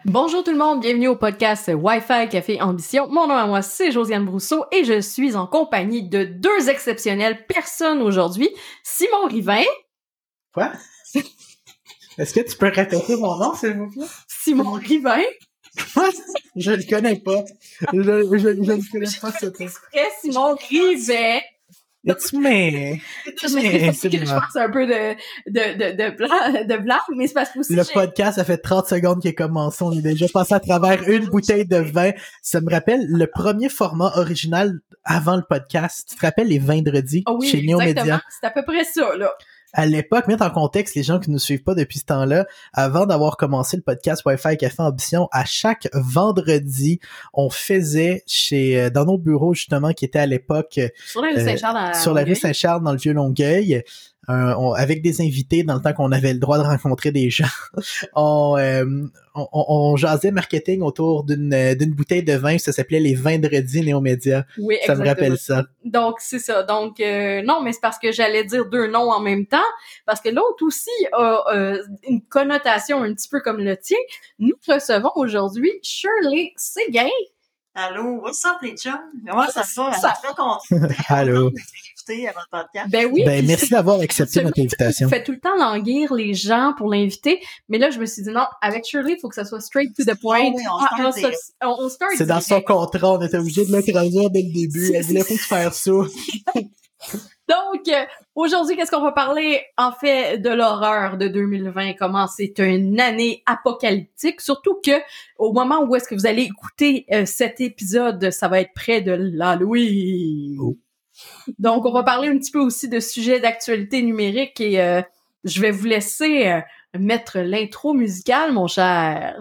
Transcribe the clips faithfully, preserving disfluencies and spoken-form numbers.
Bonjour tout le monde, bienvenue au podcast Wi-Fi Café Ambition. Mon nom à moi, c'est Josiane Brousseau et je suis en compagnie de deux exceptionnelles personnes aujourd'hui. Simon Rivin. Quoi? Est-ce que tu peux répéter mon nom, s'il vous plaît? Simon Rivin. Quoi? Je le connais pas. Je, je, je ne connais pas ce truc. Exprès, Simon Rivin. It's me. Je sais que je pense un peu de, de, de, de, bla- de blague, mais c'est parce que aussi Le j'ai- podcast, ça fait trente secondes qu'il est commencé. On est déjà passé à travers une bouteille de vin. Ça me rappelle le premier format original avant le podcast. Tu te rappelles les vendredis Ah oui, chez Néo exactement. Média? C'est à peu près ça, là. À l'époque, mettre en contexte les gens qui nous suivent pas depuis ce temps-là, avant d'avoir commencé le podcast Wi-Fi Café Ambition, à chaque vendredi, on faisait chez euh, dans nos bureaux justement qui étaient à l'époque euh, Sur la rue Saint-Charles, dans la sur la rue Longueuil. Saint-Charles dans le vieux Longueuil, euh, on- avec des invités dans le temps qu'on avait le droit de rencontrer des gens. on, euh, on, on, on jasait marketing autour d'une euh, d'une bouteille de vin, ça s'appelait les Vendredis Néo Média. Oui, Ça me exactement. rappelle ça. Donc, c'est ça. Donc, euh, non, mais c'est parce que j'allais dire deux noms en même temps, parce que l'autre aussi a euh, une connotation un petit peu comme le tien. Nous recevons aujourd'hui Shirley Séguin. Allô, what's up les chums? Comment ça va? Ça- Ça fait contente Allô. d'être invité à votre podcast. Ben oui. Ben puis merci c'est- d'avoir accepté notre invitation. fait tout le temps languir les gens pour l'inviter, mais là, je me suis dit non, avec Shirley, il faut que ça soit straight to the point. Oh oui, on Ah, start on, direct. se- on, on start C'est dans son direct. contrat, on était obligé de le traduire dès le début. C'est- Elle voulait pas faire ça. Donc, euh, aujourd'hui, qu'est-ce qu'on va parler? En fait, de l'horreur de deux mille vingt, comment c'est une année apocalyptique, surtout que au moment où est-ce que vous allez écouter euh, cet épisode, ça va être près de l'Halloween. Oh. Donc, on va parler un petit peu aussi de sujets d'actualité numérique et euh, je vais vous laisser euh, mettre l'intro musicale, mon cher.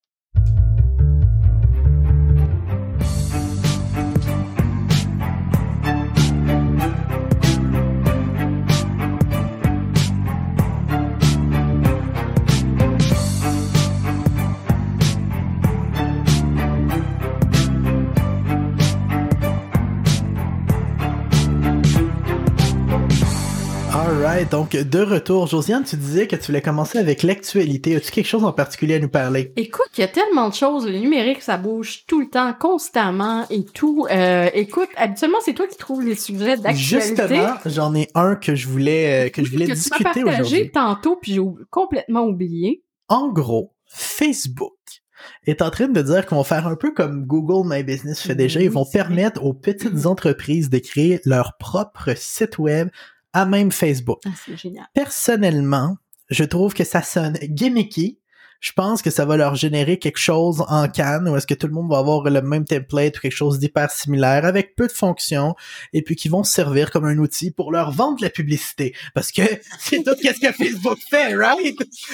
Alright, donc de retour. Josiane, tu disais que tu voulais commencer avec l'actualité. As-tu quelque chose en particulier à nous parler? Écoute, il y a tellement de choses. Le numérique, ça bouge tout le temps, constamment et tout. Euh, écoute, habituellement, c'est toi qui trouves les sujets d'actualité. Justement, j'en ai un que je voulais euh, que je voulais que tu m'as discuter partagé aujourd'hui. tantôt, puis j'ai ou- complètement oublié. En gros, Facebook est en train de dire qu'on va faire un peu comme Google My Business fait déjà. Ils vont Oui. permettre aux petites entreprises de créer leur propre site web à même Facebook. Ah, c'est génial. Personnellement, je trouve que ça sonne gimmicky. Je pense que ça va leur générer quelque chose en canne où est-ce que tout le monde va avoir le même template ou quelque chose d'hyper similaire avec peu de fonctions et puis qui vont servir comme un outil pour leur vendre de la publicité. Parce que c'est tout ce que Facebook fait, right?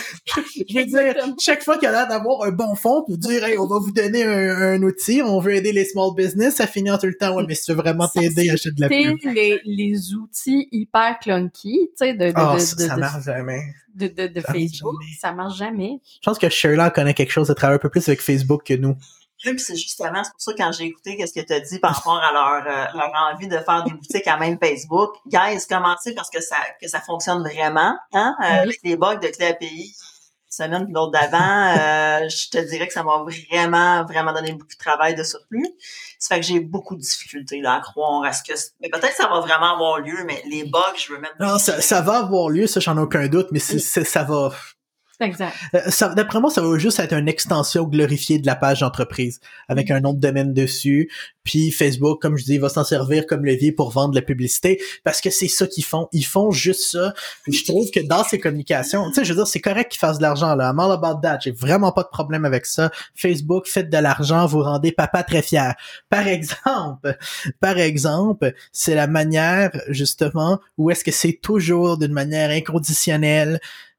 Je veux dire, Exactement. chaque fois qu'il a l'air d'avoir un bon fond, pour dire, hey, on va vous donner un, un outil, on veut aider les small business, ça finit en tout le temps. Ouais, mais si tu veux vraiment Ça, t'aider, achète de la C'est pub. les, les outils hyper clunky, tu sais, de, de, Ah, de, ça, de, ça de, marche jamais. de, de, de Ça marche Facebook. jamais. Ça marche jamais. Je pense que Shirley connaît quelque chose de travailler un peu plus avec Facebook que nous. Puis c'est justement, c'est pour ça que quand j'ai écouté qu'est-ce que tu as dit par rapport à leur, euh, leur envie de faire des boutiques à même Facebook, guys, commencez parce que ça, que ça fonctionne vraiment, hein, euh, avec les bugs de clé A P I. Semaine puis l'autre d'avant, euh, je te dirais que ça m'a vraiment, vraiment donné beaucoup de travail de surplus. Ça fait que j'ai beaucoup de difficultés là, à croire à ce que... Mais peut-être que ça va vraiment avoir lieu, mais les bugs, je veux mettre... Non, ça, ça va avoir lieu, ça, j'en ai aucun doute, mais c'est, c'est- ça va... Exact. Euh, ça, d'après moi, ça va juste être une extension glorifiée de la page d'entreprise avec un nom de domaine dessus. Puis Facebook, comme je dis, va s'en servir comme levier pour vendre de la publicité parce que c'est ça qu'ils font. Ils font juste ça. Puis je trouve que dans ces communications, tu sais, je veux dire, c'est correct qu'ils fassent de l'argent, là. I'm all about that. J'ai vraiment pas de problème avec ça. Facebook, faites de l'argent, vous rendez papa très fier. Par exemple, par exemple, c'est la manière, justement, où est-ce que c'est toujours d'une manière inconditionnelle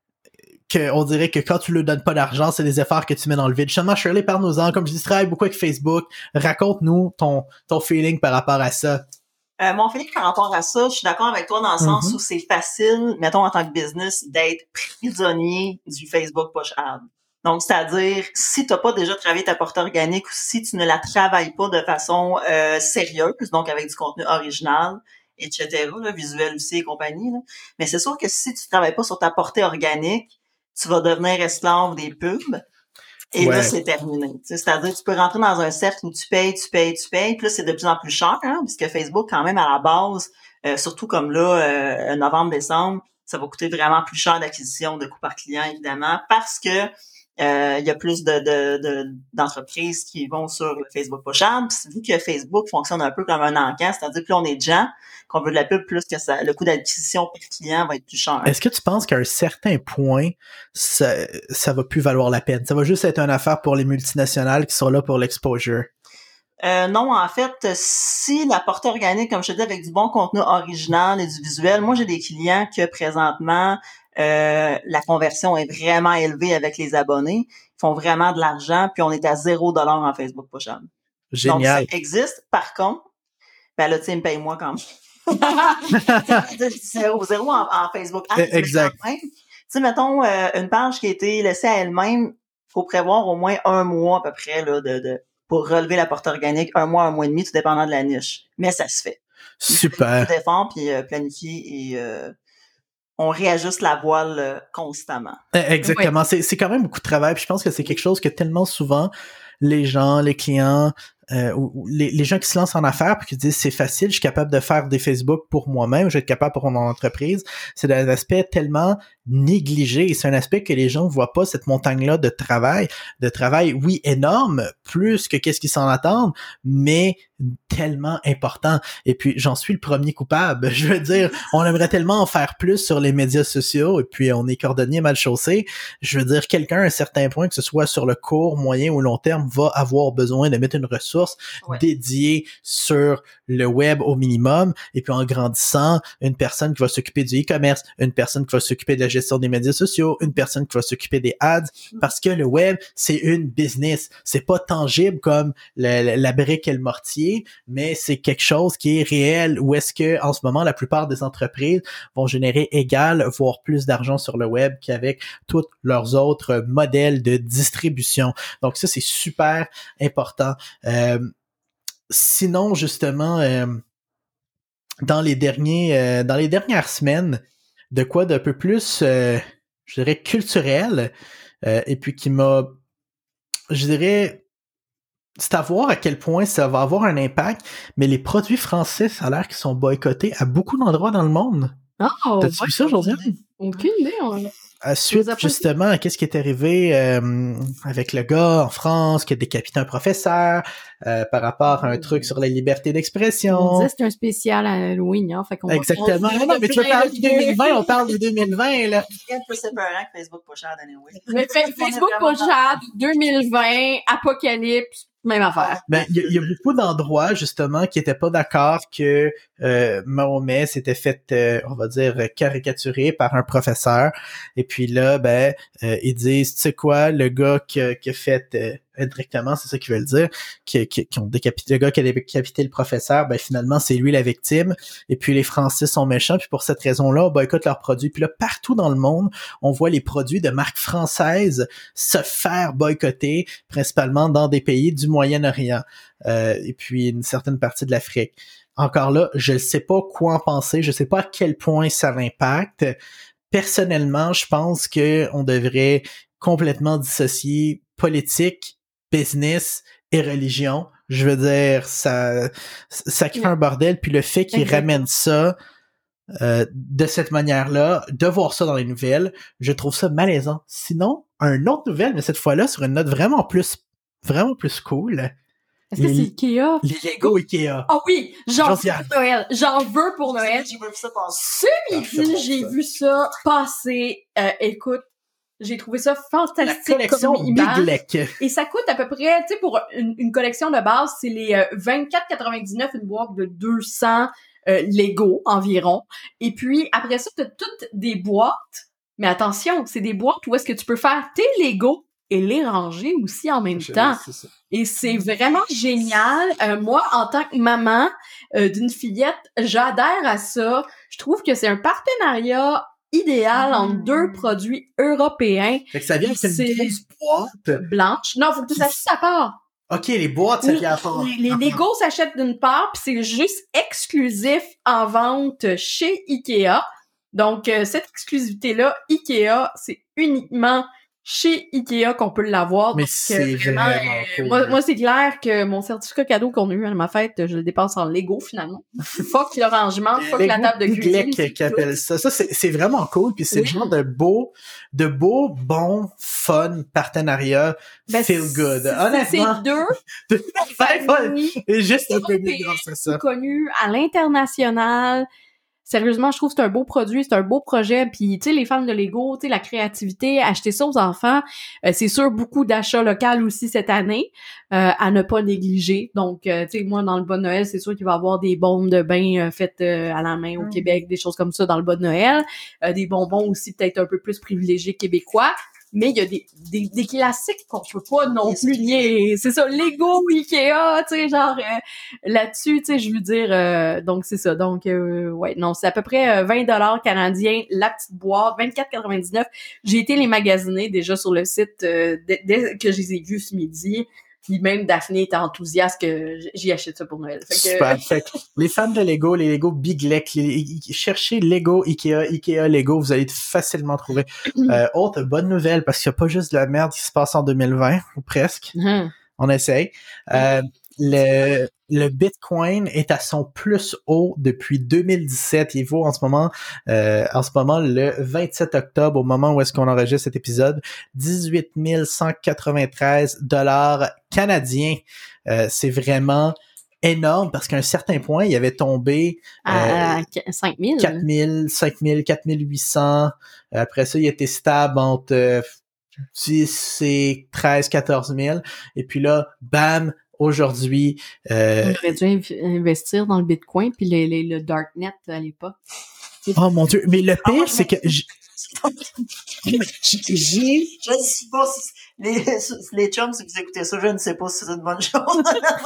que on dirait que quand tu lui donnes pas d'argent, c'est des efforts que tu mets dans le vide. Justement, Shirley, parle-nous-en. Comme je dis, tu travailles beaucoup avec Facebook. Raconte-nous ton, ton feeling par rapport à ça. Euh, mon feeling par rapport à ça, je suis d'accord avec toi dans le sens Mhm. où c'est facile, mettons en tant que business, d'être prisonnier du Facebook push ad. Donc, c'est-à-dire, si tu n'as pas déjà travaillé ta portée organique ou si tu ne la travailles pas de façon euh, sérieuse, donc avec du contenu original, et cetera, là, visuel aussi et compagnie, là. Mais c'est sûr que si tu travailles pas sur ta portée organique, tu vas devenir esclave des pubs. Et Ouais. là, c'est terminé. Tu sais, c'est-à-dire, tu peux rentrer dans un cercle où tu payes, tu payes, tu payes, puis là, c'est de plus en plus cher, hein, puisque Facebook, quand même, à la base, euh, surtout comme là, euh, novembre, décembre, ça va coûter vraiment plus cher d'acquisition de coûts par client, évidemment, parce que euh, il y a plus de, de, de d'entreprises qui vont sur le Facebook pushable. Puis vu que Facebook fonctionne un peu comme un encan, c'est-à-dire que là, on est de gens qu'on veut de la pub, plus que ça, le coût d'acquisition par client va être plus cher. Est-ce que tu penses qu'à un certain point, ça, ça va plus valoir la peine? Ça va juste être une affaire pour les multinationales qui sont là pour l'exposure? Euh, non, en fait, si la portée organique, comme je te dis, avec du bon contenu original et du visuel, moi, j'ai des clients que présentement, euh, la conversion est vraiment élevée avec les abonnés. Ils font vraiment de l'argent, puis on est à zéro dollar en Facebook pushable. Génial. Donc, ça existe. Par contre, ben là, tu sais, me paye-moi quand même. zéro, zéro en, en Facebook. Ah, exact. Tu sais, mettons, euh, une page qui a été laissée à elle-même, faut prévoir au moins un mois à peu près, là, de, de pour relever la portée organique, un mois, un mois et demi, tout dépendant de la niche. Mais ça se fait. Super. Beaucoup d'efforts, puis euh, planifier et euh, on réajuste la voile euh, constamment. Exactement. Oui. C'est, c'est quand même beaucoup de travail. Puis je pense que c'est quelque chose que tellement souvent les gens, les clients, euh, ou les, les gens qui se lancent en affaires puis qui disent c'est facile, je suis capable de faire des Facebook pour moi-même, je vais être capable pour mon entreprise. C'est un aspect tellement négligé et c'est un aspect que les gens ne voient pas, cette montagne-là de travail, de travail, oui, énorme, plus que qu'est-ce qu'ils s'en attendent, mais tellement important. Et puis, j'en suis le premier coupable. Je veux dire, on aimerait tellement en faire plus sur les médias sociaux et puis on est cordonnier mal chaussé. Je veux dire, quelqu'un à un certain point, que ce soit sur le court, moyen ou long terme, va avoir besoin de mettre une ressource ouais. dédiée sur le web au minimum. Et puis, en grandissant, une personne qui va s'occuper du e-commerce, une personne qui va s'occuper de la gestion des médias sociaux, une personne qui va s'occuper des ads, parce que le web, c'est une business. C'est pas tangible comme le, la brique et le mortier, mais c'est quelque chose qui est réel, où est-ce que, en ce moment, la plupart des entreprises vont générer égal, voire plus d'argent sur le web qu'avec tous leurs autres modèles de distribution. Donc ça, c'est super important. Euh, sinon, justement, euh, dans les derniers, euh, dans les dernières semaines, de quoi d'un peu plus, euh, je dirais, culturel, euh, et puis qui m'a, je dirais, c'est à voir à quel point ça va avoir un impact, mais les produits français, ça a l'air qu'ils sont boycottés à beaucoup d'endroits dans le monde. Oh! T'as-tu ouais, vu ça, Josiane? Aucune idée. On... À suite, justement, à qu'est-ce qui est arrivé euh, avec le gars en France qui a décapité un professeur euh, par rapport à un truc sur la liberté d'expression. On disait que c'est un spécial à Halloween, hein, fait qu'on exactement. Va... Non, non, mais tu veux parler de deux mille vingt, on parle de deux mille vingt, là. Rien de plus séparant que Facebook Pushad, anyway. Mais Facebook Pushad, deux mille vingt, Apocalypse, même affaire. Ben, il y, y a beaucoup d'endroits, justement, qui étaient pas d'accord que euh, Mahomet s'était fait, euh, on va dire, caricaturer par un professeur. Et puis là, ben, euh, ils disent, tu sais quoi, le gars qui a, qui a fait... Euh, indirectement, c'est ça qu'ils veulent dire, qui, qui, qui ont décapité, le gars qui a décapité le professeur, ben finalement, c'est lui la victime, et puis les Français sont méchants, puis pour cette raison-là, on boycotte leurs produits. Puis là, partout dans le monde, on voit les produits de marques françaises se faire boycotter, principalement dans des pays du Moyen-Orient, euh, et puis une certaine partie de l'Afrique. Encore là, je ne sais pas quoi en penser, je ne sais pas à quel point ça l'impacte. Personnellement, je pense que on devrait complètement dissocier politique, business et religion. Je veux dire, ça, ça crée un bordel. Puis le fait qu'ils Exactement. ramènent ça euh, de cette manière-là, de voir ça dans les nouvelles, je trouve ça malaisant. Sinon, une autre nouvelle, mais cette fois-là sur une note vraiment plus, vraiment plus cool. Est-ce que les, c'est Ikea? Les Lego Ikea. Ah oh oui, j'en veux pour Noël. J'en veux pour Noël. J'ai vu ça passer. Ce midi, j'ai vu ça passer. Euh, écoute, j'ai trouvé ça fantastique. La collection comme image. Big Lec. Et ça coûte à peu près, tu sais, pour une, une collection de base, c'est les euh, vingt-quatre quatre-vingt-dix-neuf, une boîte de deux cents euh, Lego environ. Et puis, après ça, t'as toutes des boîtes. Mais attention, c'est des boîtes où est-ce que tu peux faire tes Lego et les ranger aussi en même Je temps. C'est ça. Et c'est vraiment génial. Euh, moi, en tant que maman euh, d'une fillette, j'adhère à ça. Je trouve que c'est un partenariat idéal mmh. entre deux produits européens. Fait que ça vient avec une grosse boîte blanche. Non, faut que tu s'achètes à part. OK, les boîtes, ça vient à part. Les, les Lego s'achètent d'une part, puis c'est juste exclusif en vente chez Ikea. Donc, euh, cette exclusivité-là, Ikea, c'est uniquement chez Ikea qu'on peut l'avoir. Mais donc, c'est vraiment, vraiment euh, cool. moi, moi, c'est clair que mon certificat cadeau qu'on a eu à ma fête, je le dépense en Lego, finalement. Fuck le rangement, fuck Les la table de cuisine. Glec qui appelle ça. Ça, c'est, c'est vraiment cool. Puis c'est Oui. le genre de beau, de beau, bon, fun partenariat Ben, feel good. c'est- Honnêtement. C'est deux Très fun. familles Et juste un peu Des mieux grâce à ça. connues à l'international. Sérieusement, je trouve que c'est un beau produit, c'est un beau projet. Puis, tu sais, les fans de Lego, tu sais, la créativité, acheter ça aux enfants, euh, c'est sûr, beaucoup d'achats locaux aussi cette année, euh, à ne pas négliger. Donc, euh, tu sais, moi, dans le bon Noël, c'est sûr qu'il va y avoir des bombes de bain euh, faites euh, à la main au Mm. Québec, des choses comme ça dans le bon Noël. Euh, des bonbons aussi peut-être un peu plus privilégiés québécois. Mais il y a des, des, des classiques qu'on peut pas non Yes. plus nier. C'est ça, Lego, Ikea, tu sais, genre euh, là-dessus, tu sais, je veux dire, euh, donc c'est ça. Donc, euh, ouais, non, c'est à peu près euh, vingt dollars canadiens, la petite boîte, vingt-quatre quatre-vingt-dix-neuf. J'ai été les magasiner déjà sur le site euh, dès, dès que je les ai vus ce midi. Puis même Daphné était enthousiaste que j'y achète ça pour Noël. Fait que, Super. Fait que les fans de Lego, les Lego Big Lec, les, cherchez Lego, Ikea, Ikea, Lego, vous allez facilement trouver. Euh, autre bonne nouvelle, parce qu'il n'y a pas juste de la merde qui se passe en deux mille vingt, ou presque. Hum. On essaye. Euh, le, le Bitcoin est à son plus haut depuis deux mille dix-sept. Il vaut en ce moment, euh, en ce moment le vingt-sept octobre, au moment où est-ce qu'on enregistre cet épisode, dix-huit mille cent quatre-vingt-treize dollars canadiens. Euh, c'est vraiment énorme parce qu'à un certain point, il avait tombé à, euh, à cinq mille. quatre mille, cinq mille, quatre mille huit cents. Après ça, il était stable entre euh, dix et treize, quatorze mille. Et puis là, bam, aujourd'hui... Euh, On aurait dû inv- investir dans le Bitcoin puis les, les, le Darknet à l'époque. oh mon Dieu, mais le Ah, moi, pire, je c'est que... j'- j'ai... Je ne sais pas si les, les chums, si vous écoutez ça, je ne sais pas si c'est une bonne chose.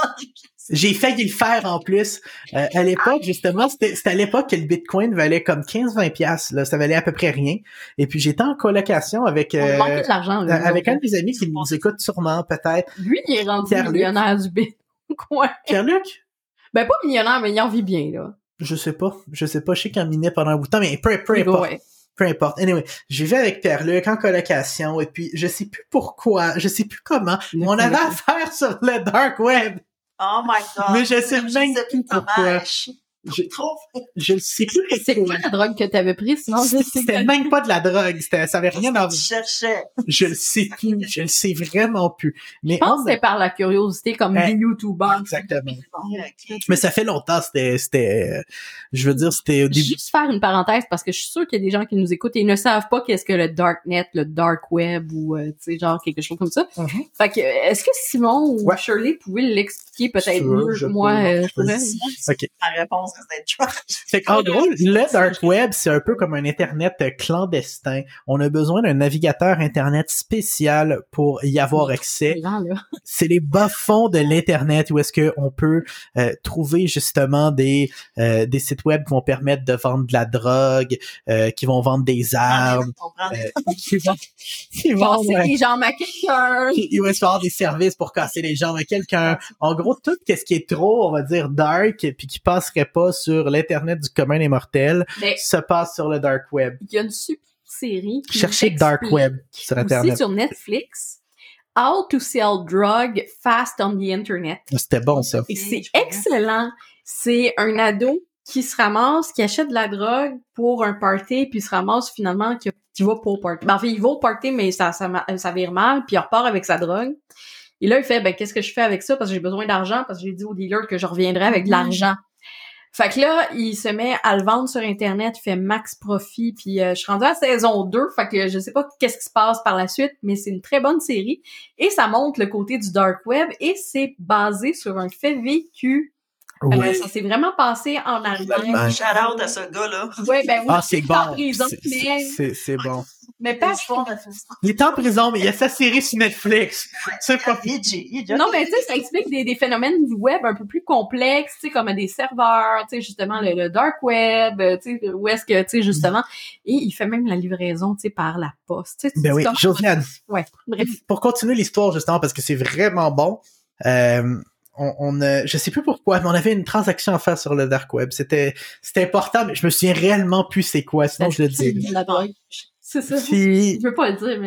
J'ai failli le faire en plus. Euh, à l'époque, justement, c'était, c'était à l'époque que le Bitcoin valait comme quinze à vingt piastres. Là, ça valait à peu près rien. Et puis j'étais en colocation avec On euh, manquait de l'argent. Là, avec un donc, de mes amis qui nous écoute sûrement, peut-être. Lui, il est rendu Pierre-Luc. millionnaire du Bitcoin. Pierre-Luc? Ben, pas millionnaire, mais il en vit bien, là. Je sais pas. Je sais pas. Je sais qu'il en minait pendant un bout de temps, mais peu, peu importe. Ouais. Peu importe. Anyway, je vivais avec Pierre-Luc en colocation et puis je sais plus pourquoi, je sais plus comment, mais on avait affaire sur le dark web. Oh my god. Mais je sais Je même sais plus comment. pourquoi. Je Je, trouve. je le sais plus. C'est quoi la drogue que t'avais prise? Sinon, je sais C'était même pas de la drogue. C'était, ça avait rien à voir. Je cherchais. Je le sais plus. Je le sais vraiment plus. Mais Je pense on- que c'est par la curiosité, comme Hein, des YouTubers. exactement. Ok. Mais ça fait longtemps, c'était, c'était, euh, je veux dire, c'était au début. Juste faire une parenthèse, parce que je suis sûre qu'il y a des gens qui nous écoutent et ils ne savent pas qu'est-ce que le Darknet, le Dark Web ou, euh, tu sais, genre quelque chose comme ça. Mhm. Fait que, est-ce que Simon ou Ouais. Shirley pouvaient l'expliquer peut-être Sûr, mieux je que moi? peux. euh, je pourrais? Ok. Ma réponse, c'est trash. Fait qu'en gros, le dark web, c'est un peu comme un Internet clandestin. On a besoin d'un navigateur Internet spécial pour y avoir accès. Les gens, là. C'est les bas-fonds de l'Internet où est-ce que on peut euh, trouver justement des euh, des sites web qui vont permettre de vendre de la drogue, euh, qui vont vendre des armes, On prend des- euh, qui vont, qui vont, Casser ouais, les jambes à quelqu'un. qui- il va se faire des services pour casser les jambes à quelqu'un. En gros, tout ce qui est trop, on va dire, dark, puis qui passerait pas sur l'Internet du commun des mortels, Mais se passe sur le dark web. il y a une super série qui Cherchez nous dark explique web sur aussi Internet. sur Netflix, How to Sell Drug Fast on the Internet. C'était bon, ça. Et Oui, c'est je connais. excellent. C'est un ado qui se ramasse, qui achète de la drogue pour un party, puis se ramasse finalement qui, qui va pas au party. Ben, en fait, il va au party, mais ça, ça, ma- ça vire mal, puis il repart avec sa drogue. Et là, il fait, ben, qu'est-ce que je fais avec ça? Parce que j'ai besoin d'argent, parce que j'ai dit au dealer que je reviendrais avec de l'argent. Fait que là, il se met à le vendre sur Internet, il fait max profit, puis euh, je suis rendue à saison deux, fait que je sais pas qu'est-ce qui se passe par la suite, mais c'est une très bonne série, et ça montre le côté du dark web, et c'est basé sur un fait vécu. Oui. Euh, ça s'est vraiment passé en Allemagne. Ouais. Shout out à ce gars-là. Ouais, ben oui, Ah, c'est il est bon. en prison, C'est- mais, C'est c'est bon. mais pas... Il est en prison, mais il y a sa série sur Netflix. C'est pas Il est G- il est déjà- Non, mais tu sais, ça explique des, des phénomènes du web un peu plus complexes, tu sais, comme des serveurs, tu sais, justement, le, le dark web, euh, tu sais, où est-ce que, tu sais, justement, et il fait même la livraison, tu sais, par la poste, tu sais. tu Ben dis oui, comment- Josiane, Ouais, bref. pour continuer l'histoire, justement, parce que c'est vraiment bon, euh, on, on a, je sais plus pourquoi, mais on avait une transaction à faire sur le dark web. C'était, c'était important, mais je me souviens réellement plus c'est quoi, sinon je le dis. La drogue. C'est ça. Puis, Je veux pas le dire, mais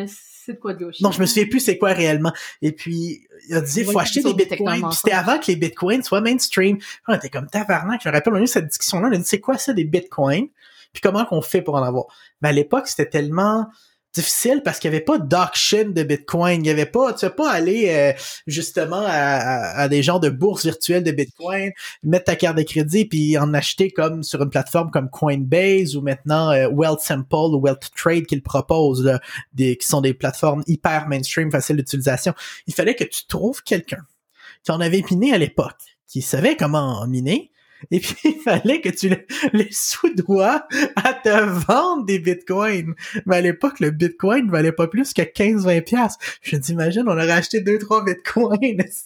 c'est de quoi de gauche. Non, je me souviens plus c'est quoi réellement. Et puis, il a dit, il faut acheter des bitcoins. Puis c'était avant que les bitcoins soient mainstream. On était comme tabarnak. Je me rappelle, on a eu cette discussion-là. On a dit, c'est quoi ça, des bitcoins? Puis comment qu'on fait pour en avoir? Mais à l'époque, c'était tellement difficile parce qu'il y avait pas d'auction de bitcoin. Il y avait pas, tu vas pas aller, euh, justement, à, à, à des genres de bourses virtuelles de bitcoin, mettre ta carte de crédit puis en acheter comme sur une plateforme comme Coinbase ou maintenant euh, Wealthsimple ou Wealthtrade qui le propose, là, des, qui sont des plateformes hyper mainstream, faciles d'utilisation. Il fallait que tu trouves quelqu'un qui en avait miné à l'époque, qui savait comment miner. Et puis, il fallait que tu les, les soudoies à te vendre des bitcoins. Mais à l'époque, le bitcoin valait pas plus que quinze à vingt piastres. Je t'imagine, on aurait acheté deux trois bitcoins.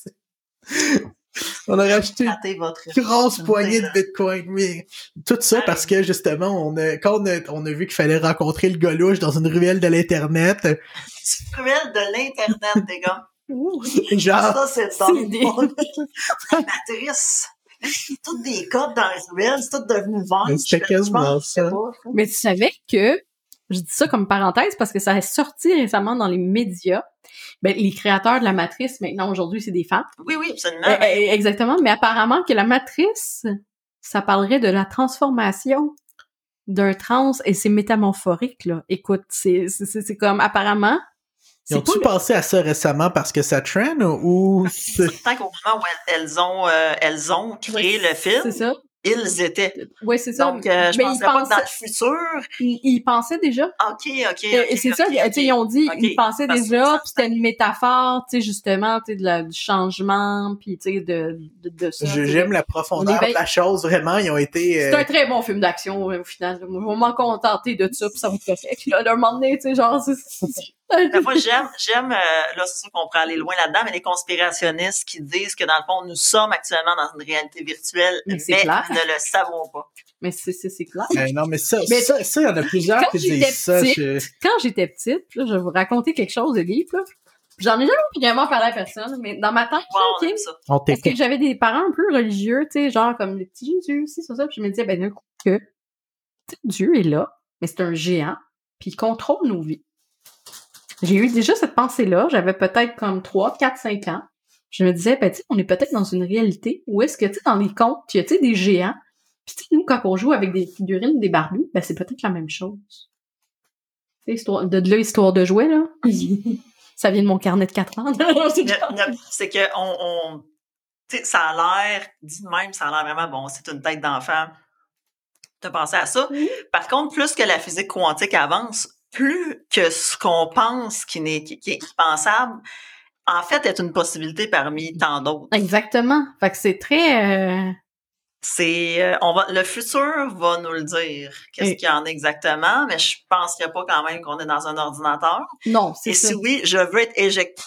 On aurait acheté une grosse poignée de bitcoins. Mais tout ça parce que, justement, on a, quand on a, on a vu qu'il fallait rencontrer le gars louche dans une ruelle de l'Internet. Une ruelle de l'Internet, les gars. Genre. Ça, c'est dans le La matrice. Toutes des codes dans les ruelles, c'est tout devenu vent. C'était quasiment ça. Mais tu savais que, je dis ça comme parenthèse parce que ça est sorti récemment dans les médias. Ben, les créateurs de la matrice, maintenant, aujourd'hui, c'est des femmes. Oui, oui, absolument. Euh, exactement. Mais apparemment que la matrice, ça parlerait de la transformation d'un trans et c'est métamorphorique, là. Écoute, c'est, c'est, c'est comme, apparemment, Ils ont-tu pensé à ça récemment parce que ça trend ou... C'est tant qu'au moment où elles, elles ont euh, elles ont créé oui, le film, c'est ça. ils étaient. Oui, c'est ça. Donc, euh, je mais penserais ils pas pensaient... que dans le futur... Ils, ils pensaient déjà. OK, OK, OK. Et c'est okay, ça, okay, tu sais, ils ont dit, okay. ils pensaient Parce déjà, que... puis c'était une métaphore, tu sais, justement, tu sais, de la, du changement, puis tu sais, de, de, de ça. Je, j'aime la profondeur de la chose, vraiment, ils ont été... Euh... C'est un très bon film d'action, au final. Moi, je vais m'en contenter de ça, puis ça va être correct. Là, à un moment donné, tu sais, genre... C'est, c'est... Ben, moi, j'aime, j'aime, euh, là, c'est sûr qu'on pourrait aller loin là-dedans, mais les conspirationnistes qui disent que, dans le fond, nous sommes actuellement dans une réalité virtuelle, mais, mais nous ne le savons pas. Mais c'est, c'est, c'est clair. Euh, non, mais ça, mais ça, ça, il y en a plusieurs qui disent ça. Petite, je... Quand j'étais petite, là, je vais vous raconter quelque chose de livre, là. J'en ai jamais vraiment parlé à personne, mais dans ma tête, wow, okay, on parce que j'avais des parents un peu religieux, tu sais, genre comme le petit Jésus, si, c'est ça, puis je me disais, ben d'un coup, que Dieu est là, mais c'est un géant, puis il contrôle nos vies. J'ai eu déjà cette pensée-là, j'avais peut-être comme trois, quatre, cinq ans. Je me disais, ben tu sais, on est peut-être dans une réalité où est-ce que, tu sais, dans les contes, il y a, tu sais, des géants, puis tu sais, nous, quand on joue avec des figurines, des Barbies, ben c'est peut-être la même chose. Tu sais, histoire, de, de là, histoire de jouer, là. Ça vient de mon carnet de quatre ans. C'est que on, on tu sais, ça a l'air, dit de même, ça a l'air vraiment bon, c'est une tête d'enfant. T'as pensé à ça? Mm-hmm. Par contre, plus que la physique quantique avance, plus que ce qu'on pense qui n'est qui, qui est impensable, en fait, est une possibilité parmi tant d'autres. Exactement. Fait que c'est très... Euh... C'est, euh, on va, le futur va nous le dire. Qu'est-ce Et... qu'il y en a exactement, mais je pense qu'il n'y a pas quand même qu'on est dans un ordinateur. Non, c'est Et ça. si oui, je veux être éjecté.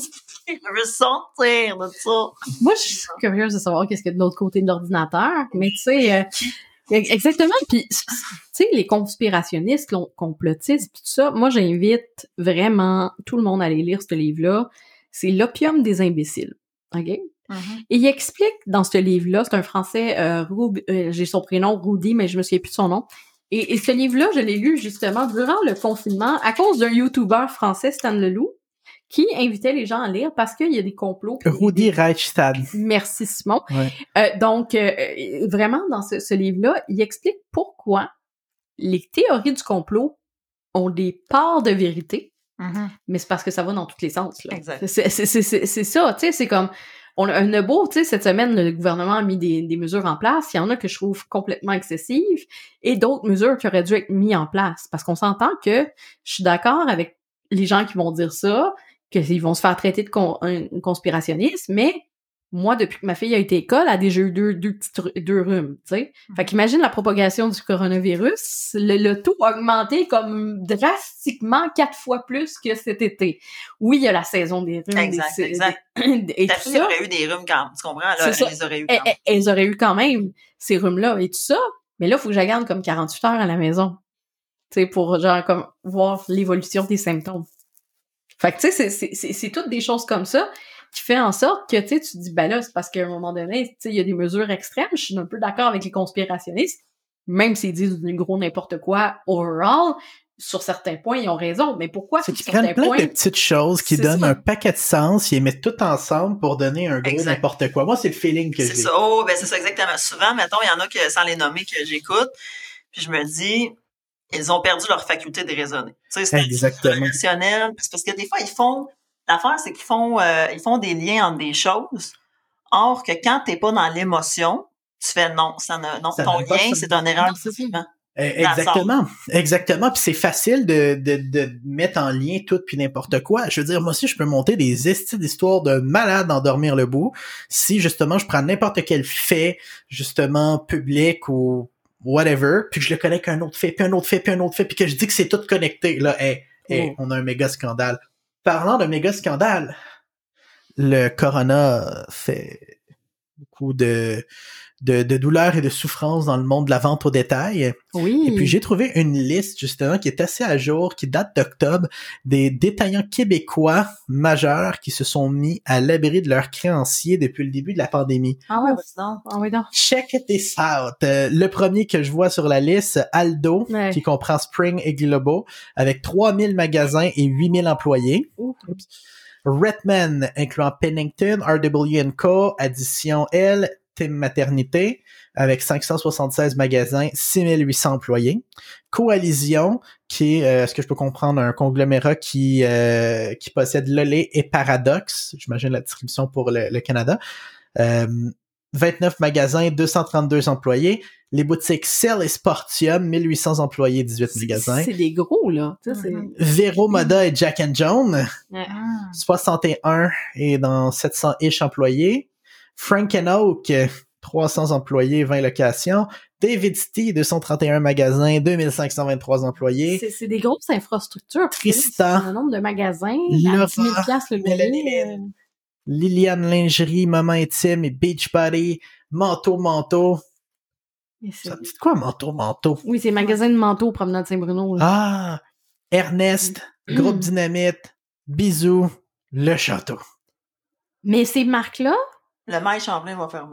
Je veux sortir de ça. Moi, je suis curieuse de savoir qu'est-ce qu'il y a de l'autre côté de l'ordinateur, mais tu sais... Euh... Exactement. Puis, tu sais, les conspirationnistes, complotistes, tout ça, moi, j'invite vraiment tout le monde à aller lire ce livre-là. C'est L'opium des imbéciles. OK? Mm-hmm. Et il explique dans ce livre-là, c'est un Français, euh, Roub, euh, j'ai son prénom Rudy, mais je me souviens plus de son nom. Et, et ce livre-là, je l'ai lu justement durant le confinement à cause d'un YouTuber français, Stan Leloup, qui invitait les gens à lire parce qu'il y a des complots. Rudy Reichstad. Merci, Simon. Ouais. Euh, donc, euh, vraiment, dans ce, ce livre-là, il explique pourquoi les théories du complot ont des parts de vérité, mm-hmm. mais c'est parce que ça va dans tous les sens. Là. Exact. C'est, c'est, c'est, c'est, c'est ça, tu sais, c'est comme... On a un beau, tu sais, cette semaine, le gouvernement a mis des, des mesures en place. Il y en a que je trouve complètement excessives et d'autres mesures qui auraient dû être mises en place. Parce qu'on s'entend que je suis d'accord avec les gens qui vont dire ça, qu'ils vont se faire traiter de con, un, un conspirationniste, mais moi, depuis que ma fille a été à l'école, elle a déjà eu deux, deux petits deux rhumes, tu sais. Mm-hmm. Fait qu'imagine la propagation du coronavirus, le, le taux a augmenté comme drastiquement quatre fois plus que cet été. Oui, il y a la saison des rhumes. Exact, des, exact. Des, et Ta tout fille ça. aurait eu des rhumes quand, tu comprends? Là, elle ça. les aurait eu quand même. Elle, elles auraient eu quand même ces rhumes-là et tout ça. Mais là, il faut que je la garde comme quarante-huit heures à la maison. Tu sais, pour genre comme voir l'évolution des symptômes. Fait que tu sais, c'est, c'est, c'est, c'est toutes des choses comme ça qui fait en sorte que, tu sais, tu te dis, ben là, c'est parce qu'à un moment donné, tu sais, il y a des mesures extrêmes. Je suis un peu d'accord avec les conspirationnistes, même s'ils disent du gros n'importe quoi overall, sur certains points, ils ont raison. Mais pourquoi C'est sur qu'ils certains prennent plein points... de petites choses qui C'est donnent ça. un paquet de sens, ils les mettent tout ensemble pour donner un gros Exact. n'importe quoi. Moi, c'est le feeling que C'est j'ai. ça. Oh, ben c'est ça exactement. Souvent, mettons, il y en a que, sans les nommer, que j'écoute, puis je me dis, ils ont perdu leur faculté de raisonner. Tu sais, c'est Exactement. rationnel. Parce que des fois, ils font, l'affaire, c'est qu'ils font, euh, ils font des liens entre des choses. Or, que quand t'es pas dans l'émotion, tu fais non, ça ne, non, Ça ton n'a pas lien, de- c'est une erreur Non, de c'est ça. jugement. Eh, Exactement, exactement. Puis c'est facile de, de, de mettre en lien tout puis n'importe quoi. Je veux dire, moi aussi, je peux monter des estis d'histoires de malades en dormir le bout. Si justement, je prends n'importe quel fait, justement, public ou whatever, puis que je le connecte à un autre fait, puis un autre fait, puis un autre fait, puis que je dis que c'est tout connecté. Là, hey, hey, Mm. on a un méga scandale. Parlant de méga scandale, le corona fait beaucoup de De, de douleur et de souffrance dans le monde de la vente au détail. Oui. Et puis, j'ai trouvé une liste, justement, qui est assez à jour, qui date d'octobre, des détaillants québécois majeurs qui se sont mis à l'abri de leurs créanciers depuis le début de la pandémie. Ah ouais, vas-y donc. Ah ouais, donc. Check this out. Euh, le premier que je vois sur la liste, Aldo, Ouais. qui comprend Spring et Globo, avec trois mille magasins et huit mille employés. Ouh. Oups. Redman, incluant Pennington, R W and Co, Addition L, Team Maternité, avec cinq cent soixante-seize magasins, six mille huit cents employés. Coalition, qui est, euh, ce que je peux comprendre, un conglomérat qui euh, qui possède Lolé et Paradox, j'imagine la distribution pour le, le Canada. Euh, vingt-neuf magasins, deux cent trente-deux employés. Les boutiques Cell et Sportium, mille huit cents employés, dix-huit magasins. C'est des gros, là. Tu sais, c'est... Mm-hmm. Vero Moda et Jack and Jones, Ouais. soixante et un et dans sept cents-ish employés. Frank and Oak, trois cents employés, vingt locations. David Stee, deux cent trente et un magasins, deux mille cinq cent vingt-trois employés. C'est, c'est des grosses infrastructures. Tristan. Un nombre de magasins, Laura, à dix mille piastres le Mélanie loyer. Lynn. Liliane Lingerie, Maman Intime et Beachbody. Manteau, manteau. Et c'est- Ça me dit quoi, manteau, manteau? Oui, c'est magasin de manteaux, promenade Saint-Bruno. là. Ah! Ernest, Groupe Mm. Dynamite, Bisous, Le Château. Mais ces marques-là, Le mail Champlain va fermer.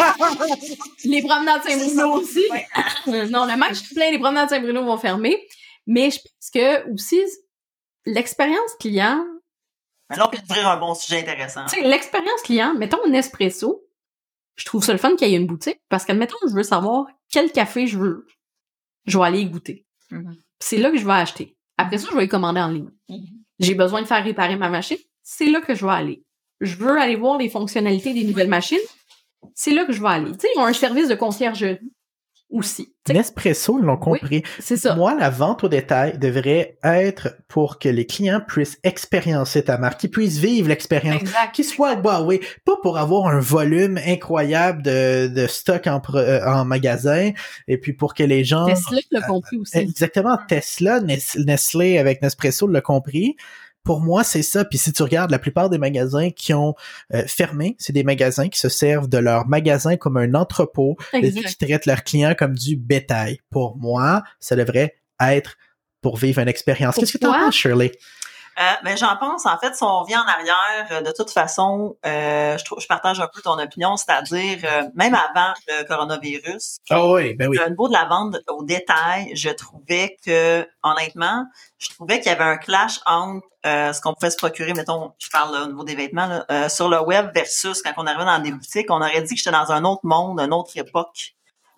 les promenades Saint-Bruno aussi. Ouais. Euh, non, le match plein, les promenades Saint-Bruno vont fermer. Mais je pense que aussi, l'expérience client, Mais là, on peut ouvrir un bon sujet intéressant. tu sais, l'expérience client, mettons un espresso, je trouve ça le fun qu'il y ait une boutique parce qu'admettons, je veux savoir quel café je veux. Je vais aller y goûter. Mhm. C'est là que je vais acheter. Après ça, je vais y commander en ligne. Mhm. J'ai besoin de faire réparer ma machine. C'est là que je vais aller. Je veux aller voir les fonctionnalités des nouvelles machines. C'est là que je vais aller. Tu sais, ils ont un service de conciergerie aussi. Tu sais, Nespresso, ils l'ont compris. c'est ça. Moi, la vente au détail devrait être pour que les clients puissent expériencer ta marque, qu'ils puissent vivre l'expérience, Exact. qu'ils soient Huawei, pas pour avoir un volume incroyable de, de stock en, pro- euh, en magasin, et puis pour que les gens... Tesla l'a compris aussi. Exactement, Tesla, Nes- Nestlé avec Nespresso l'a compris. Pour moi, c'est ça. Puis si tu regardes la plupart des magasins qui ont euh, fermé, c'est des magasins qui se servent de leur magasin comme un entrepôt et Exact. qui traitent leurs clients comme du bétail. Pour moi, ça devrait être pour vivre une expérience. Qu'est-ce que tu en Pourquoi? penses, Shirley? Euh, ben, j'en pense, en fait, si on revient en arrière, euh, de toute façon, euh, je trouve, je partage un peu ton opinion, c'est-à-dire, euh, même avant le coronavirus, Ah oui, ben oui. au niveau de la vente au détail, je trouvais que, honnêtement, je trouvais qu'il y avait un clash entre euh, ce qu'on pouvait se procurer, mettons, je parle là, au niveau des vêtements, là, euh, sur le web versus quand on arrivait dans des boutiques, on aurait dit que j'étais dans un autre monde, une autre époque.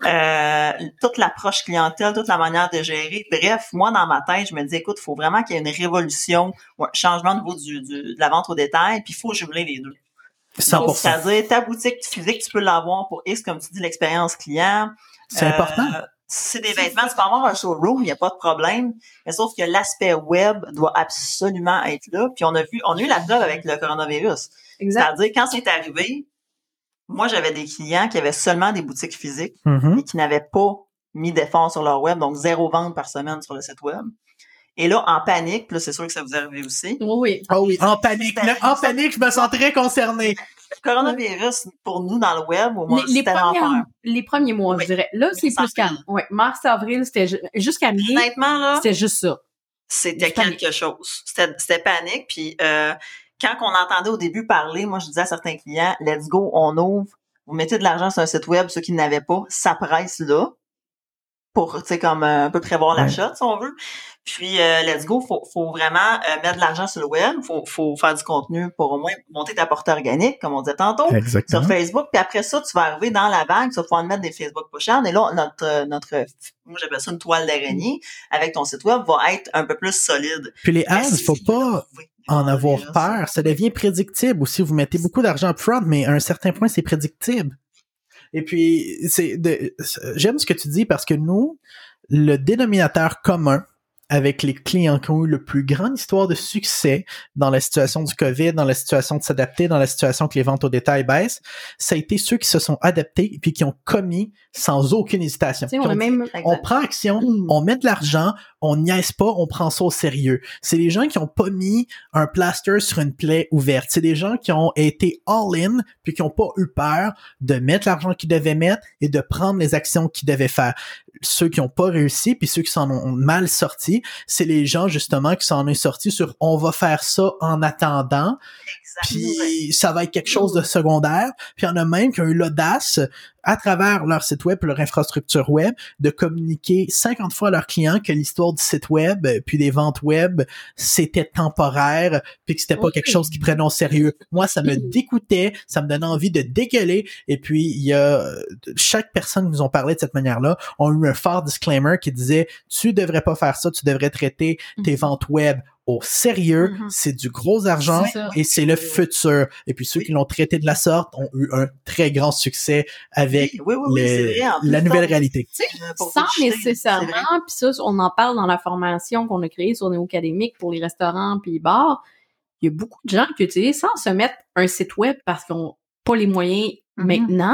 Euh, toute l'approche clientèle, toute la manière de gérer. Bref, moi, dans ma tête, je me dis, écoute, il faut vraiment qu'il y ait une révolution, ou un changement au niveau du, du, de la vente au détail, puis il faut jumeler les deux. cent pour cent. C'est-à-dire, ta boutique physique, tu peux l'avoir pour X, comme tu dis, l'expérience client. C'est Euh, important. Si c'est des vêtements, tu peux avoir un showroom, il n'y a pas de problème. Mais sauf que l'aspect web doit absolument être là. Puis on a vu, on a eu la preuve avec le coronavirus. Exact. C'est-à-dire, quand c'est arrivé, moi, j'avais des clients qui avaient seulement des boutiques physiques Mhm. et qui n'avaient pas mis d'efforts sur leur web, donc zéro vente par semaine sur le site web. Et là, en panique, puis là, c'est sûr que ça vous est arrivé aussi. Oui, oui. Ah oui, en panique. Là, en panique, je me sens très concerné. Le coronavirus, pour nous, dans le web, au moins, Les, les, c'était premières- l'enfer. les premiers mois, Oui. je dirais. Là, c'est Les plus calme. Ouais. Mars, avril, c'était ju- jusqu'à mai, Honnêtement, là, c'était juste ça. c'était Du panique. quelque chose. C'était, c'était panique. Puis euh, quand on entendait au début parler, moi, je disais à certains clients, let's go, on ouvre. Vous mettez de l'argent sur un site web, ceux qui n'avaient pas, ça presse là. pour, tu sais, comme euh, un peu prévoir Ouais. l'achat, si on veut. Puis, euh, let's go, faut, faut vraiment euh, mettre de l'argent sur le web, faut, faut faire du contenu pour au moins monter ta portée organique, comme on disait tantôt, Exactement. sur Facebook. Puis après ça, tu vas arriver dans la vague, tu vas pouvoir mettre des Facebook push-out. Et là, notre, notre, moi j'appelle ça une toile d'araignée, avec ton site web, va être un peu plus solide. Puis les ads, Merci faut pas de en avoir là, peur. Ça devient prédictible aussi. Vous mettez beaucoup d'argent upfront, mais à un certain point, c'est prédictible. Et puis, c'est de, j'aime ce que tu dis parce que nous, le dénominateur commun avec les clients qui ont eu le plus grande histoire de succès dans la situation du COVID, dans la situation de s'adapter, dans la situation que les ventes au détail baissent, ça a été ceux qui se sont adaptés et puis qui ont commis sans aucune hésitation. Tu sais, on a dit, même... on prend action, on met de l'argent, on niaise pas, on prend ça au sérieux. C'est les gens qui ont pas mis un plaster sur une plaie ouverte. C'est des gens qui ont été all-in puis qui ont pas eu peur de mettre l'argent qu'ils devaient mettre et de prendre les actions qu'ils devaient faire. Ceux qui ont pas réussi puis ceux qui s'en ont mal sortis, c'est les gens justement qui s'en ont sortis sur on va faire ça en attendant. Puis ça va être quelque chose de secondaire. Puis il y en a même qui ont eu l'audace, à travers leur site web et leur infrastructure web, de communiquer cinquante fois à leurs clients que l'histoire du site web puis des ventes web, c'était temporaire puis que c'était pas oui. quelque chose qu'ils prenaient au sérieux. Moi, ça me dégoûtait, ça me donnait envie de dégueuler. Et puis, il y a chaque personne qui nous ont parlé de cette manière-là ont eu un fort disclaimer qui disait « Tu devrais pas faire ça, tu devrais traiter tes ventes web au sérieux, mm-hmm. c'est du gros argent c'est et c'est le futur. » Et puis ceux oui. qui l'ont traité de la sorte ont eu un très grand succès avec oui, oui, oui, le, vrai, la nouvelle temps, réalité. Sans nécessairement, puis ça, on en parle dans la formation qu'on a créée sur Néo Académique pour les restaurants puis les bars. Il y a beaucoup de gens qui utilisent sans se mettre un site web parce qu'ils n'ont pas les moyens mm-hmm. maintenant.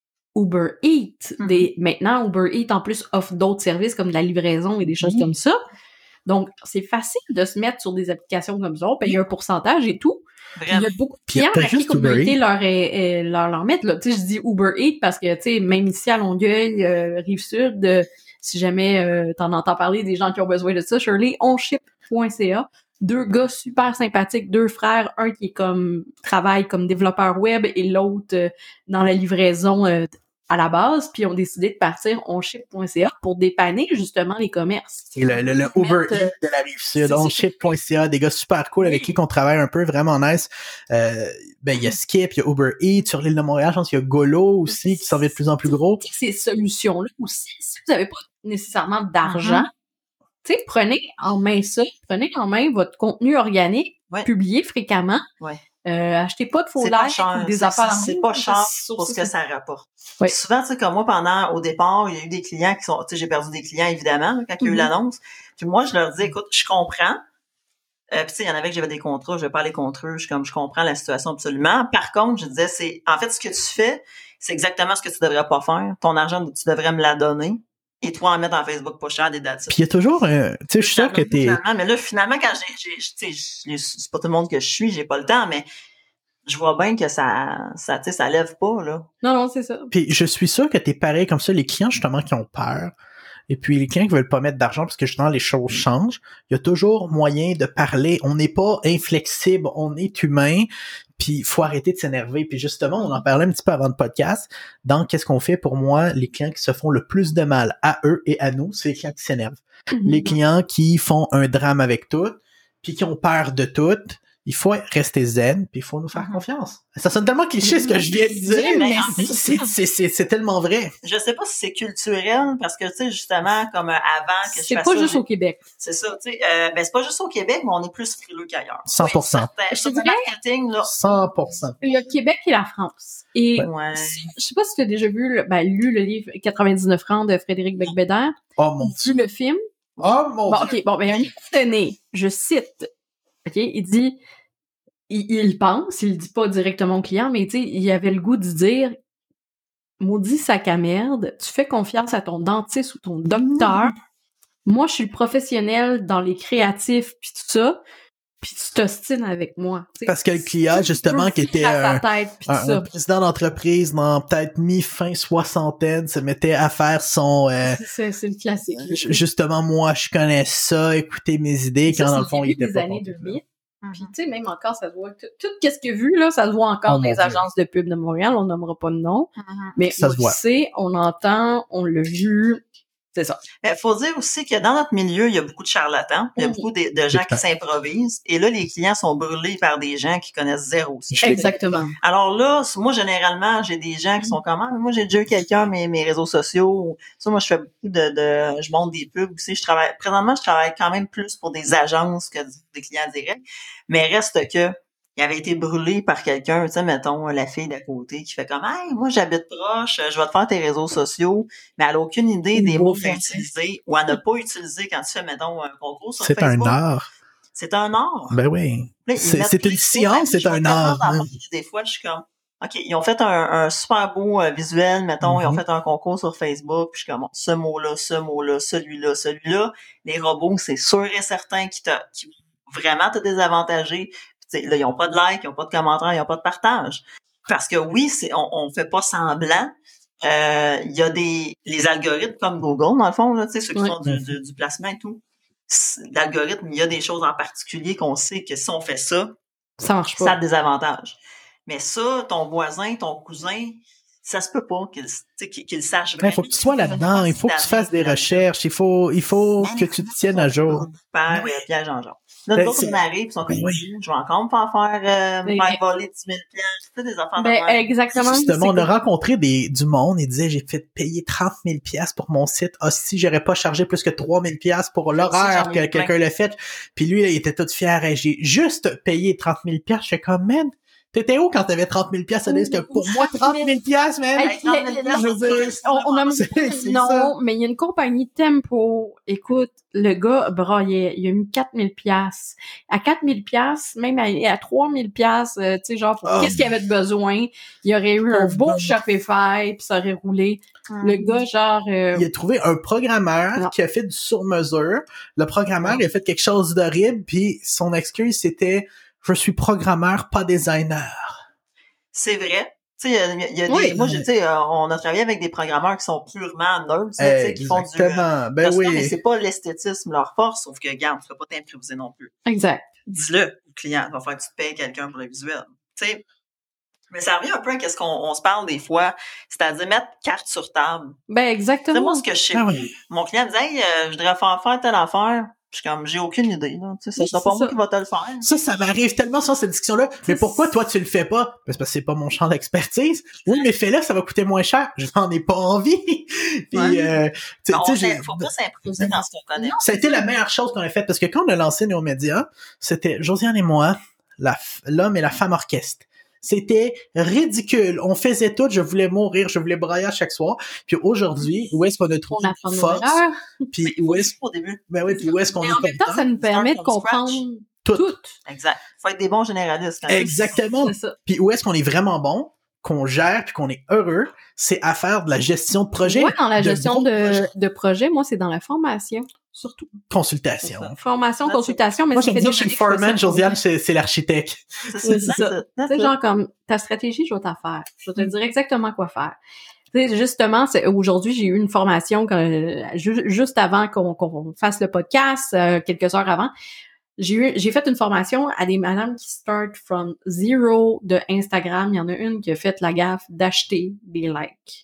Uber Eats, mm-hmm. des, maintenant Uber Eats en plus offre d'autres services comme de la livraison et des choses mm-hmm. comme ça. Donc, c'est facile de se mettre sur des applications comme ça, payer un pourcentage et tout. Il y a beaucoup de clients à qui communauté leur, est, leur, leur mettre, là. Tu sais, je dis Uber Eats parce que, tu sais, même ici à Longueuil, euh, Rive-Sud, euh, si jamais euh, t'en entends parler des gens qui ont besoin de ça, Shirley, onship point c a. Deux gars super sympathiques, deux frères, un qui est comme, travaille comme développeur web et l'autre euh, dans la livraison euh, à la base, puis ont décidé de partir onship point c a pour dépanner justement les commerces. C'est le, le, le Uber Eats de la Rive-Sud, onship point c a, des gars super cool avec oui. qui on travaille un peu, vraiment nice. Euh, ben, il y a Skip, il y a Uber Eats, sur l'île de Montréal, je pense qu'il y a Golo aussi, qui s'en vient de plus en plus gros. Ces solutions-là aussi, si vous n'avez pas nécessairement d'argent, mm-hmm. tu sais, prenez en main ça, prenez en main votre contenu organique, ouais. publiez fréquemment, ouais. Euh, achetez pas de faux likes ou des affaires. C'est, c'est pas cher pour ce que ça rapporte. Oui. Souvent, tu sais, comme moi, pendant, au départ, il y a eu des clients qui sont, tu sais, j'ai perdu des clients, évidemment, là, quand il y a eu mm-hmm. l'annonce. Puis moi, je leur dis, écoute, je comprends. Euh, puis tu sais, il y en avait que j'avais des contrats, je vais pas aller contre eux, je, comme, je comprends la situation absolument. Par contre, je disais, c'est, en fait, ce que tu fais, c'est exactement ce que tu devrais pas faire. Ton argent, tu devrais me la donner. Et toi, en mettre en Facebook pas cher des dates. Puis il y a toujours, euh, tu sais, je suis sûr que t'es... Mais là, finalement, quand j'ai, j'ai tu sais, c'est pas tout le monde que je suis, j'ai pas le temps, mais je vois bien que ça, ça, tu sais, ça lève pas, là. Non, non, c'est ça. Puis je suis sûr que t'es pareil comme ça, les clients, justement, qui ont peur. Et puis les clients qui veulent pas mettre d'argent parce que justement les choses changent. Il y a toujours moyen de parler. On n'est pas inflexible, on est humain. Puis il faut arrêter de s'énerver. Puis justement, on en parlait un petit peu avant le podcast. Dans qu'est-ce qu'on fait pour moi, les clients qui se font le plus de mal à eux et à nous, c'est les clients qui s'énervent. Mm-hmm. Les clients qui font un drame avec tout, puis qui ont peur de tout. Il faut rester zen, puis il faut nous faire mm-hmm. confiance. Ça sonne tellement cliché ce que je viens de dire, mais c'est, c'est, c'est, c'est tellement vrai. Je sais pas si c'est culturel, parce que, tu sais, justement, comme avant que c'est je fasse pas ça, juste au Québec. C'est ça, tu sais. Euh, ben, c'est pas juste au Québec, mais on est plus frileux qu'ailleurs. cent pour cent. Oui, je te dirais, marketing, là. cent pour cent. Il y a Québec et la France. Et ouais. je sais pas si tu as déjà vu, ben, lu le livre quatre-vingt-dix-neuf francs de Frédéric Becbédère. Oh mon Dieu. Vu le film. Oh mon bon, Dieu. OK, bon, ben, un moment donné, je cite, OK, il dit... Il, il pense, il le dit pas directement au client, mais tu sais, il avait le goût de dire « Maudit sac à merde, tu fais confiance à ton dentiste ou ton docteur. Mmh. Moi, je suis le professionnel dans les créatifs pis tout ça, pis tu t'ostines avec moi. » Parce que le client, justement, qui était un, tête, un, un président d'entreprise dans peut-être mi-fin soixantaine, se mettait à faire son... Euh, c'est, c'est le classique. Justement, moi, je connais ça, écoutez mes idées, quand ça, dans le fond, il était pas années deux mille. Puis, tu sais, même encore, ça se voit, tout, tout ce qu'il y a vu, là, ça se voit encore oh, dans les agences de pub de Montréal, on nommera pas de nom. Mm-hmm. Mais ça on se voit. Sait, on entend, on l'a vu, C'est ça. Il faut dire aussi que dans notre milieu, il y a beaucoup de charlatans, il y a Mhm. beaucoup de, de gens qui s'improvisent, et là, les clients sont brûlés par des gens qui connaissent zéro. Exactement. Alors là, moi, généralement, j'ai des gens qui sont comme, ah, moi, j'ai déjà eu quelqu'un, mes, mes réseaux sociaux. Ça, moi, je fais beaucoup de, de, je monte des pubs aussi. Je travaille, présentement, je travaille quand même plus pour des agences que des clients directs. Mais reste que, il avait été brûlé par quelqu'un, tu sais, mettons, la fille d'à côté qui fait comme, hey, moi, j'habite proche, je vais te faire tes réseaux sociaux, mais elle a aucune idée des mots qu'elle a utilisés ou elle n'a pas utilisé quand tu fais, mettons, un concours sur C'est Facebook. un art. C'est un art. Ben oui. Là, C'est, c'est une science, c'est un art. Hein. Des fois, je suis comme, OK, ils ont fait un, un super beau euh, visuel, mettons, mm-hmm. Ils ont fait un concours sur Facebook, puis je suis comme, ce mot-là, ce mot-là, celui-là, celui-là. Les robots, c'est sûr et certain qui t'a, qui vraiment t'a désavantagé. T'sais, là, ils n'ont pas de like, ils n'ont pas de commentaires, ils n'ont pas de partage. Parce que oui, c'est, on, on fait pas semblant. Euh, il y a des, les algorithmes comme Google, dans le fond, là, tu sais, ceux qui oui. font du, du, du placement et tout. L'algorithme, il y a des choses en particulier qu'on sait que si on fait ça, ça marche pas. Ça a des avantages. Mais ça, ton voisin, ton cousin, ça se peut pas qu'il, qu'il, qu'il sache vraiment. Il faut que tu sois là-dedans, il faut que tu fasses des recherches, il faut, il faut que tu te tiennes à jour. Par oui. Pierre Jean-Jean. Là, ben, d'autres, on arrive, ils sont comme, oui. Je vais encore me faire faire, euh, me faire voler dix mille piastres, tu sais, des enfants ben, de exactement. Justement, on a rencontré des, du monde, ils disaient, j'ai fait payer trente mille piastres pour mon site. Ah, si j'aurais pas chargé plus que trois mille piastres pour l'horaire que quelqu'un l'a fait. Puis lui, là, il était tout fier. Et j'ai juste payé trente mille piastres. Je fais comme, man, t'étais où quand t'avais trente mille piastres? C'était pour moi trente mille piastres, man. Hey, trente mille piastres, je veux dire, on, on a c'est, c'est non, ça. Mais il y a une compagnie Tempo. Écoute, le gars braillait. Il a mis quatre mille piastres. À quatre mille piastres, même à, à trois mille piastres, euh, tu sais, genre, pour oh. qu'est-ce qu'il avait de besoin? Il y aurait eu un beau bon. Shopify, puis ça aurait roulé. Hum. Le gars, genre... Euh... Il a trouvé un programmeur non. qui a fait du sur-mesure. Le programmeur, il a fait quelque chose d'horrible, puis son excuse, c'était... Je suis programmeur, pas designer. C'est vrai. Tu sais, il y a, y a oui, des, moi, je, tu sais, on a travaillé avec des programmeurs qui sont purement nerds, tu sais, qui font du, euh, ben oui. Mais c'est pas l'esthétisme leur force, sauf que, regarde, tu vas pas t'improviser non plus. Exact. Dis-le au client, il va falloir que tu te payes quelqu'un pour le visuel. Tu sais. Mais ça revient un peu à qu'est-ce qu'on on se parle des fois, c'est-à-dire mettre carte sur table. Ben, exactement. C'est moi ce que je sais. Ah, oui. Mon client me dit, hey, euh, je voudrais faire faire telle affaire. Je suis comme, j'ai aucune idée, là. Tu sais, oui, c'est pas ça. Moi qui va te le faire. Ça, ça m'arrive tellement sur cette discussion-là. Mais pourquoi toi, tu le fais pas? Ben, c'est parce que c'est pas mon champ d'expertise. Oui, mais fais-le, ça va coûter moins cher. J'en ai pas envie. Puis, ouais. euh, tu sais, faut pas s'improviser dans ce qu'on connaît. Ça a été la meilleure chose qu'on a faite parce que quand on a lancé Néo Média, c'était Josiane et moi, la, l'homme et la femme orchestre. C'était ridicule. On faisait tout. Je voulais mourir. Je voulais brailler à chaque soir. Puis aujourd'hui, où est-ce qu'on a trouvé on force? Puis où est-ce au début? Ben oui. Puis où est-ce qu'on Mais est en même temps, ça nous permet de comprendre tout. tout. Exact. Faut être des bons généralistes. Quand Exactement. C'est ça. Puis où est-ce qu'on est vraiment bon? Qu'on gère puis qu'on est heureux, c'est à faire de la gestion de projet. Moi, dans la de gestion de, de projet, moi, c'est dans la formation. Surtout. Consultation. Formation, consultation, mais moi, ça je fait je suis le foreman, Josiane, c'est, c'est l'architecte. C'est, c'est, c'est ça. Tu sais, genre comme, ta stratégie, je vais t'en faire. Je vais te dire exactement quoi faire. Tu sais, justement, c'est, aujourd'hui, j'ai eu une formation quand, euh, ju- juste avant qu'on, qu'on fasse le podcast, euh, quelques heures avant. J'ai eu, j'ai fait une formation à des madames qui start from zero de Instagram. Il y en a une qui a fait la gaffe d'acheter des likes.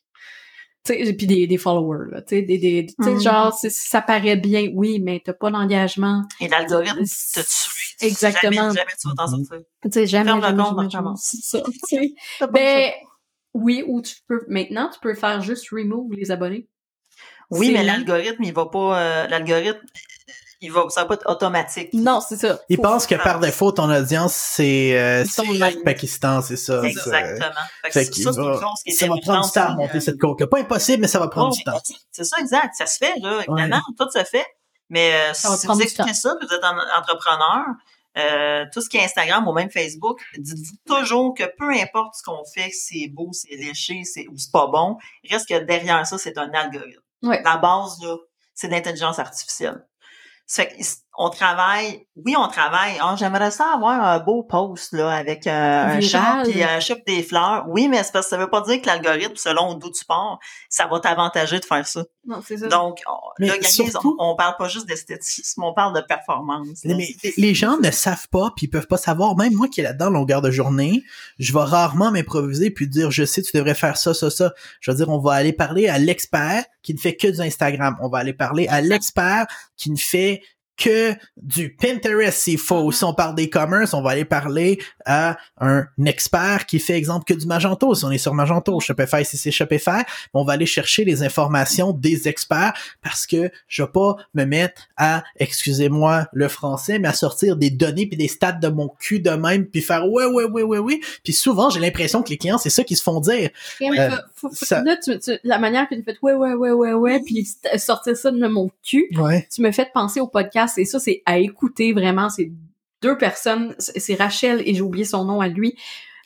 Tu sais, puis des, des followers, là, tu sais, des, des, tu sais, mm. genre, ça paraît bien, oui, mais t'as pas d'engagement. Et l'algorithme te tue. Exactement. Jamais, jamais tu vas t'en sortir. Tu sais, jamais, Ferme jamais, le compte, jamais, jamais, c'est ça, tu sais. Ben, oui, ou tu peux, maintenant, tu peux faire juste remove les abonnés. Oui, c'est mais l'algorithme, il va pas, euh, l'algorithme, il va, ça va pas être automatique. Non, c'est ça. Il pense que par défaut, ton audience, c'est, euh, c'est le Pakistan, c'est ça. Exactement. C'est... Fait que ça, c'est une chose qui est ça va prendre du temps à monter cette courbe. Pas impossible, mais ça va prendre oh, du temps. C'est ça, exact. Ça se fait, là. Évidemment, ouais. Tout se fait. Mais, euh, si vous écoutez ça, vous êtes un entrepreneur, euh, tout ce qui est Instagram ou même Facebook, dites-vous toujours que peu importe ce qu'on fait, c'est beau, c'est léché, c'est, ou c'est pas bon, il reste que derrière ça, c'est un algorithme. Ouais. La base, là, c'est l'intelligence artificielle. Ça fait que on travaille, oui, on travaille. Oh, j'aimerais ça avoir un beau post, là, avec euh, un chat puis un chat des fleurs. Oui, mais c'est parce que ça veut pas dire que l'algorithme, selon d'où tu pars, ça va t'avantager de faire ça. Non, c'est ça. Donc, mais là, surtout, on, on parle pas juste d'esthétisme, on parle de performance. Mais, mais les gens ne savent pas, puis ils peuvent pas savoir. Même moi qui est là-dedans, longueur de journée, je vais rarement m'improviser puis dire, je sais, tu devrais faire ça, ça, ça. Je veux dire, on va aller parler à l'expert qui ne fait que du Instagram. On va aller parler à l'expert qui ne fait que du Pinterest s'il faut. Si on parle d'e-commerce, on va aller parler à un expert qui fait exemple que du Magento. Si on est sur Magento, Shopify, si c'est Shopify, on va aller chercher les informations des experts parce que je vais pas me mettre à, excusez-moi le français, mais à sortir des données puis des stats de mon cul de même puis faire ouais, ouais, ouais, ouais, ouais. Puis souvent, j'ai l'impression que les clients, c'est ça qu'ils se font dire. Euh, faut, faut, ça... Là, tu, tu, la manière que tu fais ouais, ouais, ouais, ouais, ouais, puis sortir ça de mon cul, ouais. Tu me fais penser au podcast. Et ça, c'est à écouter vraiment. C'est deux personnes. C'est Rachel et j'ai oublié son nom à lui.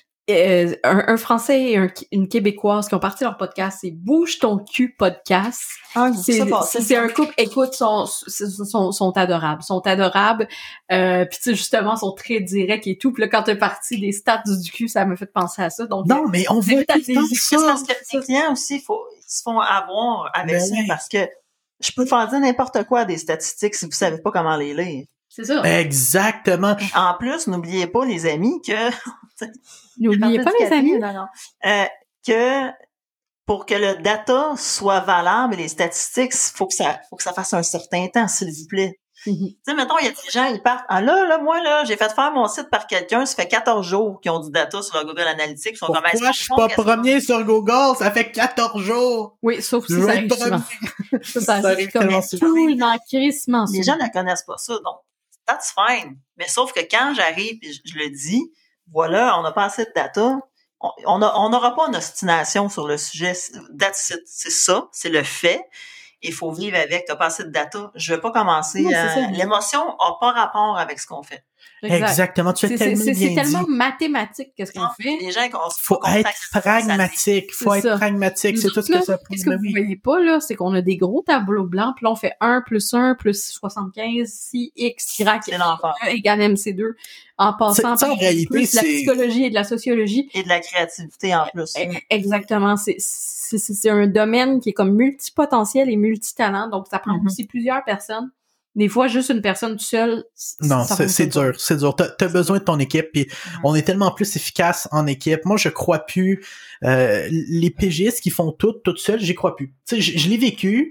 Euh, un, un Français et un, une Québécoise qui ont parti leur podcast. C'est Bouge ton cul podcast. Ah, c'est c'est un couple. Écoute, sont sont sont adorables, sont adorables. Euh, puis tu sais justement, sont très directs et tout. Puis là, quand t'es parti des stats du cul, ça me fait penser à ça. Donc non, mais on veut tout le ça. Parce que les clients aussi, il faut ils se font avoir avec ben ça oui. Parce que je peux faire dire n'importe quoi des statistiques si vous savez pas comment les lire. C'est ça. Exactement. En plus, n'oubliez pas, les amis, que... N'oubliez pas, les amis. Non, non. Euh, que pour que le data soit valable, les statistiques, faut que ça, faut que ça fasse un certain temps, s'il vous plaît. Mm-hmm. Tu sais, mettons, il y a des gens, ils partent, ah là, là, moi, là, j'ai fait faire mon site par quelqu'un, ça fait quatorze jours qu'ils ont du data sur leur Google Analytics. Ils sont Pourquoi comme, je suis pas premier sur Google? Ça fait quatorze jours! Oui, sauf si ça arrive souvent. Ça, ça arrive comme tout dans le crissement. Les gens ne connaissent pas ça, donc, that's fine. Mais sauf que quand j'arrive, et je, je le dis, voilà, on n'a pas assez de data, on n'aura pas une ostination sur le sujet. That's it. C'est ça, c'est le fait. Il faut vivre avec, t'as pas assez de data. Je vais pas commencer non, à... L'émotion a pas rapport avec ce qu'on fait. Exact. Exactement, tu as tellement bien dit. C'est tellement mathématique qu'est-ce qu'on fait. Les gens, on faut être pragmatique, faut être ça. pragmatique, c'est tout ce que ça prend. Ce que vous voyez pas, là, c'est qu'on a des gros tableaux blancs, puis là, on fait un plus un plus soixante-quinze, si X, Y, égale M C deux, en passant par en réalité, plus de la psychologie et de la sociologie. Et de la créativité en plus. Exactement, c'est c'est un domaine qui est comme multipotentiel et multitalent, donc ça prend mm-hmm. aussi plusieurs personnes. Des fois, juste une personne toute seule, non, c'est dur, c'est dur. T'as as besoin de ton équipe, puis mm-hmm. on est tellement plus efficace en équipe. Moi, je crois plus euh, les P G S qui font tout toutes seules, j'y crois plus. Tu sais, je, je l'ai vécu.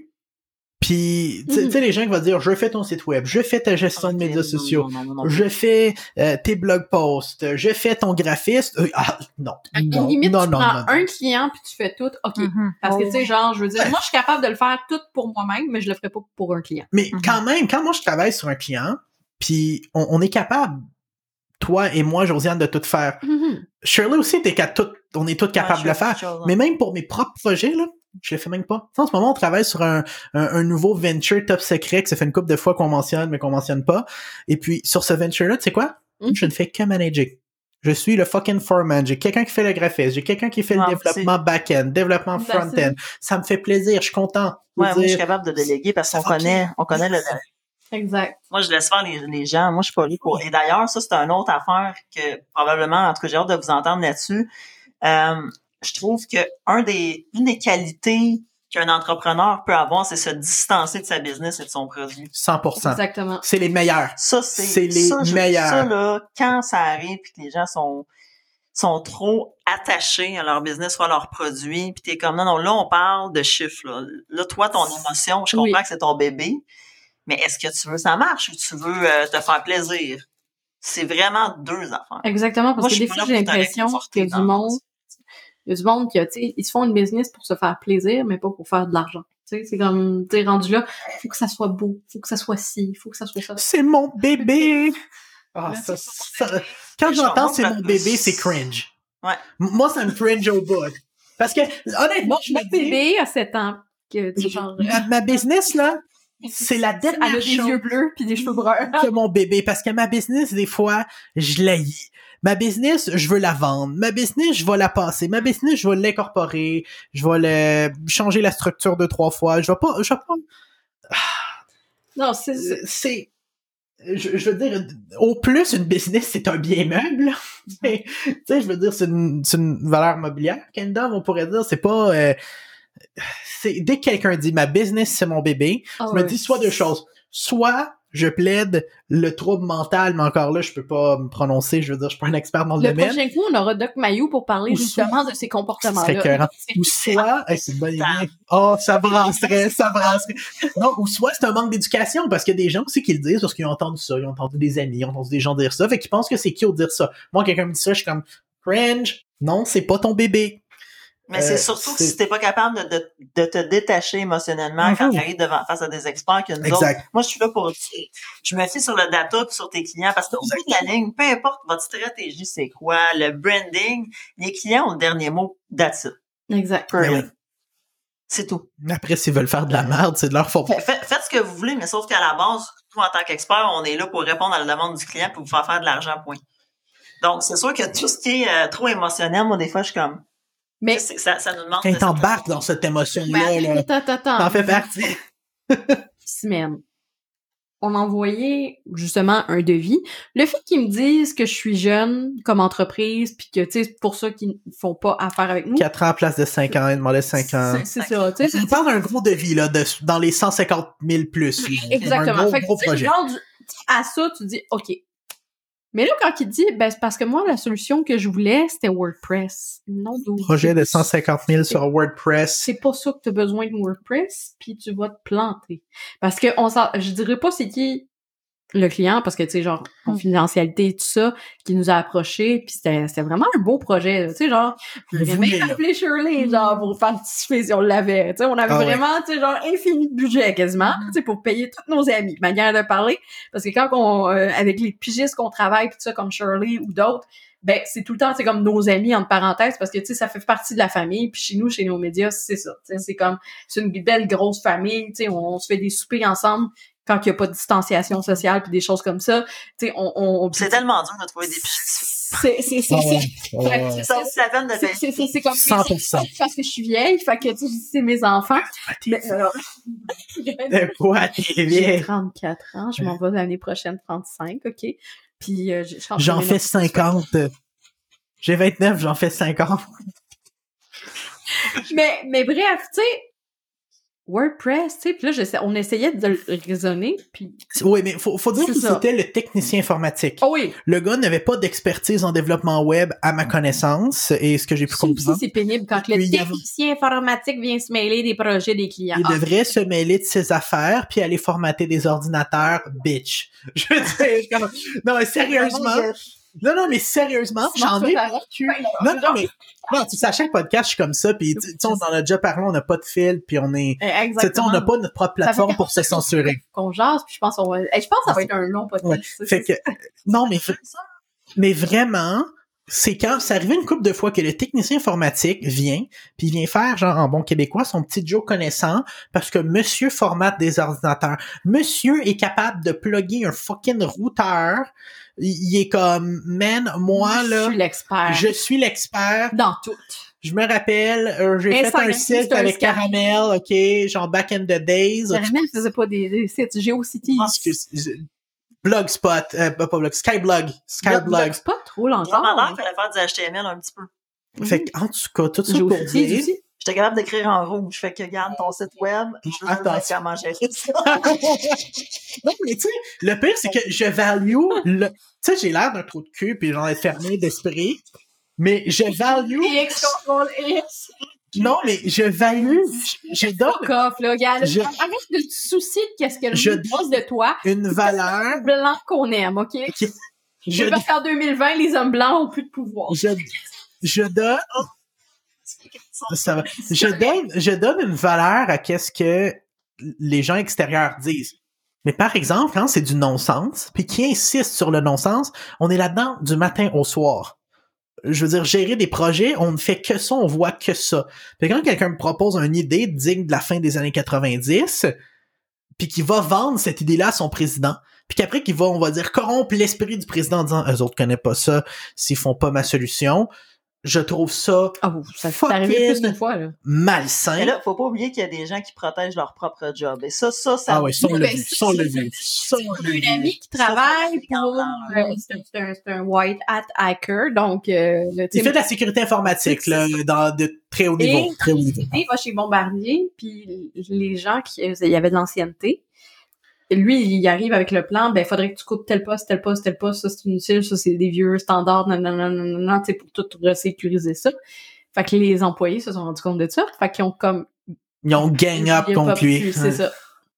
Puis, tu sais, mm-hmm. les gens qui vont dire, je fais ton site web, je fais ta gestion okay, de médias non, sociaux, non, non, non, non. je fais euh, tes blog posts, je fais ton graphiste. Euh, ah, non. À non, limite, non, tu non, prends non, un non. client puis tu fais tout, OK. Mm-hmm. Parce oh. que, tu sais, genre, je veux dire, moi, je suis capable de le faire tout pour moi-même, mais je le ferai pas pour un client. Mais mm-hmm. quand même, quand moi, je travaille sur un client, puis on, on est capable, toi et moi, Josiane, de tout faire. Mm-hmm. Shirley aussi, t'es qu'à tout, on est tous capables ouais, de le faire. Chose, mais même pour mes propres projets, là, je le fais même pas. En ce moment, on travaille sur un, un, un nouveau venture top secret que ça fait une couple de fois qu'on mentionne, mais qu'on mentionne pas. Et puis, sur ce venture-là, tu sais quoi? Mm-hmm. Je ne fais que manager. Je suis le fucking foreman. J'ai quelqu'un qui fait le graphisme. J'ai quelqu'un qui fait non, le développement back-end, développement front-end. Ça me fait plaisir. Je suis content. Ouais, moi, je suis capable de déléguer parce qu'on connaît, on connaît le... Exact. Moi, je laisse faire les, les gens. Moi, je suis pas là pour... Et d'ailleurs, ça, c'est une autre affaire que probablement, en tout cas, j'ai hâte de vous entendre là-dessus. Euh, je trouve que un des, une des qualités qu'un entrepreneur peut avoir, c'est se distancer de sa business et de son produit. cent pour cent. Exactement. C'est les meilleurs. Ça, c'est, c'est les ça, je, meilleurs. Ça, là, quand ça arrive puis que les gens sont, sont trop attachés à leur business ou à leur produit puis t'es comme, non, non, là, on parle de chiffres, là. Là, toi, ton émotion, je comprends oui. que c'est ton bébé, mais est-ce que tu veux ça marche ou tu veux euh, te faire plaisir? C'est vraiment deux affaires. Exactement, parce Moi, que des fois, j'ai l'impression qu'il y a du monde, il y a du monde qui, tu sais, ils se font une business pour se faire plaisir, mais pas pour faire de l'argent. Tu sais, c'est comme, tu sais, rendu là, faut que ça soit beau, faut que ça soit ci, faut que ça soit ça. C'est mon bébé! Ah, ça, ça, quand j'entends c'est mon bébé, c'est cringe. Ouais. Moi, ça me cringe au bout. Parce que, honnêtement, je me dis... Mon bébé a sept ans, que, tu genre... Ma business, là, c'est la dernière Elle a des chose yeux bleus puis des cheveux bruns. Que mon bébé, parce que ma business, des fois, je l'haïs. Ma business, je veux la vendre. Ma business, je vais la passer. Ma business, je vais l'incorporer. Je vais le changer la structure deux, trois fois. Je vais pas, je vais pas. Non, c'est, c'est, je, je veux dire, au plus, une business, c'est un bien meuble. Tu sais, je veux dire, c'est une, c'est une valeur mobilière. Kingdom, on pourrait dire, c'est pas... Euh, c'est dès que quelqu'un dit « ma business, c'est mon bébé oh, », je me ouais. dis soit deux choses. Soit je plaide le trouble mental, mais encore là, je peux pas me prononcer, je veux dire, je suis pas un expert dans le, le domaine. Le prochain coup, on aura Doc Mayou pour parler Ou justement soit, de ces comportements-là. Ou soit, hey, c'est une bonne idée. Oh, ça brasserait, ça brasserait. Non, ou soit c'est un manque d'éducation, parce qu'il y a des gens aussi qui le disent, parce qu'ils ont entendu ça, ils ont entendu des amis, ils ont entendu des gens dire ça, fait qu'ils pensent que c'est cute de dire ça. Moi, quelqu'un me dit ça, je suis comme, cringe, non, c'est pas ton bébé. Mais euh, c'est surtout c'est... que si t'es pas capable de, de, de te détacher émotionnellement mm-hmm. quand tu arrives devant, face à des experts que nous exact. autres. Moi, je suis là pour... Je me fie sur le data et sur tes clients parce qu'au bout de la ligne, peu importe votre stratégie, c'est quoi, le branding, les clients ont le dernier mot, that's it. Exact. Oui. C'est tout. Après, s'ils veulent faire de la merde, c'est de leur faute. Fait, fait, faites ce que vous voulez, mais sauf qu'à la base, nous, en tant qu'experts, on est là pour répondre à la demande du client pour vous faire faire de l'argent, point. Donc, c'est sûr que tout ce qui est euh, trop émotionnel, moi, des fois, je suis comme... Mais ça, ça nous demande. Quand t'embarques dans cette émotion-là, là, attends, attends. t'en fais partie. Semaine. On envoyait justement un devis. Le fait qu'ils me disent que je suis jeune comme entreprise, puis que tu sais, c'est pour ça qu'ils ne font pas affaire avec nous. Quatre ans à place de cinq ans, ils demandaient cinq ans. C'est, c'est ça, tu sais. On parle d'un gros devis, là, de, dans les cent cinquante mille plus. Exactement. Un gros, fait gros que, projet. Genre, à ça, tu dis, OK. Mais là, quand il dit, ben, c'est parce que moi, la solution que je voulais, c'était WordPress. Non, d'autres. Projet de cent cinquante mille sur WordPress. C'est pas ça que t'as besoin de WordPress, puis tu vas te planter. Parce que, on s'en, je dirais pas c'est qui le client, parce que, tu sais, genre, confidentialité et tout ça, qui nous a approchés, puis c'était, c'était vraiment un beau projet, tu sais, genre, on avait même appelé Shirley, genre, pour participer si on l'avait, tu sais, on avait ah vraiment, ouais. tu sais, genre, infini de budget, quasiment, tu sais, pour payer tous nos amis, manière de parler, parce que quand on, euh, avec les pigistes qu'on travaille, pis tout ça, comme Shirley ou d'autres, ben, c'est tout le temps, c'est comme nos amis, entre parenthèses, parce que, tu sais, ça fait partie de la famille, puis chez nous, chez nos médias, c'est ça, tu sais, c'est comme, c'est une belle grosse famille, tu sais, on, on se fait des soupers ensemble, quand il y a pas de distanciation sociale puis des choses comme ça, tu sais, on, on, c'est tellement dur de trouver des pigistes. C'est, c'est, c'est, oh, ouais. c'est, ça aussi la peine de c'est, c'est, c'est, c'est comme, cent pour cent. Parce que je suis vieille, fait que, tu sais, c'est mes enfants. Mais, alors, de quoi, t'es vieille? J'ai trente-quatre ans, je m'en vais l'année prochaine trente-cinq, OK? Puis, euh, je j'en fais cinquante. J'ai vingt-neuf, j'en fais cinquante. mais, mais bref, tu sais, WordPress, tu sais, puis là, j'essa- on essayait de le raisonner, puis... Oui, mais faut, faut dire c'est que ça. C'était le technicien informatique. Oh oui! Le gars n'avait pas d'expertise en développement web, à ma connaissance, et ce que j'ai pu comprendre... Aussi, c'est pénible quand le puis, technicien avait... informatique vient se mêler des projets des clients. Il ah. devrait se mêler de ses affaires, puis aller formater des ordinateurs, bitch. Je veux dire, comme... Non, mais sérieusement... Non, non, mais sérieusement, j'en ai... Non, non, mais... Non, tu sais, à chaque podcast, je suis comme ça, puis tu sais, on en a déjà parlé, on n'a pas de fil, puis on est... Tu sais, on n'a pas notre propre plateforme pour se censurer. Qu'on jase, puis je pense qu'on va... Hey, je pense que ça va être un long podcast. Ouais. Fait que... Non, mais... Mais vraiment... C'est quand c'est arrivé une couple de fois que le technicien informatique vient, puis il vient faire, genre, en bon québécois, son petit Joe connaissant, parce que monsieur formate des ordinateurs. Monsieur est capable de plugger un fucking routeur. Il est comme, man, moi, là... Je suis l'expert. Je suis l'expert. Dans tout. Je me rappelle, euh, j'ai Instagram, fait un site avec un Caramel, OK, genre back in the days. Caramel faisait pas des, des sites GeoCities. Je pense que... Blogspot, euh, pas Blog, Skyblog, Skyblog. Blogspot, trop longtemps. Normalement, il fallait faire du H T M L un petit peu. Fait que, en tout cas, tout ça pour dire... J'étais capable d'écrire en rouge, fait que garde ton site web, je sais comment gérer ça. Non, mais tu sais, le pire, c'est que je value le... Tu sais, j'ai l'air d'un trou de cul, puis j'en ai fermé d'esprit, mais je value... X, contrôle X. Non, mais je value... Je, je donne... Fuck off, là, regarde. Je, arrête de te soucier de qu'est-ce que je le pense de toi. Une valeur... Blanc qu'on aime, OK? Okay. Je veux qu'en deux mille vingt, les hommes blancs ont plus de pouvoir. Je, je donne... Ça va. Je donne, je donne une valeur à qu'est-ce que les gens extérieurs disent. Mais par exemple, quand c'est du non-sens, puis qui insiste sur le non-sens, on est là-dedans du matin au soir. Je veux dire, gérer des projets, on ne fait que ça, on voit que ça. Puis quand quelqu'un me propose une idée digne de la fin des années quatre-vingt-dix, puis qui va vendre cette idée-là à son président, puis qu'après qu'il va, on va dire, corrompre l'esprit du président en disant « Eux autres connaissent pas ça, s'ils font pas ma solution », je trouve ça Ah, oh, ça s'est arrivé plus d'une fois, là. malsain. Mais là, faut pas oublier qu'il y a des gens qui protègent leur propre job. Et ça, ça, ça... Ah ouais, ça, on l'a Ben, vu. c'est- Ça, on l'a c'est- vu. Ça, on l'a Une vu. amie qui travaille pour... euh, c'est un, c'est un, c'est un white hat hacker, donc... Euh, le, Il fait de la sécurité informatique, C'est là, dans de très haut niveau. Et- Très haut niveau. il va chez Bombardier, puis les gens qui... Il y avait de l'ancienneté. Lui, il arrive avec le plan, ben, faudrait que tu coupes tel poste, tel poste, tel poste, ça c'est inutile, ça c'est des vieux standards, nanana, nanana, tu sais, pour tout resécuriser ça. Fait que les employés se sont rendus compte de ça. Fait qu'ils ont comme... Ils ont gang up il y a pas contre lui. plus, c'est ça.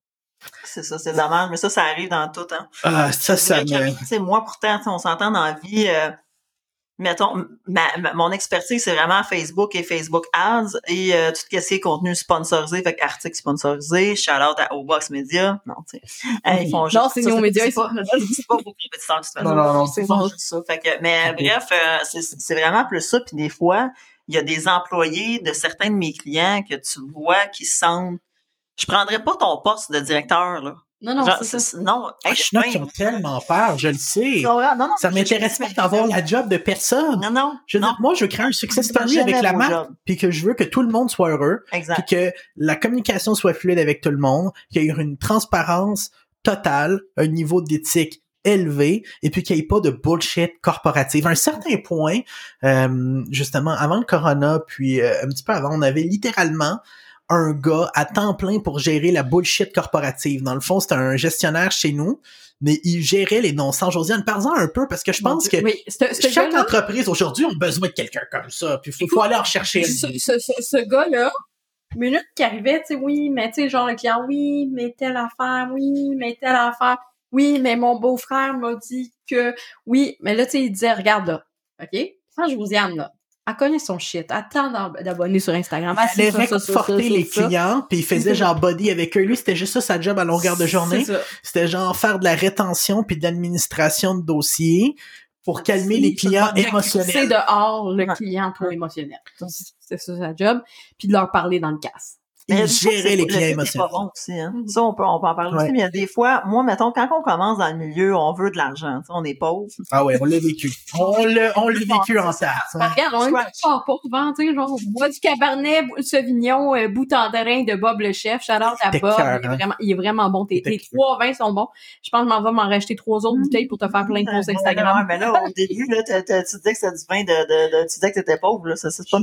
C'est ça, c'est dommage, mais ça, ça arrive dans tout, hein. Ah, ça, ça C'est vrai me... que, tu sais, moi, pourtant, tu sais, on s'entend dans la vie, euh, mettons, ma, ma- mon expertise, c'est vraiment Facebook et Facebook Ads et euh, tout ce qui est contenu sponsorisé, fait articles sponsorisés, shout-out à Obox Media. Non, tu sais. Euh, ils font Non, juste c'est ça, Néo Média, c'est ils pas, c'est pas vos compétiteurs, de toute façon. Non, non, non, c'est c'est pas bon. juste ça. Fait que, mais bref, euh, c'est, c'est vraiment plus ça. Puis des fois, il y a des employés de certains de mes clients que tu vois qui sentent, je prendrais pas ton poste de directeur, là. Non, non, Genre, c'est ça. c'est- non, Ah, hey, il y en a qui ont tellement peur, je le sais. non, non, Ça m'intéresse pas d'avoir la job de personne. Non, non. Je veux non. dire, moi, je veux créer un success Tu fais story avec jamais la vos marque, jobs. puis que je veux que tout le monde soit heureux, puis Exact. que la communication soit fluide avec tout le monde, qu'il y ait une transparence totale, un niveau d'éthique élevé, et puis qu'il n'y ait pas de bullshit corporative. À un certain point, euh, justement, avant le corona, puis euh, un petit peu avant, on avait littéralement un gars à temps plein pour gérer la bullshit corporative. Dans le fond, c'était un gestionnaire chez nous, mais il gérait les non-sens. Josiane, parle-en un peu, parce que je pense que Oui, ce, ce chaque gars-là, entreprise aujourd'hui a besoin de quelqu'un comme ça, puis il faut, faut aller en rechercher. ce, ce, ce, ce gars-là, minute qui arrivait, tu sais, oui, mais tu sais, genre le client, oui, mais telle affaire, oui, mais telle affaire, oui, mais mon beau-frère m'a dit que, oui, mais là, tu sais, il disait, regarde là, OK? Sans Josiane, là, elle connaît son shit, elle a tant d'ab- d'abonnés sur Instagram, elle Il sait allait ça, ça, ça, réconforter ça, les ça. clients, puis il faisait genre body avec eux. Lui, c'était juste ça sa job à longueur de journée. C'est ça. C'était genre faire de la rétention puis de l'administration de dossiers pour calmer Si, les clients de crisser émotionnels. dehors le Ouais. client trop émotionnel. C'est ça sa job. Puis de leur parler dans le casse. Il Mais des fois, gérait c'est- les le clients fit est émotionnels. pas bon aussi, hein. Mhm. Ça, on peut, on peut en parler Ouais. aussi, mais il y a des fois, moi, mettons, quand on commence dans le milieu, on veut de l'argent, tu sais, on est pauvre. Ah ouais, on l'a vécu. On l'a, on l'a vécu en tasse. hein. Regarde, on est Scratch. pas pauvre, hein, tu sais, genre, on boit du cabernet, bout de sauvignon, euh, bout en terrain de Bob le chef, shout-out à C'était Bob, cœur, il est hein. vraiment, il est vraiment bon. Tes, C'était tes cœur. trois vins sont bons. Je pense que je m'en vais m'en racheter trois autres bouteilles pour te faire plein de posts Ouais, Instagram. mais là, au début, là, t'as- t'as- tu disais que c'était du vin de, de, de- tu disais que t'étais pauvre, là, ça, c'est pas...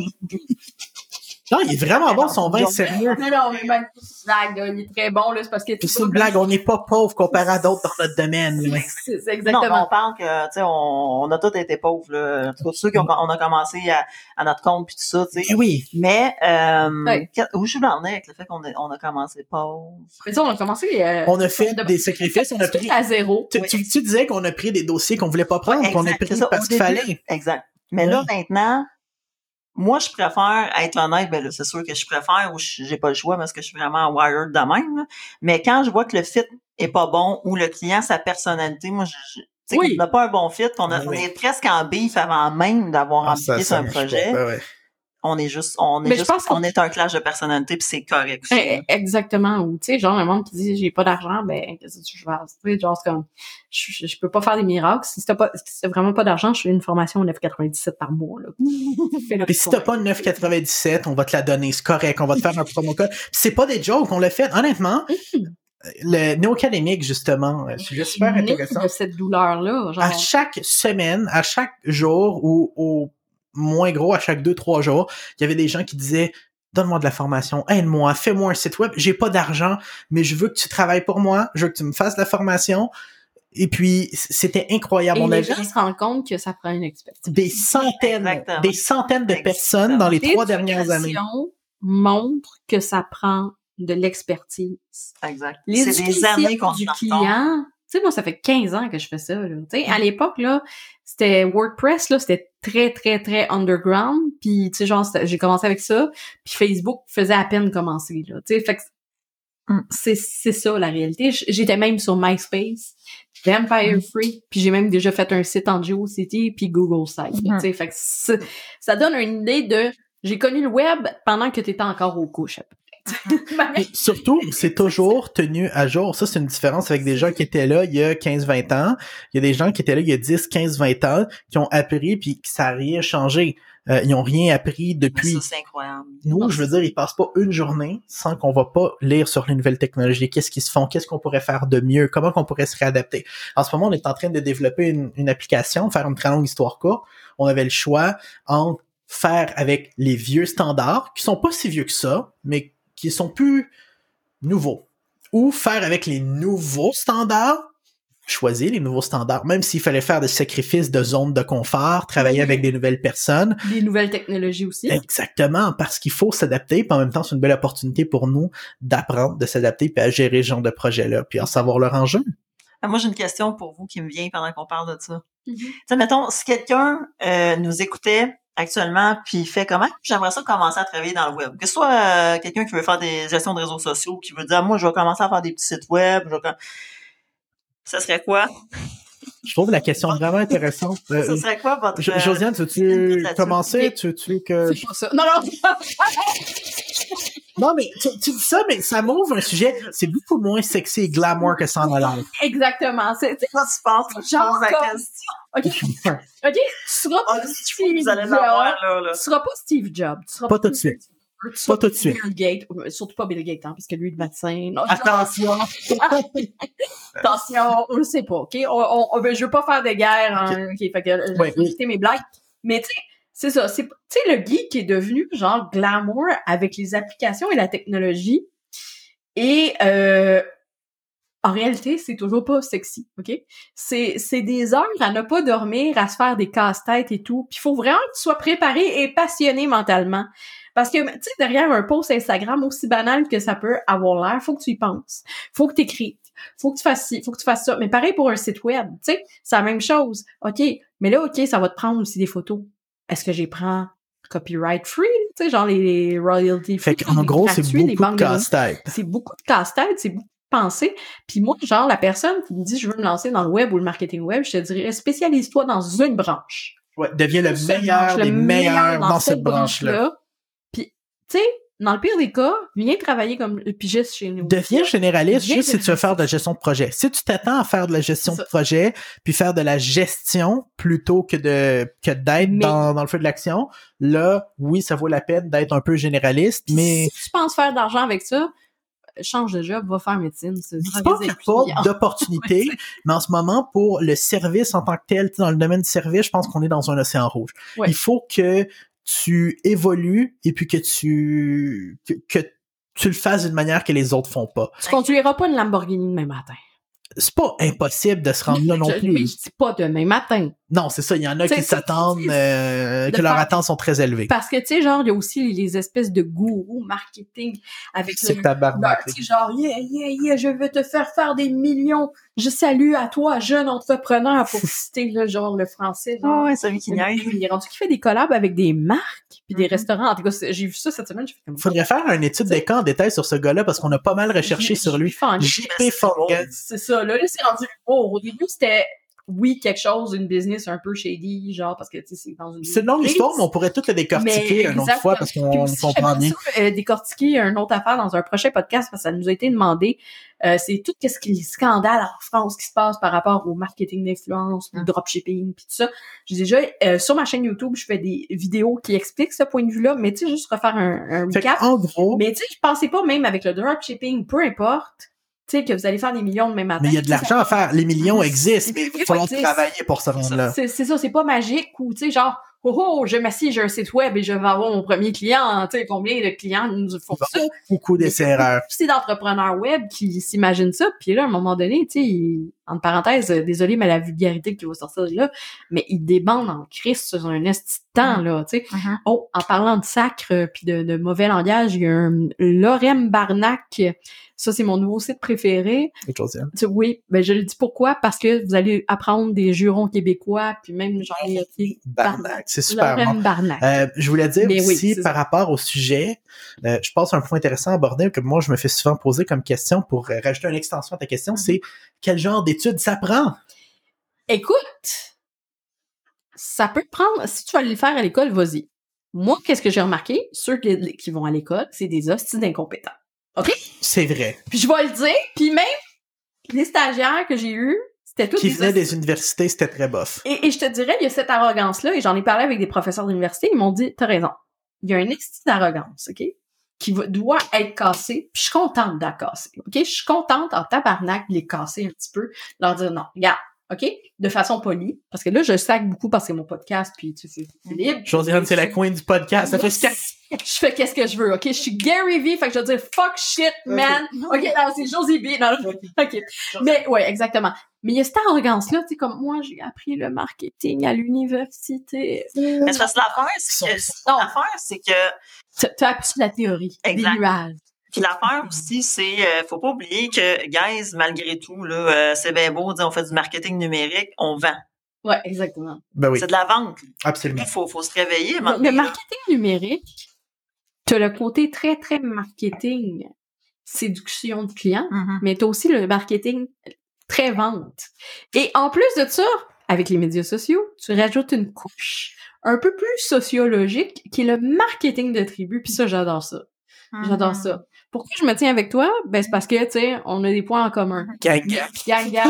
Non, il est vraiment bon, son vin, sérieux. Non, non, mais ben, c'est une blague, là, il est très bon, là, c'est parce que... Puis c'est une blague, on n'est pas pauvre comparé à d'autres dans notre domaine. là. C'est c'est Non, mais exactement. on parle que, tu sais, on, on a tous été pauvres, là. En tout cas, ceux qui ont, on a commencé à, à notre compte puis tout ça, tu sais. Eh oui. Mais, euh, Ouais. que- où je voulais en venir avec le fait qu'on a, on a commencé pauvre? Mais ça, on a commencé... euh, On a fait de- des sacrifices, on a pris... à zéro. Tu, tu, tu disais qu'on a pris des dossiers qu'on voulait pas prendre, Ouais, qu'on a exact, pris c'est ça, parce au qu'il début. fallait. Exact. Mais là, maintenant, moi, je préfère être honnête, ben là, c'est sûr que je préfère ou je- j'ai pas le choix parce que je suis vraiment wired de même, là. Mais quand je vois que le fit est pas bon ou le client, sa personnalité, moi, je, je- tu sais, Oui. qu'on n'a pas un bon fit, qu'on a- Oui, on oui. est presque en beef avant même d'avoir Ah, ça, embarqué sur ça un marche projet. pas. Ouais, ouais. On est juste, on est Mais je juste, pense qu'on- on est un clash de personnalité puis c'est correct. aussi, Eh, là. Exactement. Ou, tu sais, genre, le monde qui dit, j'ai pas d'argent, ben, qu'est-ce que tu veux faire? Tu sais, genre, c'est comme, je, je, je peux pas faire des miracles. Si t'as pas, si t'as vraiment pas d'argent, je fais une formation neuf quatre-vingt-dix-sept par mois, là. Fais-le Puis si t'as pas de neuf quatre-vingt-dix-sept, on va te la donner, c'est correct, on va te faire un promo code. Puis c'est pas des jokes, on l'a fait, honnêtement. Le néo-académique, justement, un sujet super Né intéressant. de cette douleur-là, genre. À chaque semaine, à chaque jour, ou au moins gros, à chaque deux, trois jours, il y avait des gens qui disaient donne-moi de la formation, aide-moi, fais-moi un site web, j'ai pas d'argent, mais je veux que tu travailles pour moi, je veux que tu me fasses la formation. Et puis, c'était incroyable. Et On les avait gens se rendent compte que ça prend une expertise. des centaines, Exactement. des centaines de Exactement. personnes dans les trois dernières années. L'éducation montre que ça prend de l'expertise. Exact. C'est des L'éducation années qu'on du est en retard. client. Tu sais, moi, ça fait quinze ans que je fais ça, là. Tu sais, à l'époque, là, c'était WordPress, là, c'était très, très, très underground. Puis, tu sais, genre, c'était- j'ai commencé avec ça. Puis Facebook faisait à peine commencer, là. Tu sais, fait que Mm. c'est, c'est ça, la réalité. J- J'étais même sur MySpace, Vampire Mm. Free, puis j'ai même déjà fait un site en GeoCity puis Google Site, là, Mm. tu sais. Fait que c'est- ça donne une idée de... J'ai connu le web pendant que t'étais encore aux couches, à peu près. Et surtout, c'est toujours tenu à jour. Ça, c'est une différence avec des gens qui étaient là il y a quinze vingt ans. Il y a des gens qui étaient là il y a dix, quinze, vingt ans, qui ont appris puis que ça n'a rien changé. Euh, ils ont rien appris depuis. Ça, c'est incroyable. Nous, je veux dire, ils passent pas une journée sans qu'on va pas lire sur les nouvelles technologies. Qu'est-ce qu'ils se font? Qu'est-ce qu'on pourrait faire de mieux? Comment qu'on pourrait se réadapter? En ce moment, on est en train de développer une, une application, faire une très longue histoire courte. On avait le choix entre faire avec les vieux standards, qui sont pas si vieux que ça, mais qui sont plus nouveaux. Ou faire avec les nouveaux standards, choisir les nouveaux standards, même s'il fallait faire des sacrifices de zones de confort, travailler avec des nouvelles personnes. Des nouvelles technologies aussi. Exactement, parce qu'il faut s'adapter, puis en même temps, c'est une belle opportunité pour nous d'apprendre, de s'adapter, puis à gérer ce genre de projet-là, puis à savoir leur enjeu. Ah, moi, j'ai une question pour vous qui me vient pendant qu'on parle de ça. Mm-hmm. Tu sais, mettons, si quelqu'un euh, nous écoutait actuellement, puis fait comment? J'aimerais ça commencer à travailler dans le web. Que ce soit euh, quelqu'un qui veut faire des gestions de réseaux sociaux, qui veut dire, moi, je vais commencer à faire des petits sites web, je vais... ça serait quoi? Je trouve la question vraiment intéressante. Euh, ça serait quoi votre... Jo- Josiane, tu veux-tu commencer? Tu veux que... C'est pas ça. Non, non! Non, mais tu, tu dis ça, mais ça m'ouvre un sujet, c'est beaucoup moins sexy et glamour que cent dollars. Exactement. C'est, c'est quoi tu penses? Genre la comme... question. OK. OK, tu seras pas oh, Steve vous allez Jobs. là, là. Tu seras pas Steve Jobs. Tu seras pas tout de suite. Tu pas tout de suite. Bill Gates. Surtout pas Bill Gates, hein, parce que lui, le vaccin... Non, attention! Attention, on le sait pas, OK? On, on, on, je veux pas faire de guerre, hein, OK? Fait que je vais éviter mes blagues. Mais tu sais, c'est ça. C'est, tu sais, le geek est devenu genre glamour avec les applications et la technologie. Et euh, en réalité, c'est toujours pas sexy, OK? C'est, c'est des heures à ne pas dormir, à se faire des casse-têtes et tout. Puis il faut vraiment que tu sois préparé et passionné mentalement. Parce que, tu sais, derrière un post Instagram, aussi banal que ça peut avoir l'air, faut que tu y penses. Faut que tu écrives. Faut que tu fasses ci, faut que tu fasses ça. Mais pareil pour un site web, tu sais, c'est la même chose. OK, mais là, OK, ça va te prendre aussi des photos. Est-ce que j'y prends copyright free, tu sais, genre les, les royalty free? Fait qu'en gros, c'est beaucoup de casse-tête. C'est beaucoup de casse-tête, c'est beaucoup de pensée. Puis moi, genre, la personne qui me dit je veux me lancer dans le web ou le marketing web, je te dirais spécialise-toi dans une branche. Ouais, deviens le meilleur des meilleurs dans cette branche-là. Puis, tu sais, dans le pire des cas, viens travailler comme pigiste chez nous. Deviens généraliste Viens juste si tu veux faire de la gestion de projet. Si tu t'attends à faire de la gestion de projet, puis faire de la gestion plutôt que de que d'être mais, dans, dans le feu de l'action, là, oui, ça vaut la peine d'être un peu généraliste, mais... Si tu penses faire de l'argent avec ça, change de job, va faire médecine. C'est pas qu'il n'y a pas d'opportunité, mais en ce moment, pour le service en tant que tel, dans le domaine du service, je pense qu'on est dans un océan rouge. Ouais. Il faut que tu évolues et puis que tu que, que tu le fasses d'une manière que les autres font pas. Tu conduiras pas une Lamborghini demain matin. C'est pas impossible de se rendre là non je, plus. Mais je dis pas demain matin. Non, c'est ça. Il y en a t'sais, qui s'attendent, euh, que leurs attentes sont très élevées. Parce que, tu sais, genre, il y a aussi les espèces de gourous marketing avec c'est tabarnak. Tu sais, genre, yeah, yeah, yeah, je veux te faire faire des millions. Je salue à toi, jeune entrepreneur, pour citer, là, genre, le français. Oh, ouais, celui qui neige. Il est rendu qui fait des collabs avec des marques puis des mm-hmm. restaurants. En tout cas, j'ai vu ça cette semaine. Il faudrait faire une étude des cas en détail sur ce gars-là parce qu'on a pas mal recherché J- sur lui. J P Fungus. C'est ça. Là, là c'est rendu oh, au début, c'était oui, quelque chose, une business un peu shady, genre, parce que, tu sais, c'est dans une... C'est une longue histoire, mais on pourrait tout le décortiquer une autre fois, parce qu'on aussi, comprend bien. Ça, euh, décortiquer une autre affaire dans un prochain podcast, parce que ça nous a été demandé. Euh, c'est tout ce qui est scandale en France qui se passe par rapport au marketing d'influence, le dropshipping, puis tout ça. J'ai déjà, euh, sur ma chaîne YouTube, je fais des vidéos qui expliquent ce point de vue-là, mais tu sais, juste refaire un, un recap. En gros... Mais tu sais, je pensais pas même avec le dropshipping, peu importe, tu sais, que vous allez faire des millions demain matin. Mais il y a de l'argent à faire. Les millions existent, mais il va falloir travailler pour se rendre là. C'est, c'est ça, c'est pas magique ou, tu sais, genre, oh, oh, je m'assieds, j'ai un site web et je vais avoir mon premier client. Tu sais, combien de clients nous font ça? Beaucoup d'essais-erreurs. C'est d'entrepreneurs web qui s'imaginent ça. Puis là, à un moment donné, tu sais, entre parenthèses, désolé, mais la vulgarité qui va sortir de là, mais ils débandent en crise sur un esti de temps, là, tu sais. Mm-hmm. Oh, en parlant de sacre puis de, de mauvais langage, il y a un Lorem Barnac. Ça, c'est mon nouveau site préféré. Josiane. Oui, ben je le dis pourquoi? Parce que vous allez apprendre des jurons québécois, puis même genre... Barnac, c'est super bon. Barnac. Euh, je voulais dire Mais aussi, oui, par ça. rapport au sujet, euh, je pense à un point intéressant à aborder, que moi, je me fais souvent poser comme question pour euh, rajouter une extension à ta question, mm-hmm. c'est quel genre d'études ça prend? Écoute, ça peut te prendre... Si tu vas aller le faire à l'école, vas-y. Moi, qu'est-ce que j'ai remarqué? Ceux qui, qui vont à l'école, c'est des hosties d'incompétents. OK? C'est vrai. Puis je vais le dire, puis même les stagiaires que j'ai eus, c'était tous Qui des venaient hosties. des universités, c'était très bof. Et, et je te dirais, il y a cette arrogance-là, et j'en ai parlé avec des professeurs d'université, ils m'ont dit, t'as raison. Il y a un esti d'arrogance, OK? Qui va, doit être cassé, puis je suis contente de la casser, OK? Je suis contente en tabarnak de les casser un petit peu, leur dire non, regarde, OK? De façon polie, parce que là, je sac beaucoup parce que c'est mon podcast, puis tu sais, c'est libre. Josiane, c'est la queen du podcast. Ça fait Je fais qu'est-ce que je veux, OK? Je suis Gary Vee, fait que je vais dire fuck shit, man. OK, non, c'est Josie B. Non, OK. Mais, ouais, exactement. Mais il y a cette arrogance-là, tu sais, comme moi, j'ai appris le marketing à l'université. Mais c'est parce que l'affaire, c'est que, Non. l'affaire, c'est que, Tu as appris la théorie. Exact. Des nuages. puis l'affaire aussi, c'est, euh, faut pas oublier que, guys, malgré tout, là, euh, c'est bien beau, dire on fait du marketing numérique, on vend. Ouais, exactement. Ben oui, C'est de la vente. absolument. Il faut, faut se réveiller. Le, maintenant. le marketing numérique, t'as le côté très, très marketing, séduction de clients, Mhm. mais t'as aussi le marketing très vente. Et en plus de ça, avec les médias sociaux, tu rajoutes une couche un peu plus sociologique qui est le marketing de tribu, puis ça, j'adore ça. J'adore Mhm. ça. Pourquoi je me tiens avec toi? Ben, c'est parce que, tu sais, on a des points en commun. Gang, gang. Gang, gang.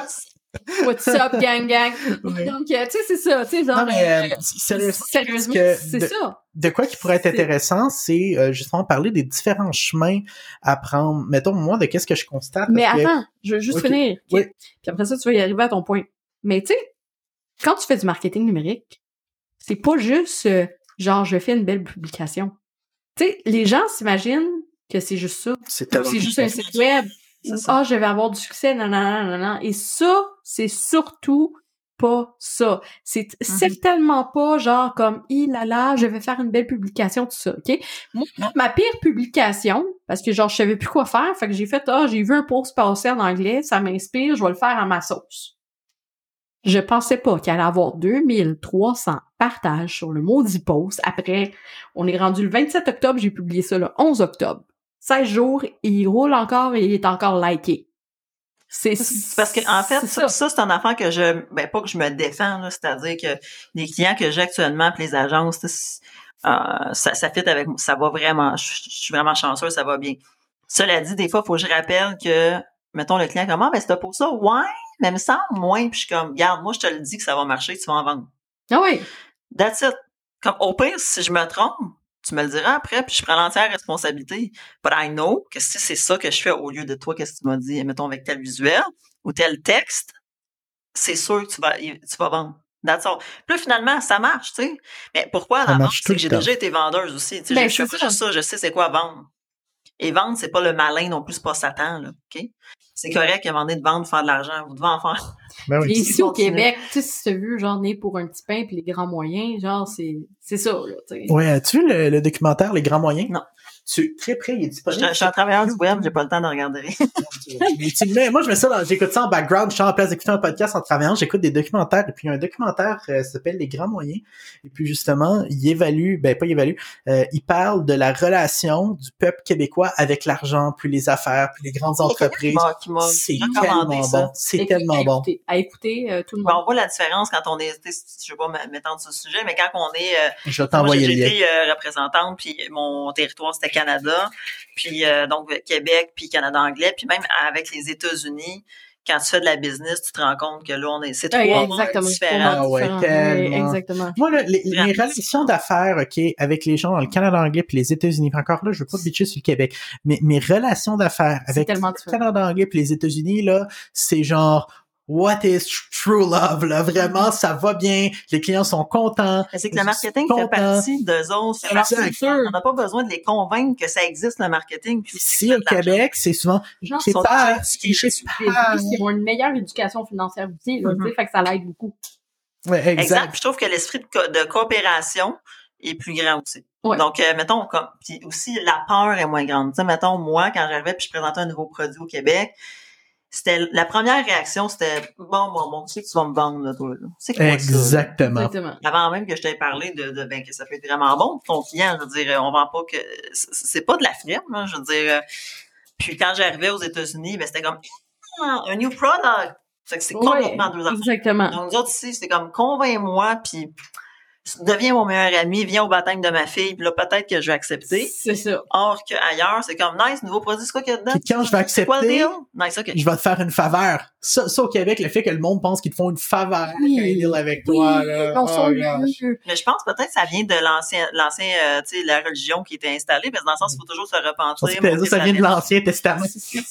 What's up, gang, gang? Oui. Donc, euh, tu sais, c'est ça, tu sais, genre... Non, mais, euh, euh, sérieusement, sérieusement, que c'est de- ça. De quoi qui pourrait être C'est- intéressant, c'est euh, justement parler des différents chemins à prendre. Mettons, moi, de qu'est-ce que je constate. Mais parce que- attends, je veux juste Ok. finir. ok? Oui. Puis après ça, tu vas y arriver à ton point. Mais tu sais, quand tu fais du marketing numérique, c'est pas juste euh, genre je fais une belle publication. Tu sais, les gens s'imaginent que c'est juste ça. c'est Ou tellement c'est juste un site web. C'est Ou, ça. ah, je vais avoir du succès, non, non, non, non, non. Et ça, c'est surtout pas ça. C'est c'est tellement pas genre comme, il là là, je vais faire une belle publication, tout ça, OK? Moi, ma pire publication, parce que genre, je savais plus quoi faire, fait que j'ai fait, ah, j'ai vu un post passer en anglais, ça m'inspire, je vais le faire à ma sauce. Je pensais pas qu'il allait avoir deux mille trois cents partages sur le maudit post. Après, on est rendu le vingt-sept octobre, j'ai publié ça le onze octobre. seize jours, et il roule encore et il est encore liké. C'est C'est parce que en fait, c'est ça, ça c'est un affaire que je, ben pas que je me défends, là, c'est-à-dire que les clients que j'ai actuellement, puis les agences, c'est- euh, ça, ça fit avec, ça va vraiment, je, je suis vraiment chanceuse, ça va bien. Cela dit, des fois, il faut que je rappelle que, mettons le client comment, ben c'est pour ça, ouais, mais il me semble moins, puis je suis comme, garde, moi je te le dis que ça va marcher, tu vas en vendre. Ah oui. That's it. Comme au pire, si je me trompe, tu me le diras après, puis je prends l'entière responsabilité. But I know que si c'est ça que je fais au lieu de toi, qu'est-ce que tu m'as dit, mettons avec tel visuel ou tel texte, c'est sûr que tu vas, tu vas vendre. That's all. Puis là, finalement, ça marche, tu sais. Mais pourquoi à Ça la vente? marche C'est tout que j'ai le temps. déjà été vendeuse aussi. Tu sais, Ben, je fais c'est pas ça. juste ça, je sais c'est quoi vendre. Et vendre, c'est pas le malin non plus, c'est pas Satan, là, OK? C'est correct à un moment donné de vendre, de faire de l'argent. Vous devez en faire. Ben oui. Et ici, au Continue. Québec, tu sais, si tu as vu, genre, né pour un petit pain puis les grands moyens, genre, c'est, c'est ça, là, tu sais. Ouais, as-tu vu le, le documentaire Les Grands Moyens? Non. Tu, très près, il est Je disponible. je suis un travailleur du web, j'ai pas le temps de regarder. Mais tu le mets- moi, je mets ça dans, j'écoute ça en background, je suis en place d'écouter un podcast en travaillant, j'écoute des documentaires, et puis un documentaire euh, s'appelle Les Grands Moyens, et puis justement, il évalue, ben pas il évalue, euh, il parle de la relation du peuple québécois avec l'argent, puis les affaires, puis les grandes entreprises. Qui m'a- qui m'a C'est recommandé tellement ça. bon, c'est Et puis, tellement à bon. écouter, à écouter euh, tout le Ben, monde. on voit la différence quand on est, tu sais, je vais pas m- m'étendre sur ce sujet, mais quand on est, euh, Je vais moi, t'envoyer j'ai le lien. été euh, représentante, puis mon territoire c'était Canada, puis euh, donc Québec, puis Canada anglais, puis même avec les États-Unis, quand tu fais de la business, tu te rends compte que là on est, c'est trois Ouais, mondes exactement. différents. Ah ouais, Différent. tellement. Oui, exactement. Moi, là, les, les Vraiment. relations d'affaires, OK, avec les gens dans le Canada anglais puis les États-Unis, puis encore là, je veux pas bitcher sur le Québec, mais mes relations d'affaires C'est avec tellement le différent. Canada anglais puis les États-Unis, là, c'est genre, what is true love, là, vraiment, ça va bien, les clients sont contents. Mais c'est que le je marketing suis fait content. partie d'eux autres. C'est leur C'est culture. On n'a pas besoin de les convaincre que ça existe, le marketing. Puis Ici, au Québec, c'est souvent, Genre, c'est sont pas, déjà je sais les pas. filles qui ont une meilleure éducation financière aussi, là, Mhm. tu sais, fait que ça l'aide beaucoup. Ouais, Exact. exact. Puis je trouve que l'esprit de, co- de coopération est plus grand aussi. Ouais. Donc, euh, mettons, comme, puis aussi, la peur est moins grande. Tu sais, mettons, moi, quand j'arrivais puis je présentais un nouveau produit au Québec, c'était, la première réaction, c'était, bon, bon, bon, tu sais que tu vas me vendre, là, toi, là. C'est quoi ça, là? Exactement. Exactement. Avant même que je t'aie parlé de, de, ben, que ça peut être vraiment bon pour ton client, je veux dire, on vend pas que, c'est c'est pas de la frime, hein, je veux dire, euh, puis quand j'arrivais aux États-Unis, ben, c'était comme, ah, un new product. Fait que c'est Ouais, complètement deux affaires. exactement. Donc, nous autres ici, c'était comme, convainc-moi, puis deviens mon meilleur ami, viens au baptême de ma fille, puis là, peut-être que je vais accepter. C'est ça. Or qu'ailleurs, c'est comme, nice, nouveau produit, c'est quoi qu'il y a dedans? Puis quand je vais C'est quoi le accepter, deal? Nice, OK. je vais te faire une faveur. Ça, ça au Québec, le fait que le monde pense qu'ils te font une faveur Oui. quand ils deal avec toi, Oui, là. on Oh, s'en gosh. veut. Mais je pense peut-être que ça vient de l'ancien, l'ancien, euh, tu sais, la religion qui était installée, parce que dans le sens, il faut toujours se repentir. Je pensais que monter ça sa vient de liste. l'Ancien Testament.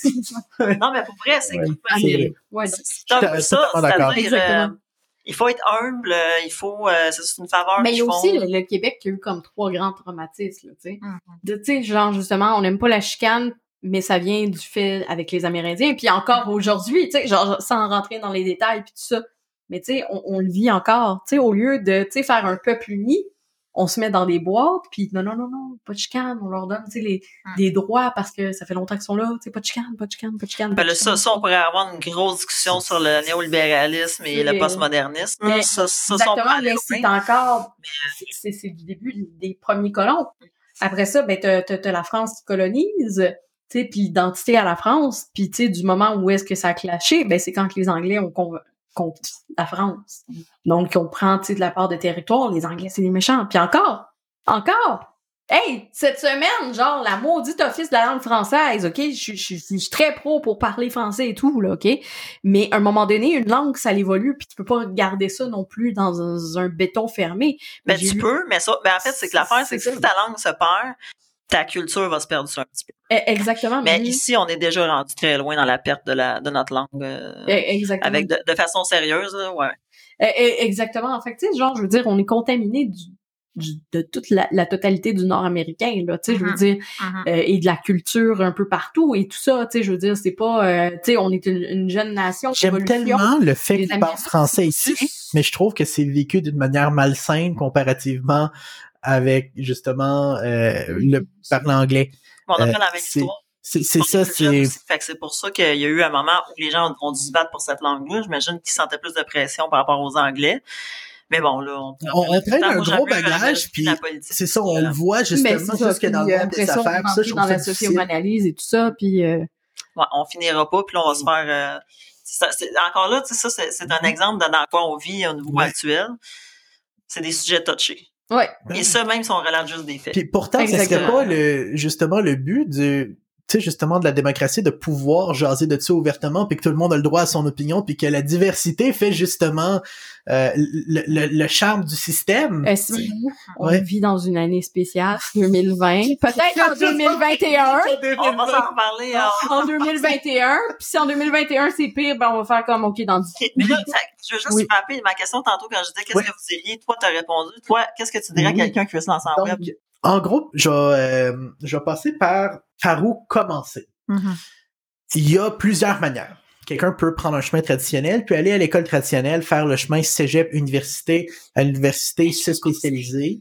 Non, mais pour vrai, c'est Ouais. parce C'est que vrai. Ouais, c'est c'est un peu Je suis ça, totalement d'accord. c'est-à-dire, Exactement. euh, il faut être humble, euh, il faut, euh, c'est c'est une faveur mais il y qu'ils a font. aussi le, le Québec qui a eu comme trois grands traumatismes, là, tu sais. Mhm. De- Tu sais, genre, justement, on n'aime pas la chicane, mais ça vient du fait avec les Amérindiens. Puis encore aujourd'hui, tu sais, genre, sans rentrer dans les détails puis tout ça. Mais tu sais, on, on le vit encore. Tu sais, au lieu de, tu sais, faire un peuple uni, on se met dans des boîtes, puis non, non, non, non, pas de chicane, on leur donne, tu sais, les, Mm. des droits parce que ça fait longtemps qu'ils sont là, tu sais, pas de chicane, pas de chicane, pas de chicane. pas Ben de là, ça, chicane. ça, on pourrait avoir une grosse discussion sur le néolibéralisme et C'est- le postmodernisme. Mais Ça, ça, ça, on Exactement, pourrait aller mais loin. c'est encore, c'est- c'est c'est du début des premiers colons. Après ça, ben t'as, t'as, t'as la France qui colonise, tu sais, puis l'identité à la France, puis tu sais, du moment où est-ce que ça a clashé, ben c'est quand que les Anglais ont con- contre la France. Donc, on prend, tu sais, de la part de territoire, les Anglais, c'est des méchants. Puis encore, encore, hey, cette semaine, genre, la maudite office de la langue française, OK? Je suis- je suis je suis très pro pour parler français et tout, là, OK? Mais à un moment donné, une langue, ça l'évolue, puis tu peux pas garder ça non plus dans un, un béton fermé. Ben, J'ai tu lu- peux, mais ça, ben, en fait, c'est que l'affaire, c'est que C'est si ça. ta langue se perd, ta culture va se perdre sur un petit peu. Eh, Exactement. Mais Mm. ici, on est déjà rendu très loin dans la perte de la, de notre langue, euh, Eh, Exactement. avec de, de façon sérieuse, là, ouais. Eh, eh, Exactement. En fait, tu sais, genre, je veux dire, on est contaminé du, du- de toute la, la totalité du Nord américain, là, tu sais, je veux Mhm. dire, Mm-hmm. euh, et de la culture un peu partout et tout ça, tu sais, je veux dire, c'est pas, euh, tu sais, on est une, une jeune nation. J'aime d'évolution. tellement le fait Les qu'ils parlent Américains, français c'est ici, plus- mais je trouve que c'est vécu d'une manière malsaine comparativement avec, justement, euh, le parler anglais. Bon, on a Euh, pas la même c'est- histoire. C'est c'est On est ça, plus jeunes c'est... aussi. Fait que c'est pour ça qu'il y a eu un moment où les gens ont dû se battre pour cette langue-là. J'imagine qu'ils sentaient plus de pression par rapport aux Anglais. Mais bon, là, on, On, on traîne un Moi, j'aime gros mieux, euh, bagage, vérifier puis la politique. c'est ça, on le voit Mais justement c'est ça, jusque dans puis, le euh, monde après des ça, on affaires. va Ça, je rentrer trouve dans ça la difficile. socio-analyse et tout ça, puis euh, Ouais, on finira pas, puis là, on va se faire... euh, ça, c'est, encore là, tu sais, ça, c'est, c'est un exemple de dans quoi on vit au niveau Ouais. actuel. C'est des sujets touchés. ouais. Et ça, même si on relate juste des faits. Puis pourtant, ce serait Exactement. pas le justement le but du tu sais justement de la démocratie de pouvoir jaser de ça ouvertement puis que tout le monde a le droit à son opinion puis que la diversité fait justement euh, le, le, le charme du système. Est-ce que on Ouais. vit dans une année spéciale, deux mille vingt, peut-être en deux mille vingt et un. On va s'en reparler. hein. En deux mille vingt et un, puis si en deux mille vingt et un c'est pire, ben on va faire comme OK dans dix. OK, mais là, ça- je veux juste Oui. frapper ma question tantôt quand je disais qu'est-ce Oui. que vous diriez. Toi, t'as répondu. Toi, qu'est-ce que tu dirais à Oui. quelqu'un qui veut se lancer en web? Donc, en gros, je vais, euh, je vais passer par par où commencer. Mhm. Il y a plusieurs manières. Quelqu'un peut prendre un chemin traditionnel, puis aller à l'école traditionnelle, faire le chemin cégep, université, à l'université, se spécialiser.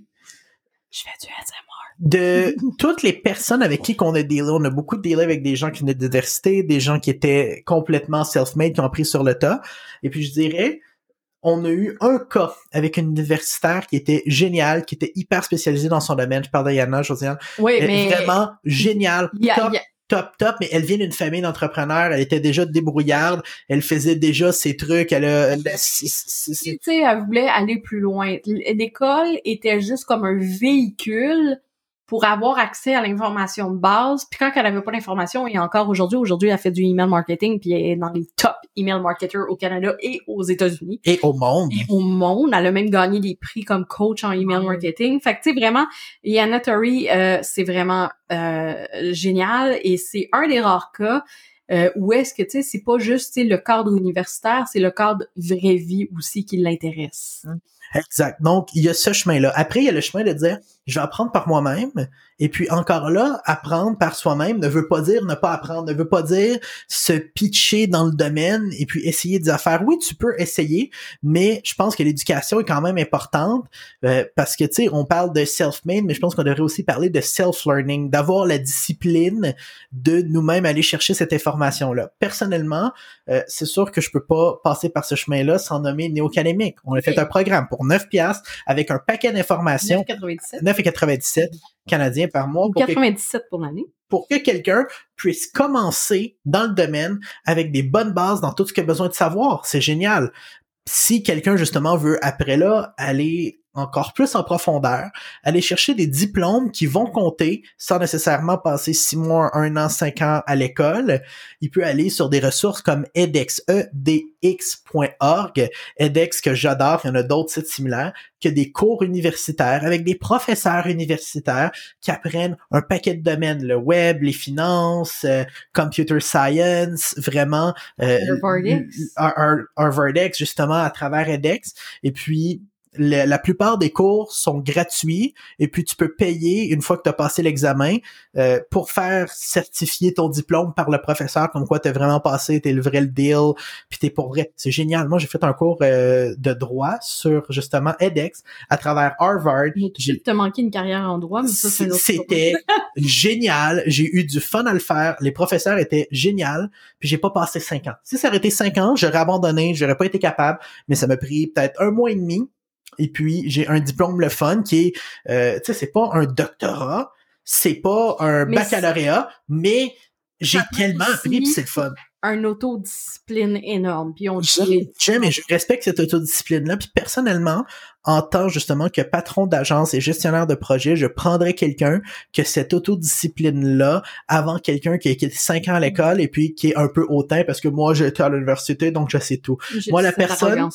Je fais du S M R. De toutes les personnes avec qui qu'on a dealé, on a beaucoup dealé avec des gens qui venaient de l'université, des gens qui étaient complètement self-made, qui ont appris sur le tas. Et puis je dirais, on a eu un cas avec une universitaire qui était géniale, qui était hyper spécialisée dans son domaine. Je parle d'Ayana, Josiane. Oui, Elle est mais vraiment géniale, il y a, top, il y a- top, top, mais elle vient d'une famille d'entrepreneurs, elle était déjà débrouillarde, elle faisait déjà ses trucs, elle a... elle a- c'est- c'est- c'est- tu sais, elle voulait aller plus loin. L'école était juste comme un véhicule pour avoir accès à l'information de base. Puis quand elle avait pas l'information, et encore aujourd'hui, aujourd'hui, elle fait du email marketing, puis elle est dans les top email marketers au Canada et aux États-Unis. Et au monde. Et au monde. Elle a même gagné des prix comme coach en email marketing. Fait que, tu sais, vraiment, Yana Torrey, euh, c'est vraiment euh, génial et c'est un des rares cas euh, où est-ce que, tu sais, c'est pas juste, tu sais, le cadre universitaire, c'est le cadre vraie vie aussi qui l'intéresse. Exact. Donc, il y a ce chemin-là. Après, il y a le chemin de dire, je vais apprendre par moi-même. Et puis, encore là, apprendre par soi-même ne veut pas dire ne pas apprendre, ne veut pas dire se pitcher dans le domaine et puis essayer des affaires. Oui, tu peux essayer, mais je pense que l'éducation est quand même importante euh, parce que, tu sais, on parle de self-made, mais je pense qu'on devrait aussi parler de self-learning, d'avoir la discipline de nous-mêmes aller chercher cette information-là. Personnellement, euh, c'est sûr que je peux pas passer par ce chemin-là sans nommer Néo-Académique. On a fait Oui. un programme pour neuf piastres avec un paquet d'informations, neuf quatre-vingt-dix-sept. neuf virgule quatre-vingt-dix-sept canadiens par mois Ou pour que, quatre-vingt-dix-sept pour l'année. pour que quelqu'un puisse commencer dans le domaine avec des bonnes bases dans tout ce qu'il a besoin de savoir. C'est génial. Si quelqu'un, justement, veut, après là, aller encore plus en profondeur, aller chercher des diplômes qui vont compter sans nécessairement passer six mois, un an, cinq ans à l'école. Il peut aller sur des ressources comme edX, E D X point org, edX que j'adore, il y en a d'autres sites similaires, que des cours universitaires avec des professeurs universitaires qui apprennent un paquet de domaines, le web, les finances, euh, computer science, vraiment euh, HarvardX. HarvardX justement à travers edX. Et puis La, la plupart des cours sont gratuits et puis tu peux payer une fois que tu as passé l'examen euh, pour faire certifier ton diplôme par le professeur comme quoi tu as vraiment passé, t'es le vrai le deal, puis t'es pour vrai. C'est génial. Moi, j'ai fait un cours euh, de droit sur justement edX à travers Harvard. J'ai te manqué une carrière en droit, mais ça, c'est une autre C'était génial. J'ai eu du fun à le faire. Les professeurs étaient géniaux. Puis j'ai pas passé cinq ans. Si ça aurait été cinq ans, j'aurais abandonné, j'aurais pas été capable, mais ça m'a pris peut-être un mois et demi. Et puis, j'ai un diplôme le fun qui est, euh, tu sais, c'est pas un doctorat, c'est pas un mais baccalauréat, mais j'ai tellement appris, puis c'est le fun. Un autodiscipline énorme. Puis on J'aime et je respecte cette autodiscipline-là. Puis personnellement, en tant justement que patron d'agence et gestionnaire de projet, je prendrais quelqu'un que cette autodiscipline-là avant quelqu'un qui a été cinq ans à l'école et puis qui est un peu hautain parce que moi, j'étais à l'université, donc je sais tout. J'ai moi, la personne...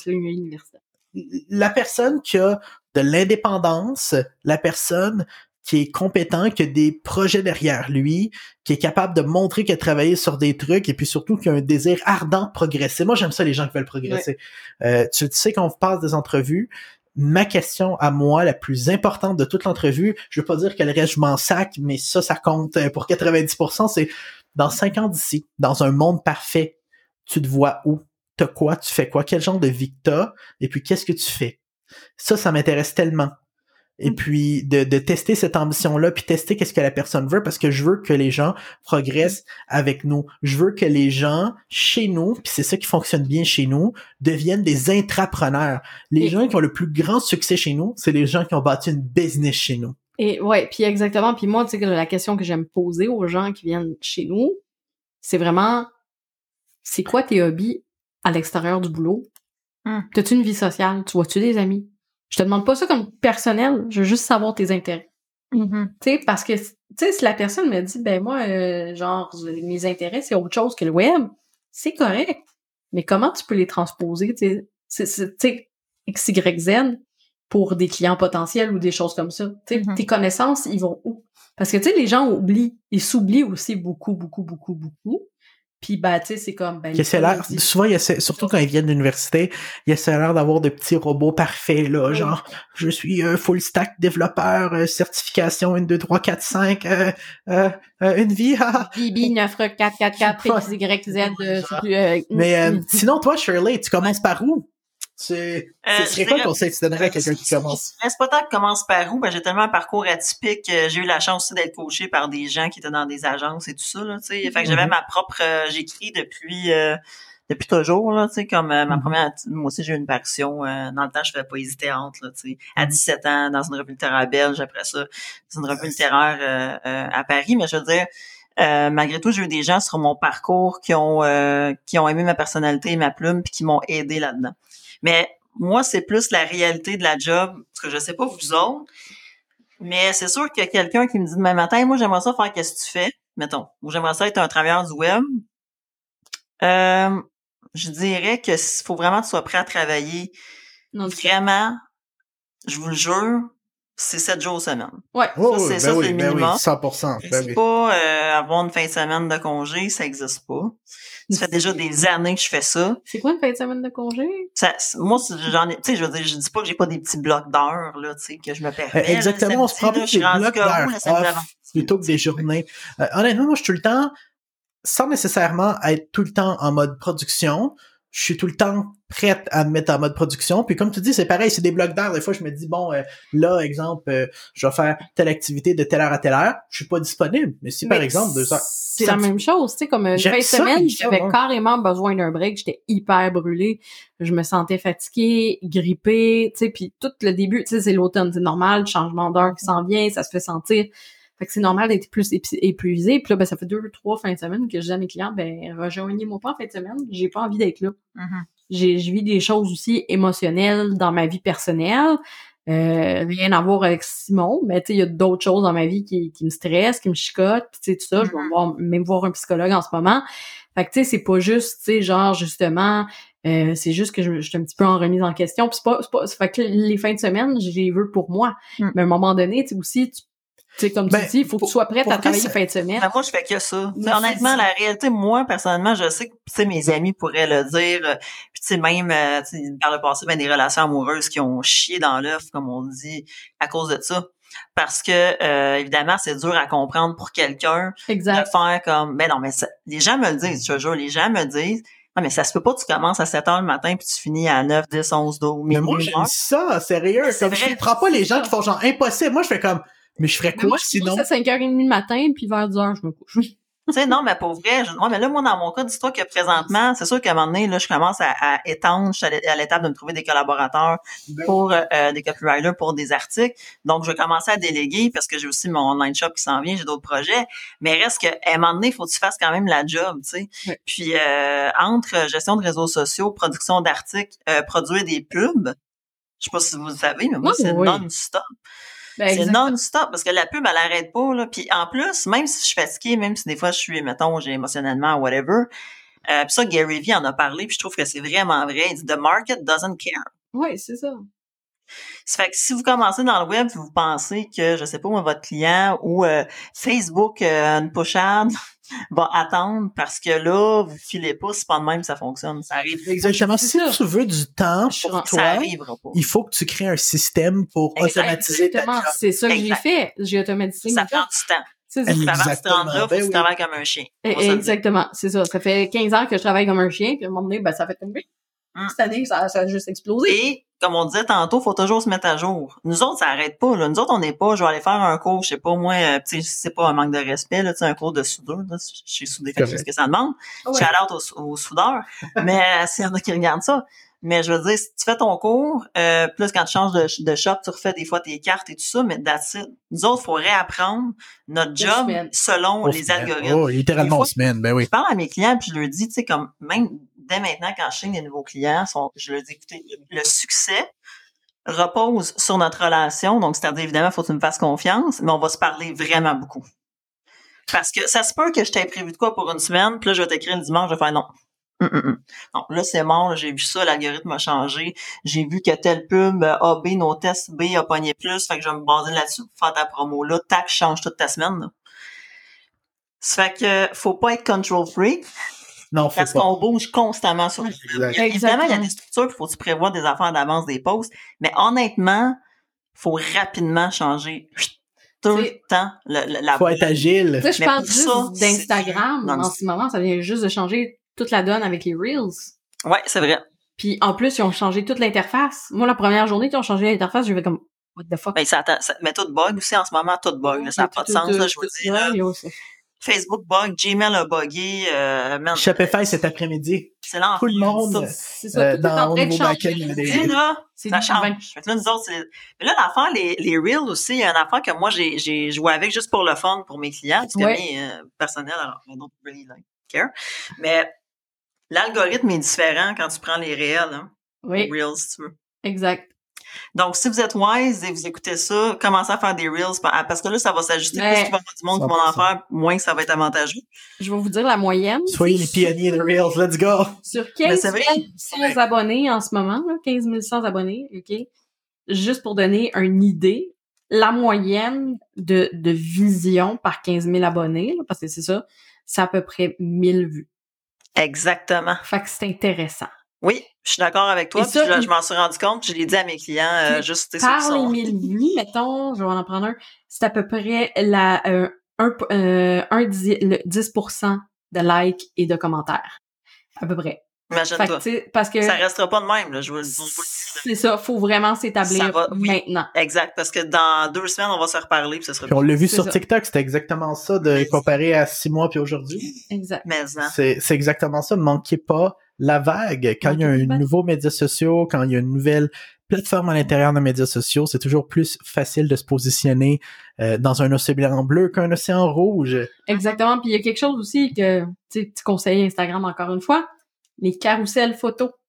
La personne qui a de l'indépendance, la personne qui est compétent, qui a des projets derrière lui, qui est capable de montrer qu'il a travaillé sur des trucs et puis surtout qui a un désir ardent de progresser. Moi, j'aime ça, les gens qui veulent progresser. Ouais. Euh, tu, tu sais, quand on passe des entrevues, ma question à moi, la plus importante de toute l'entrevue, je veux pas dire que le reste, je m'en sac, mais ça, ça compte pour quatre-vingt-dix pour cent, c'est dans cinq ans d'ici, dans un monde parfait, tu te vois où? T'as quoi, tu fais quoi, quel genre de vie que t'as, et puis qu'est-ce que tu fais. Ça, ça m'intéresse tellement. Et mm. puis, de, de tester cette ambition-là, puis tester qu'est-ce que la personne veut, parce que je veux que les gens progressent avec nous. Je veux que les gens, chez nous, puis c'est ça qui fonctionne bien chez nous, deviennent des intrapreneurs. Les et gens qui ont le plus grand succès chez nous, c'est les gens qui ont bâti une business chez nous. Et ouais, puis exactement. Puis moi, tu sais, la question que j'aime poser aux gens qui viennent chez nous, c'est vraiment, c'est quoi tes hobbies à l'extérieur du boulot? Hum. T'as-tu une vie sociale? Tu vois-tu des amis? Je te demande pas ça comme personnel, je veux juste savoir tes intérêts. Mm-hmm. Tu sais, parce que, tu sais, si la personne me dit, ben moi, euh, genre, mes intérêts, c'est autre chose que le web, c'est correct. Mais comment tu peux les transposer, tu sais, X, Y, Z pour des clients potentiels ou des choses comme ça? Tu sais, mm-hmm. Tes connaissances, ils vont où? Parce que, tu sais, les gens oublient, ils s'oublient aussi beaucoup, beaucoup, beaucoup, beaucoup. Puis, bah, tu sais, c'est comme... Ben, il y a l'air, souvent, il y a, surtout quand ils viennent de l'université, il y a ça l'air d'avoir de petits robots parfaits, là, oui. Genre, je suis un full stack développeur, euh, certification un, deux, trois, quatre, cinq, euh, euh, euh, une vie, ah! B B neuf quatre quatre quatre X Y Z. Euh, euh, Mais euh, sinon, toi, Shirley, tu commences par où? C'est, euh, ce serait quoi le conseil que tu donnerais à quelqu'un qui commence? C'est pas tant que commence par où, ben, j'ai tellement un parcours atypique, euh, j'ai eu la chance aussi d'être coachée par des gens qui étaient dans des agences et tout ça, là, tu sais. Fait que j'avais mm-hmm. ma propre, euh, j'écris depuis, euh, depuis toujours, là, tu sais, comme, euh, ma mm-hmm. première, moi aussi, j'ai eu une parution, euh, dans le temps, je faisais poésie théâtre, là, tu sais, à dix-sept ans, dans une revue littéraire belge, après ça, dans une revue littéraire, euh, euh, à Paris, mais je veux dire, Euh, malgré tout, j'ai eu des gens sur mon parcours qui ont euh, qui ont aimé ma personnalité et ma plume puis qui m'ont aidé là-dedans. Mais moi, c'est plus la réalité de la job, parce que je sais pas vous autres, mais c'est sûr qu'il y a quelqu'un qui me dit demain matin, moi, j'aimerais ça faire qu'est-ce que tu fais, mettons, ou j'aimerais ça être un travailleur du web. Euh, je dirais que faut vraiment que tu sois prêt à travailler. Non, vraiment, je vous le jure, c'est sept jours semaine. Ouais. Ça, oh, c'est ben ça, oui, c'est le ben minimum. Oui, cent pour cent. Ben c'est oui. pas euh, avoir une fin de semaine de congé, ça existe pas. Ça fait déjà des années que je fais ça. C'est quoi une fin de semaine de congé? Ça, moi, j'en ai, tu sais, je veux dire, je dis pas que j'ai pas des petits blocs d'heures, là, tu sais, que je me permets. Exactement, là, on se prend plus des blocs d'heures off plutôt que des journées. Euh, honnêtement, moi, je suis tout le temps, sans nécessairement être tout le temps en mode production, je suis tout le temps prête à me mettre en mode production. Puis comme tu dis, c'est pareil, c'est des blocs d'heures. Des fois, je me dis, bon, euh, là, exemple, euh, je vais faire telle activité de telle heure à telle heure. Je suis pas disponible. Mais si, mais par exemple, deux heures... C'est la même chose, tu sais, comme une fin de semaine, j'avais carrément besoin d'un break. J'étais hyper brûlée. Je me sentais fatiguée, grippée, tu sais, puis tout le début, tu sais, c'est l'automne, c'est normal, le changement d'heure qui s'en vient, ça se fait sentir. Fait que c'est normal d'être plus épuisé. Puis là, ben, ça fait deux, trois fins de semaine que je dis à mes clients, ben, rejoignez-moi pas en fin de semaine. J'ai pas envie d'être là. Mm-hmm. J'ai, je vis des choses aussi émotionnelles dans ma vie personnelle. Euh, rien à voir avec Simon, mais tu sais, il y a d'autres choses dans ma vie qui, qui me stressent, qui me chicotent, tu sais, tout ça. Mm-hmm. Je vais voir, même voir un psychologue en ce moment. Fait que tu sais, c'est pas juste, tu sais, genre, justement, euh, c'est juste que je, je suis un petit peu en remise en question. Pis c'est pas, c'est pas, fait que les fins de semaine, je les veux pour moi. Mm. Mais à un moment donné, tu sais, aussi, tu Tu sais, comme ben, tu dis, il faut pour, que tu sois prête à travailler ça... fin de semaine. Ben, moi, je fais que ça. Honnêtement, la réalité, moi, personnellement, je sais que, tu sais, mes amis pourraient le dire. Puis, tu sais, même, euh, tu sais, par le passé, ben, des relations amoureuses qui ont chié dans l'œuf, comme on dit, à cause de ça. Parce que, euh, évidemment, c'est dur à comprendre pour quelqu'un exact. de faire comme, ben non, mais ça, les gens me le disent, je te jure, les gens me disent, non, mais ça se peut pas, tu commences à sept heures le matin puis tu finis à neuf, dix, onze, douze. Mais moi, j'aime ça, sérieux. C'est comme, vrai, je comprends pas les gens qui font genre impossible. Moi, je fais comme, mais je ferais quoi moi, sinon? C'est cinq heures trente le matin, puis vers dix heures, je me couche. Tu sais, non, mais pour vrai, je... ouais, mais là, moi, dans mon cas, dis-toi que présentement, c'est sûr qu'à un moment donné, là, je commence à, à étendre, je suis à l'étape de me trouver des collaborateurs pour euh, des copywriters pour des articles. Donc, je vais commencer à déléguer parce que j'ai aussi mon online shop qui s'en vient, j'ai d'autres projets. Mais reste qu'à un moment donné, il faut que tu fasses quand même la job, tu sais. Oui. Puis, euh, entre gestion de réseaux sociaux, production d'articles, euh, produire des pubs, je sais pas si vous le savez, mais moi, non, c'est oui. non-stop. Ben, c'est exactement. Non-stop, parce que la pub, elle arrête pas, là. Puis en plus, même si je suis fatiguée, même si des fois je suis, mettons, j'ai émotionnellement, whatever, euh, puis ça, Gary Vee en a parlé, puis je trouve que c'est vraiment vrai. Il dit « The market doesn't care ». Oui, c'est ça. Ça fait que si vous commencez dans le web, vous pensez que, je sais pas, moi, votre client ou euh, Facebook, euh, une pochade, va attendre parce que là, vous filez pas, c'est pas de même que ça fonctionne. Ça arrive. Exactement. Si ça. Tu veux du temps pour ça toi, arrivera pas. Il faut que tu crées un système pour exactement. Automatiser ta job. C'est ça que exact. J'ai fait. J'ai automatisé. Ça prend du temps. C'est ça. Avant de se rendre là, faut que tu travailles comme un chien. Exactement. C'est ça. Ça fait quinze ans que je travaille comme un chien, puis à un moment donné, ben, ça fait tomber. Hum. Cette année, ça, ça a juste explosé. Et, comme on disait tantôt, faut toujours se mettre à jour. Nous autres, ça arrête pas, là. Nous autres, on n'est pas, je vais aller faire un cours, je sais pas, moi, euh, tu sais, c'est pas un manque de respect, là, tu sais, un cours de soudure, là. Je suis soudé, fait ce que ça demande. Ouais. Shout out aux, aux soudeurs. Mais, euh, s'il y en a qui regardent ça. Mais je veux dire, si tu fais ton cours, euh, plus quand tu changes de, de shop, tu refais des fois tes cartes et tout ça, mais that's it. Nous autres, il faut réapprendre notre job selon oh, les semaine. algorithmes. Oh, littéralement fois, semaine, ben oui. Je parle à mes clients puis je leur dis, tu sais, comme, même dès maintenant, quand je signe des nouveaux clients, sont, je leur dis, écoutez, le succès repose sur notre relation. Donc, c'est-à-dire, évidemment, il faut que tu me fasses confiance, mais on va se parler vraiment beaucoup. Parce que ça se peut que je t'aie prévu de quoi pour une semaine, puis là, je vais t'écrire le dimanche, je vais faire non. Mm, mm, mm. Non, là, c'est mort, là, j'ai vu ça, l'algorithme a changé. J'ai vu que telle pub A, B, nos tests B a pogné plus, fait que je vais me baser là-dessus pour faire ta promo. Là, tac, change toute ta semaine. Là. Ça fait que faut pas être control freak. Non, faut parce pas. qu'on bouge constamment sur le web. Évidemment, il y a des structures, il faut que tu prévois des affaires d'avance, des posts, mais honnêtement, faut rapidement changer tout le temps le, le, la faut être agile. Là, je parle juste ça, d'Instagram. En ce moment, ça vient juste de changer toute la donne avec les Reels. Ouais, c'est vrai. Puis en plus, ils ont changé toute l'interface. Moi, la première journée qu'ils ont changé l'interface, j'ai fait comme what the fuck. Ben, ça, ça, mais tout bug aussi en ce moment, tout bug. Là, ça n'a pas de sens, là, je vous dis. Là. Facebook bug, Gmail a buggé. Euh, man, Shopify cet après-midi. C'est l'enfer. Tout le monde c'est ça, euh, tout dans au nouveau back-end. C'est là, ça change. Là, nous autres, c'est... Mais là, l'affaire, les, les Reels aussi, il y a une affaire que moi, j'ai, j'ai joué avec juste pour le fun, pour mes clients, parce que ouais. mes euh, personnels, alors, I don't really like care. Mais l'algorithme est différent quand tu prends les réels, hein. Oui. Les Reels, si tu veux. Exact. Donc, si vous êtes wise et vous écoutez ça, commencez à faire des Reels, parce que là, ça va s'ajuster. Mais plus qu'il va y avoir du monde qui va en faire, moins que ça va être avantageux. Je vais vous dire la moyenne. Soyez les pionniers de Reels, let's go! Sur quinze mille cent abonnés en ce moment, là, quinze mille cent abonnés, OK? Juste pour donner une idée, la moyenne de, de vision par quinze mille abonnés, là, parce que c'est ça, c'est à peu près mille vues. Exactement. Fait que c'est intéressant. Oui, je suis d'accord avec toi. Ça, puis je, je m'en suis rendu compte. Je l'ai dit à mes clients, euh, juste par les sont... mille vues, mettons, je vais en prendre un. C'est à peu près la euh, un euh, un dix, le dix pour cent de likes et de commentaires, à peu près. Imagine-toi. Que, parce que ça restera pas de même là. Je vous, vous, c'est ça. Faut vraiment s'établir va, oui, maintenant. Exact, parce que dans deux semaines on va se reparler puis ça sera. Puis on l'a vu sur ça. TikTok, c'était exactement ça de comparer à six mois puis aujourd'hui. Exact. Mais hein. c'est c'est exactement ça. Manquez pas la vague. Quand il y a un nouveau média social, quand il y a une nouvelle plateforme à l'intérieur des médias sociaux, c'est toujours plus facile de se positionner euh, dans un océan bleu qu'un océan rouge. Exactement. Puis il y a quelque chose aussi que tu sais, petit conseil Instagram encore une fois, les carousels photos.